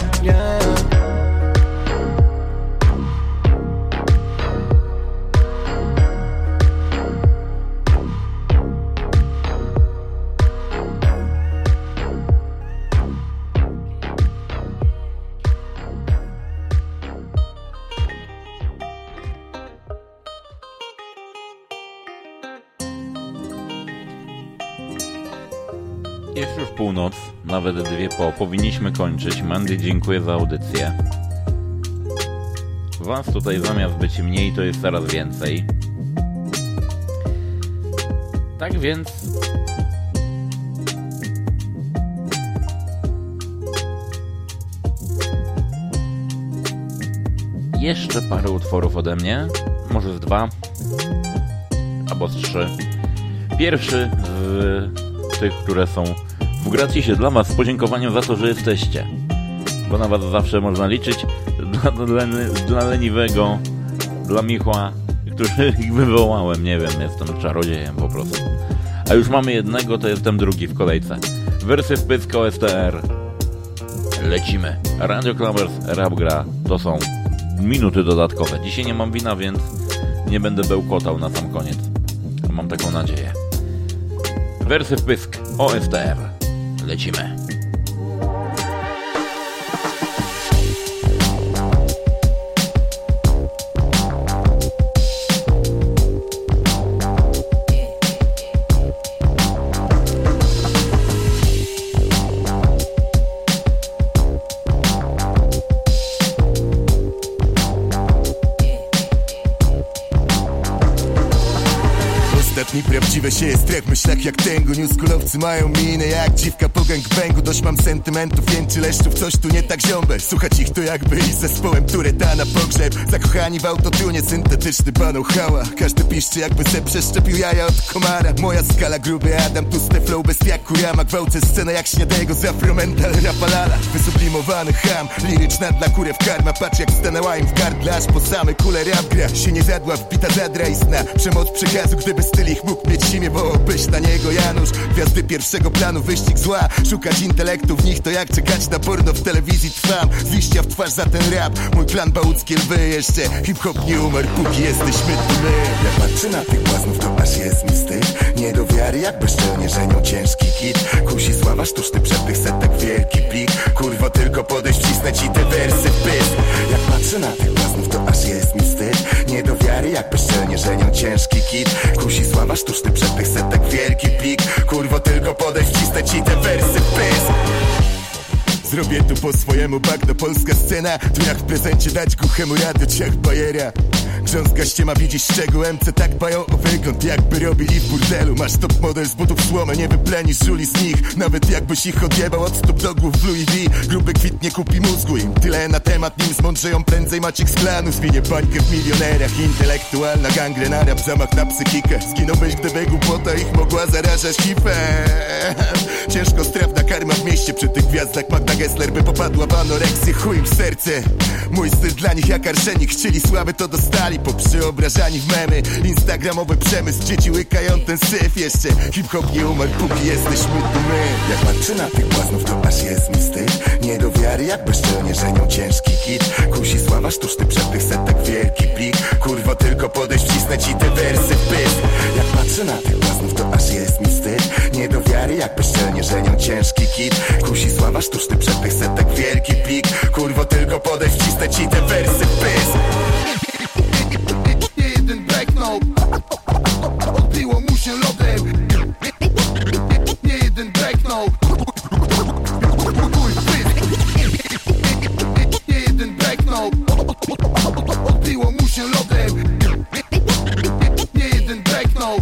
Jest już północ, nawet 2 po. Powinniśmy kończyć. Mandy, dziękuję za audycję. Was tutaj zamiast być mniej, to jest coraz więcej. Tak więc... jeszcze parę utworów ode mnie. Może z 2. Albo z 3. Pierwszy z tych, które są w gratisie dla was, z podziękowaniem za to, że jesteście. Bo na was zawsze można liczyć. Dla leniwego, dla Michła, który ich wywołałem, nie wiem, jestem czarodziejem po prostu. A już mamy jednego, to jestem drugi w kolejce. Wersy w pysk OSTR. Lecimy. Radio Clubbers, Rap Gra, to są minuty dodatkowe. Dzisiaj nie mam wina, więc nie będę bełkotał na sam koniec. Mam taką nadzieję. Wersy w pysk OSTR. Lecimy. Prawdziwe się jest strach w myślach jak tęgu. Newskulowcy mają minę jak dziwka po gangbangu. Dość mam sentymentów, jęczy leszczów, coś tu nie tak ziąber. Słuchać ich to jakby iść zespołem Tureta na pogrzeb. Zakochani w autotunie, syntetyczny paną hała. Każdy piszczy jakby se przeszczepił jaja od komara. Moja skala, gruby Adam, tłuste flow bez piaku rama. Gwałcę scenę jak śniadego z afromental rapalala. Wysublimowany ham, liryczna dla kurew karma. Patrz jak stanęła im w gardle, aż po same kule rap gra. Się nie zadła, wbita zadra i sna. Przemoc przekazu, gdyby styl ich mógł mieć imię, wołałbyś na niego Janusz. Gwiazdy pierwszego planu, wyścig zła. Szukać intelektu w nich to jak czekać na porno w telewizji. Trwam z liścia w twarz za ten rap. Mój plan bałuckie lwy, jeszcze hip-hop nie umarł, póki jesteśmy tu my. Jak patrzę na tych błaznów, to aż jest mi wstyd. Nie do wiary, jak bezczelnie żenią ciężki hit. Kusi sława, sztuczny przepych, setek wielki plik. Kurwo, tylko podejść, wcisnę ci te wersy w pysk. Jak patrzę na tych błaznów, to aż jest mi wstyd. Nie do wiary, jak bezczelnie żenią ciężki hit. Kusi sława, sztuczny przepych, setek wielki plik. Kurwo, tylko podejść, wcisnę ci te wersy w pysk. Zrobię tu po swojemu bagno, polska scena. Tu jak w prezencie dać głuchemu radio ciach bajera. Grząska ściema, widzisz szczegół, MC tak bają o wygląd, jakby robili w burdelu. Masz top model z butów słomę, nie wyplenisz żuli z nich. Nawet jakbyś ich odjebał od stóp do głów w Louis V. Gruby kwit nie kupi mózgu im, tyle na temat, nim zmądrzeją prędzej Maciek z klanu. Zwinie bańkę w milionerach, intelektualna gangrena, rap, zamach na psychikę. Zginąłbyś, gdyby głupota ich mogła zarażać hifem. Ciężko strawna karma w mieście, przy tych gwiazdach Magda Gessler by popadła w anoreksję. Chuj im w serce, mój styl dla nich jak arszenik. Chcieli sławy, to dostali, poprzeobrażani w memy. Instagramowy przemysł, dzieci łykają ten syf. Jeszcze hip-hop nie umarł, póki jesteśmy tu my. Jak patrzę na tych błaznów, to aż jest mi wstyd. Nie do wiary, jak bezczelnie żenią ciężki hit. Kusi sława, sztuczny przepych, setek wielki plik. Kurwa, tylko podejść, wcisnę ci te wersy w pysk. Jak patrzę na tych błaznów, to aż jest mi wstyd. Nie do wiary, jak bezczelnie żenią ciężki hit. Kusi sława, sztuczny przepych, setek wielki plik. Kurwa, tylko podejść, wcisnę ci te wersy w pysk. Nie jeden backnął, odbiło mu się lodem. Nie jeden backnął, nie jeden backnął, odbiło mu się lodem. Nie jeden backnął.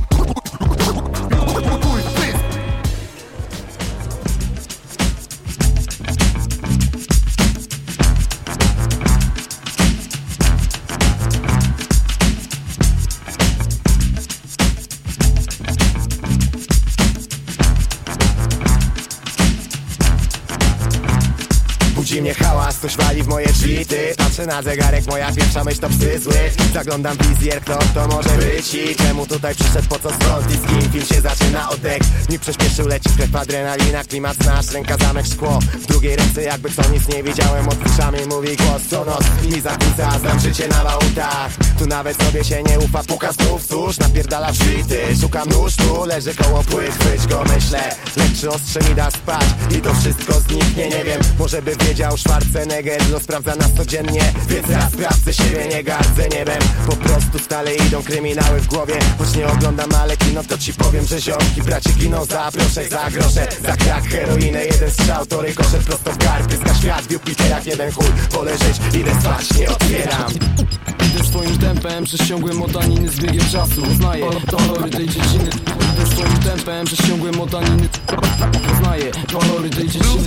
Budzi mnie hałas, ktoś wali w moje drzwi, ty. Patrzę na zegarek, moja pierwsza myśl to psy zły. Zaglądam w wizjer, kto to może być i czemu tutaj przyszedł, po co, skąd i z kim. Film się zaczyna od dek, mi przyspieszył, leci w krew adrenalina. Klimat znasz, ręka zamek, szkło w drugiej ręce, jakby co nic nie widziałem. Odpuszczam i mówi głos co noc i zakłóca, znam życie na wałutach. Tu nawet sobie się nie ufa, puka znów, cóż, napierdala w drzwi, ty. Szukam nóż, tu leży koło płyt, chwyć go, myślę, lecz ostrze mi da spać i to wszystko zniknie, nie wiem, może by wiedział Schwarzenegger, sprawdza nas codziennie, więc raz sprawdzę siebie, nie gardzę niebem. Po prostu stale idą kryminały w głowie, choć nie oglądam, ale kino, to ci powiem, że ziomki, bracie giną za proszek, za grosze, za krak, heroinę, jeden strzał, to rykoszet prosto w garb, pyska świat w Jupiterach, jeden chuj, poleżeć, idę spać, nie otwieram. Idę swoim tempem, przez ciągłe motaniny z biegiem czasu. Poznaję kolory tej dziedziny. Idę swoim tempem, przez ciągłe motaniny. Poznaję kolory tej dziedziny.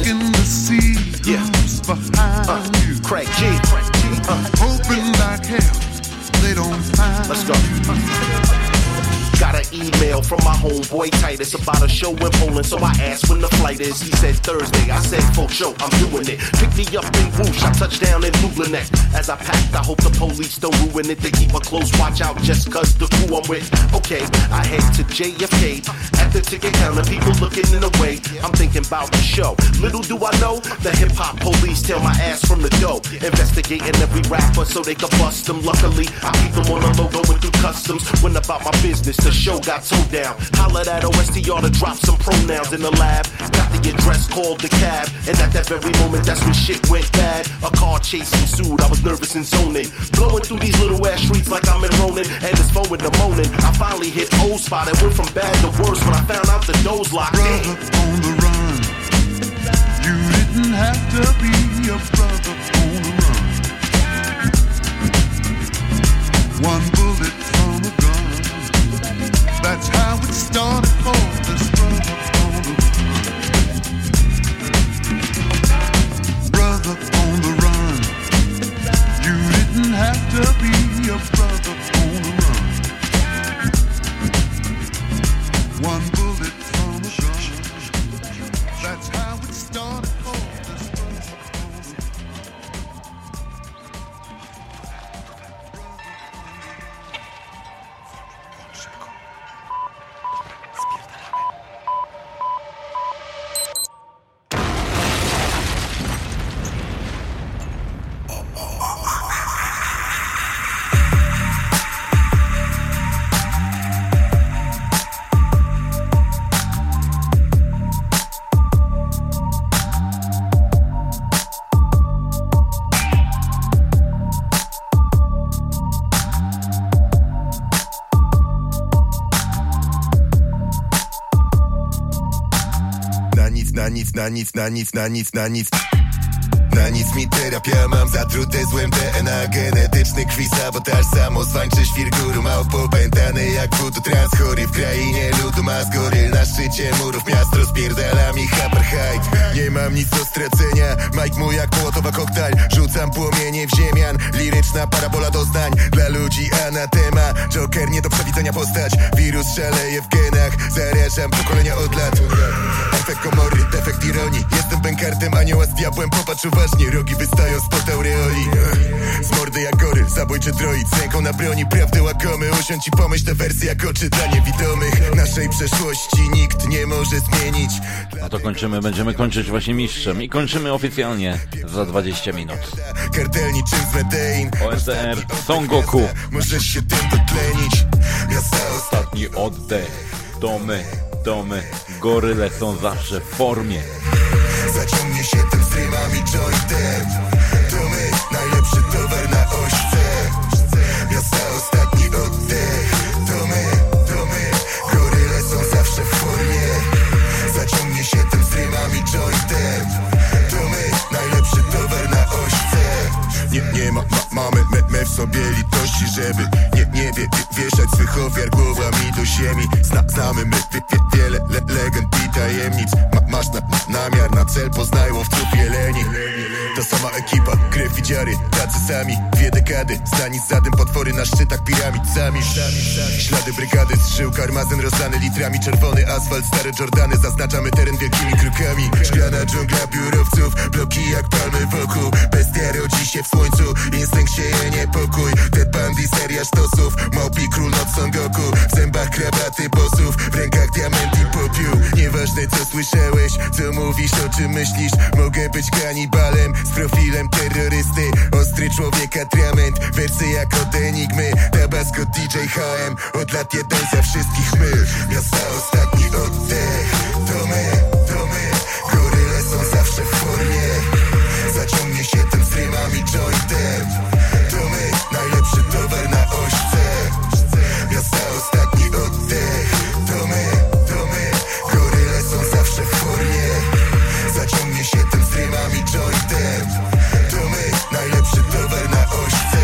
Craig G. Hoping like hell they don't find. Let's go. Got an email from my homeboy Titus about a show in Poland, so I asked when the flight is. He said Thursday, I said full show, I'm doing it. Pick me up in whoosh, I touch down in Lublinek. As I packed, I hope the police don't ruin it. They keep a close watch out just cause the crew I'm with. Okay, I head to JFK. At the ticket counter, people looking in the way. I'm thinking about the show. Little do I know, the hip-hop police tail my ass from the dough. Investigating every rapper so they can bust them. Luckily, I keep them on the low going through customs. Went about my business, the show got towed down. Hollered at OSTR to drop some pronouns in the lab. Got the address, called the cab. And at that very moment, that's when shit went bad. A car chase ensued, I was nervous and zoning. Blowing through these little ass streets like I'm in Ronin. And it's 4 in the morning. I finally hit old spot. It went from bad to worse when I found out the door's locked in. Brother on the run. You didn't have to be a brother on the run. One bullet from a gun. That's how it started for this brother on the run. Brother on the run. You didn't have to be a brother on the run. One bullet from a gun. That's how it started for this brother on the run. Na nic. Na nic mi terapia, mam zatrute złem DNA. Genetyczny krwi, sabotaż, samozwańczy świr guru. Mało popętany jak voodoo, trans chory w krainie ludu. Mas goryl na szczycie murów, miast rozpierdala mi apartheid. Nie mam nic do stracenia, Mike mój jak połotowa koktajl. Rzucam płomienie w ziemian, liryczna parabola doznań. Dla ludzi anatema, Joker nie do przewidzenia postać. Wirus szaleje w genach, zarażam pokolenia od lat. Efekt komory, defekt ironii. Jestem bękartem, anioła z diabłem, popatrz uważnie. Rogi wystają spod aureoli. Z mordy jak goryl, zabójczy droid. Z ręką na broni, prawdy łakomy. Usiądź i pomyśl te wersje jak oczy dla niewidomych. Naszej przeszłości nikt nie może zmienić. No to kończymy, będziemy kończyć właśnie mistrzem. I kończymy oficjalnie za 20 minut. Kartelni czym z Metein. OSTR, Son Goku. Możesz się tym dotlenić. Ostatni oddech. To my, goryle są zawsze w formie. Zaciągnie się tym z rymami jointem. To my, najlepszy towar na ośce. Miasta ostatni oddech. To my, goryle są zawsze w formie. Zaciągnie się tym z rymami jointem. To my, najlepszy towar na ośce. Nie mamy my w sobie litości, żeby nie wieszać swych ofiar głowami do ziemi. Znamy my wiele legend i tajemnic. Masz namiar na cel, poznaj łowców jeleni. Ta sama ekipa, krew i dziary, tacy sami. 2 dekady, znani za tym potwory na szczytach piramid sami. Ślady brygady, strzył, karmazyn rozlany litrami. Czerwony asfalt, stare Jordany, zaznaczamy teren wielkimi krokami. Szklana dżungla biurowców, bloki jak palmy wokół. Bestia rodzi się w słońcu, instynkt sieje niepokój. Dead Bundy, seria sztosów, Małpi, król noc Son Goku. W zębach krawaty bossów, w rękach diament i popiół. Nieważne co słyszałeś, co mówisz, o czym myślisz. Mogę być kanibalem z profilem terrorysty. Ostry człowiek, atrament, wersy jak od Enigmy. Tabasco, DJ HM, od lat jeden za wszystkich my. Miasta ostatni oddech. To my, goryle są zawsze w formie. Zaciągnie się tym z rymami jointem. To my, najlepszy towar na ośce. Miasta ostatni oddech. To my, goryle są zawsze w formie. Zaciągnie się tym z rymami jointem. To my, najlepszy towar na ośce.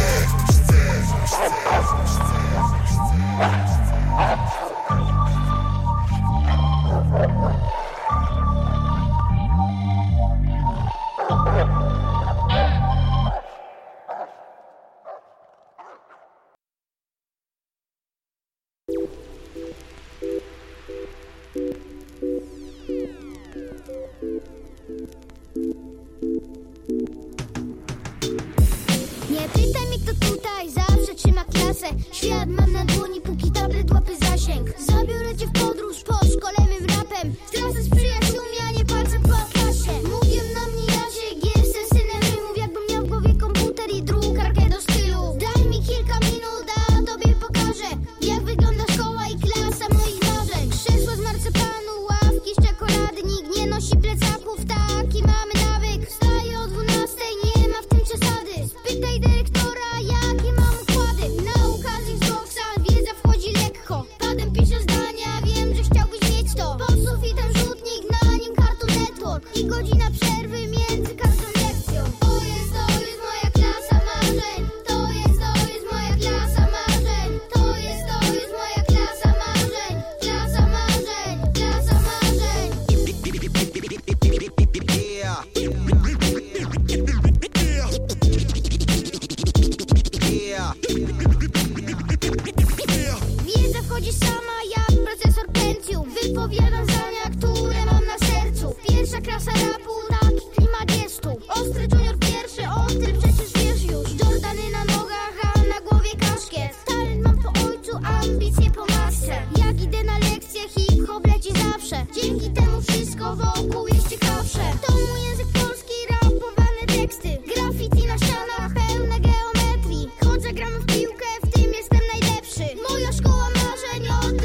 Nie pytaj mnie kto tutaj zawsze trzyma klasę. Świat mam na dłoni, póki tablet łapy zasięg. Zabiorę cię w podróż, podszkolemy rapem. Trasę z przyjaciółmi, a nie palcem po kasie. Mówię na mnie Jasiek, jestem synem rymów. Jakbym miał w głowie komputer i drukarkę do stylu. Daj mi kilka minut, a tobie pokażę, jak wygląda szkoła i klasa moich marzeń. Krzesło z marcepanu, ławki z czekolady. Nikt nie nosi plecaków, taki mamy nawyk. Wstaję o 12, nie ma w tym przesady. Spytaj dyrektora, jakie mam układy. Nauka z Xboxa, wiedza wchodzi lekko. Padem piszę zdania, wiem, że chciałbyś mieć to. Pod sufitem rzutnik, na nim Cartoon Network. I godzina przerwy między każdą lekcją. To jest moja klasa marzeń. To jest moja klasa marzeń. To jest moja klasa marzeń. Klasa marzeń, klasa marzeń. Wiedza wchodzi sama jak procesor Pentium. Wypowiadam zdania, które mam na sercu. Pierwsza klasa rapu, taki klimat jest tu. Ostry junior pierwszy, ostry przecież wiesz już. Jordany na nogach, a na głowie kaszkiet. Talent mam po ojcu, ambicje po matce. Jak idę na lekcje, hip-hop leci zawsze. Dzięki temu wszystko wokół jest ciekawsze. To mój język polski, rapowane teksty. Graffiti na ścianach, pełne geometrii. Chodzę, gramy w piłkę, w tym jestem najlepszy. Moja szkoła marzeń od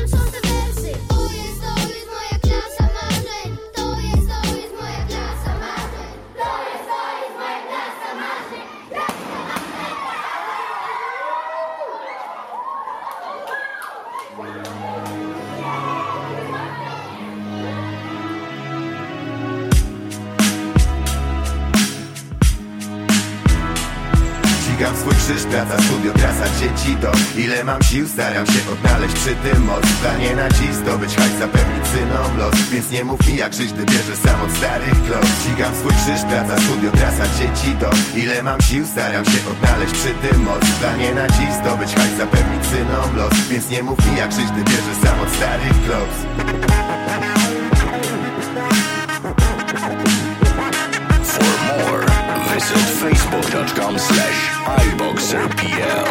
swój krzyż, praca, studio, trasa, dzieci to ile mam sił, staram się odnaleźć przy tym moc. Planie na dziś zdobyć hajs, zapewnić synom los. Więc nie mów mi jak żyć, gdy bierze sam od starych klos. Ścigam swój krzyż, praca, studio, trasa, dzieci to ile mam sił, staram się odnaleźć przy tym moc. Planie na dziś zdobyć hajs, zapewnić synom los. Więc nie mów mi jak żyć, gdy bierze sam od starych klos. For more, visit facebook.com/iboxerpl.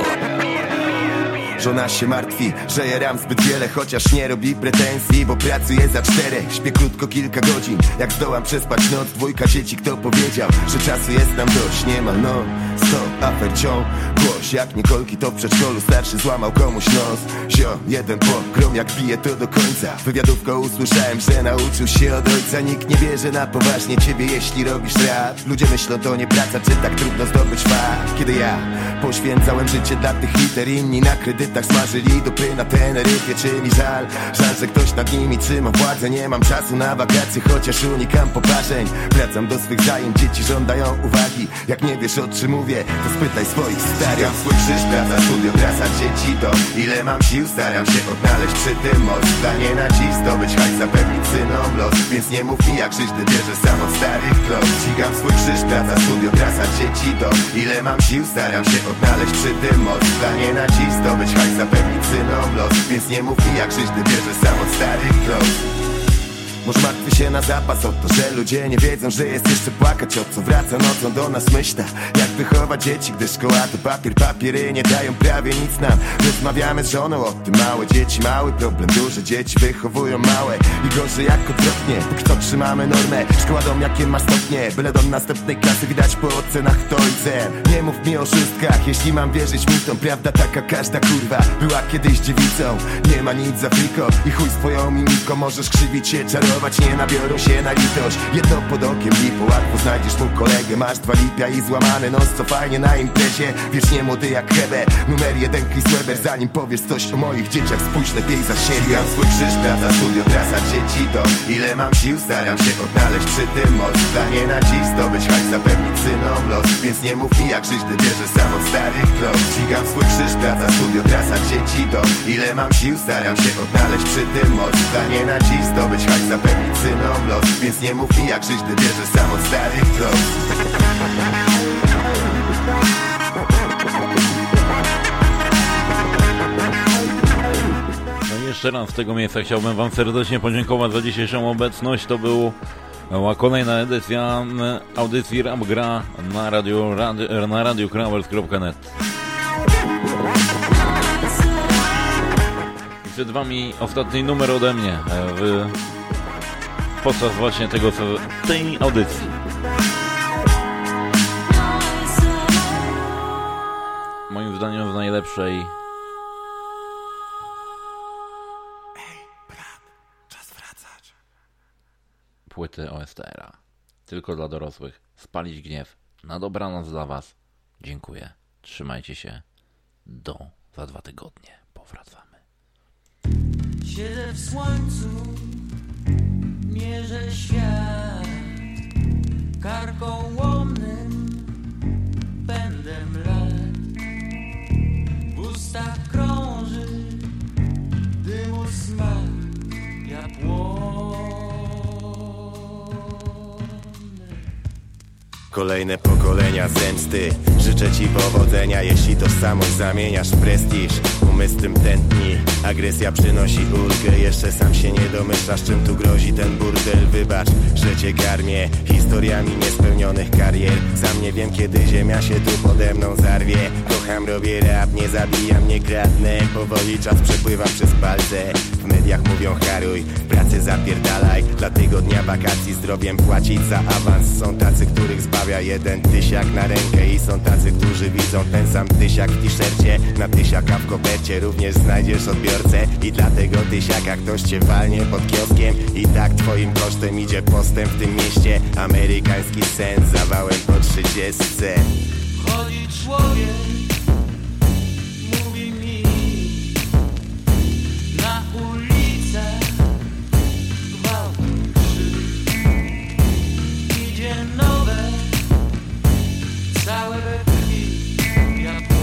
Żona się martwi, że jaram zbyt wiele, chociaż nie robi pretensji, bo pracuję za 4, śpię krótko kilka godzin. Jak zdołam przespać noc, 2 dzieci, kto powiedział, że czasu jest nam dość? Niemal stop, afer ciągłość. Jak Nikolki to w przedszkolu starszy złamał komuś nos. Zio, jeden pogrom, jak bije to do końca. Wywiadówko usłyszałem, że nauczył się od ojca. Nikt nie bierze na poważnie ciebie, jeśli robisz rap. Ludzie myślą, to nie praca, czy tak trudno zdobyć fakt. Kiedy ja poświęcałem życie dla tych liter, inni na kredytach smażyli dupy na Teneryfie. Czy mi żal, że ktoś nad nimi trzyma władzę. Nie mam czasu na wakacje, chociaż unikam poparzeń. Wracam do swych zajęć, dzieci żądają uwagi. Jak nie wiesz, o czym mówię, to spytaj swoich starych. Ścigam swój krzyż, praca, studio, trasa, dzieci to ile mam sił, staram się odnaleźć przy tym moc. Planie na dziś zdobyć hajs, zapewnić synom los. Więc nie mów mi jak żyć, gdy bierze sam od starych klos. Ścigam swój krzyż, praca, studio, trasa, dzieci to ile mam sił, staram się odnaleźć przy tym moc. Planie na dziś zdobyć hajs, zapewnić synom los. Więc nie mów mi jak żyć, gdy bierze sam od starych klos. Może martwi się na zapas o to, że ludzie nie wiedzą, że jest jeszcze płakać. O co wraca nocą do nas myśla, jak wychować dzieci, gdy szkoła to papier. Papiery nie dają prawie nic nam. Rozmawiamy z żoną o tym, małe dzieci, mały problem. Duże dzieci wychowują małe i gorzej jak odwrotnie. Póki co trzymamy normę, szkoła dom jakie ma stopnie. Byle do następnej klasy widać po ocenach to ojcem. Nie mów mi o szóstkach, jeśli mam wierzyć mitom. Prawda taka, każda kurwa była kiedyś dziewicą. Nie ma nic za friko i chuj swoją mimiką. Możesz krzywić się, czarować, nie nabiorą się na litość. Jedno pod okiem lipo, łatwo znajdziesz mu kolegę. Masz 2 lipia i złamany nos, co fajnie na imprezie. Wiecznie młody jak Hebe, numer 1 Chris Webber. Zanim powiesz coś o moich dzieciach, spójrz lepiej za siebie. Ścigam swój krzyż, praca, studio, trasa, dzieci to ile mam sił, staram się odnaleźć przy tym moc. Planie na dziś zdobyć hajs, zapewnić synom los. Więc nie mów mi jak żyć, gdy bierze sam od starych klos. Ścigam swój krzyż, praca, studio, trasa, dzieci to ile mam sił, staram się odnaleźć przy tym moc. Planie na dziś zdobyć hajs, zapewnić synom los. Więc nie mów mi jak żyć, gdy bierze sam od starych klos. Jeszcze raz z tego miejsca chciałbym wam serdecznie podziękować za dzisiejszą obecność. To była kolejna edycja audycji Rap Gra na radiokrawers.net. I przed wami ostatni numer ode mnie podczas właśnie tej audycji. Moim zdaniem z najlepszej płyty OSTR-a. Tylko dla dorosłych. Spalić gniew. Na dobranoc dla was. Dziękuję. Trzymajcie się. Za 2 tygodnie powracamy. Siedzę w słońcu, mierzę świat karkołomnym pędem lat. W ustach krąży dymu smak, ja płonę. Kolejne pokolenia zemsty. Życzę ci powodzenia, jeśli tożsamość zamieniasz w prestiż. Umysł tym tętni, agresja przynosi ulgę. Jeszcze sam się nie domyślasz, czym tu grozi ten burdel. Wybacz, że cię karmię historiami niespełnionych karier. Sam nie wiem, kiedy ziemia się tu pode mną zarwie. Kocham, robię rap, nie zabijam, nie kradnę. Powoli czas przepływa przez palce. W mediach mówią haruj, w pracy zapierdalaj. Dla tygodnia wakacji zdrowiem płacić za awans. Są tacy, których zbawia 1 tysiak na rękę. I są tacy, którzy widzą ten sam tysiak w t-shircie. Na tysiaka w kopercie również znajdziesz odbiorcę. I dlatego tysiaka ktoś cię walnie pod kioskiem. I tak twoim kosztem idzie postęp w tym mieście. Amerykański sen zawałem po 30. Chodzi człowiek, mówi mi na ulicach gwałt, krzyk. Idzie nowe, całe we krwi, ja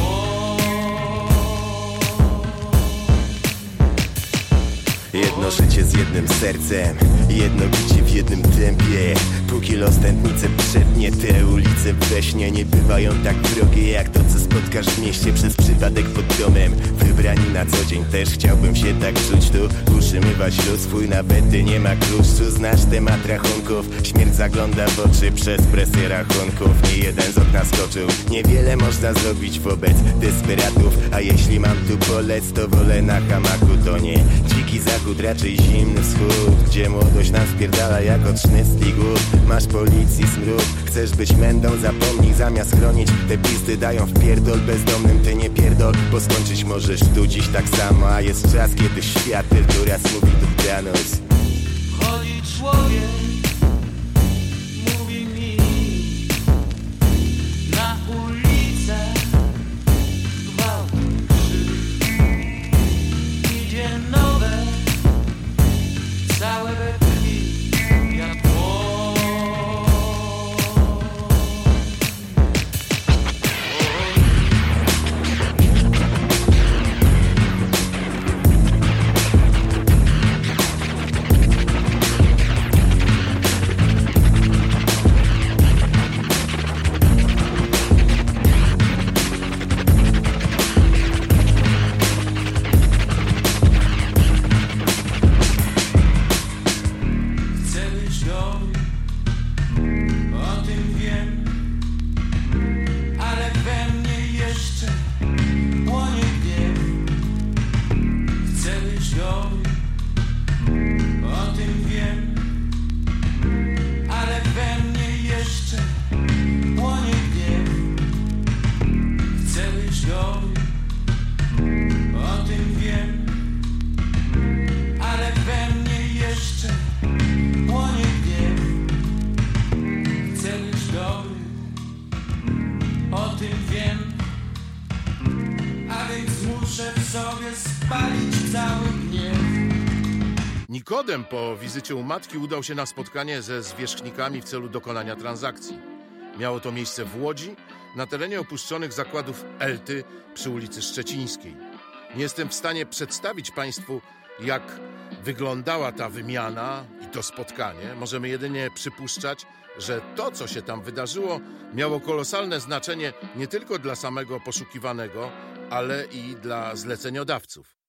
życie z jednym sercem, jedno bicie w jednym tempie. Póki los tętnicy przetnie te ulice we śnie nie bywają tak wrogie jak to, co spotkasz w mieście przez przypadek pod domem. Wybrani na co dzień też chciałbym się tak czuć tu, utrzymywać luz swój, nawet ty nie ma kluczu. Znasz temat rachunków, śmierć zagląda w oczy przez presję rachunków. Nie jeden z okna skoczył, niewiele można zrobić wobec desperatów. A jeśli mam tu polec, to wolę na hamaku. To nie dziki zachód, raczej zimny wschód, gdzie młodość nam spierdala jak od sznycli głód. Masz policji smród, chcesz być mędą, zapomnij zamiast chronić. Te pisty dają w pierdol bezdomnym, ty nie pierdol, bo skończyć możesz tu dziś tak samo. A jest czas, kiedy świat tylko raz mówi dobranoc. Chodzi człowiek, mówi mi na ulicę, gwałt, krzyk, idzie nowe, całe we krwi, jak płoń. Nikodem po wizycie u matki udał się na spotkanie ze zwierzchnikami w celu dokonania transakcji. Miało to miejsce w Łodzi, na terenie opuszczonych zakładów Elty przy ulicy Szczecińskiej. Nie jestem w stanie przedstawić Państwu, jak wyglądała ta wymiana i to spotkanie. Możemy jedynie przypuszczać, że to, co się tam wydarzyło, miało kolosalne znaczenie nie tylko dla samego poszukiwanego, ale i dla zleceniodawców.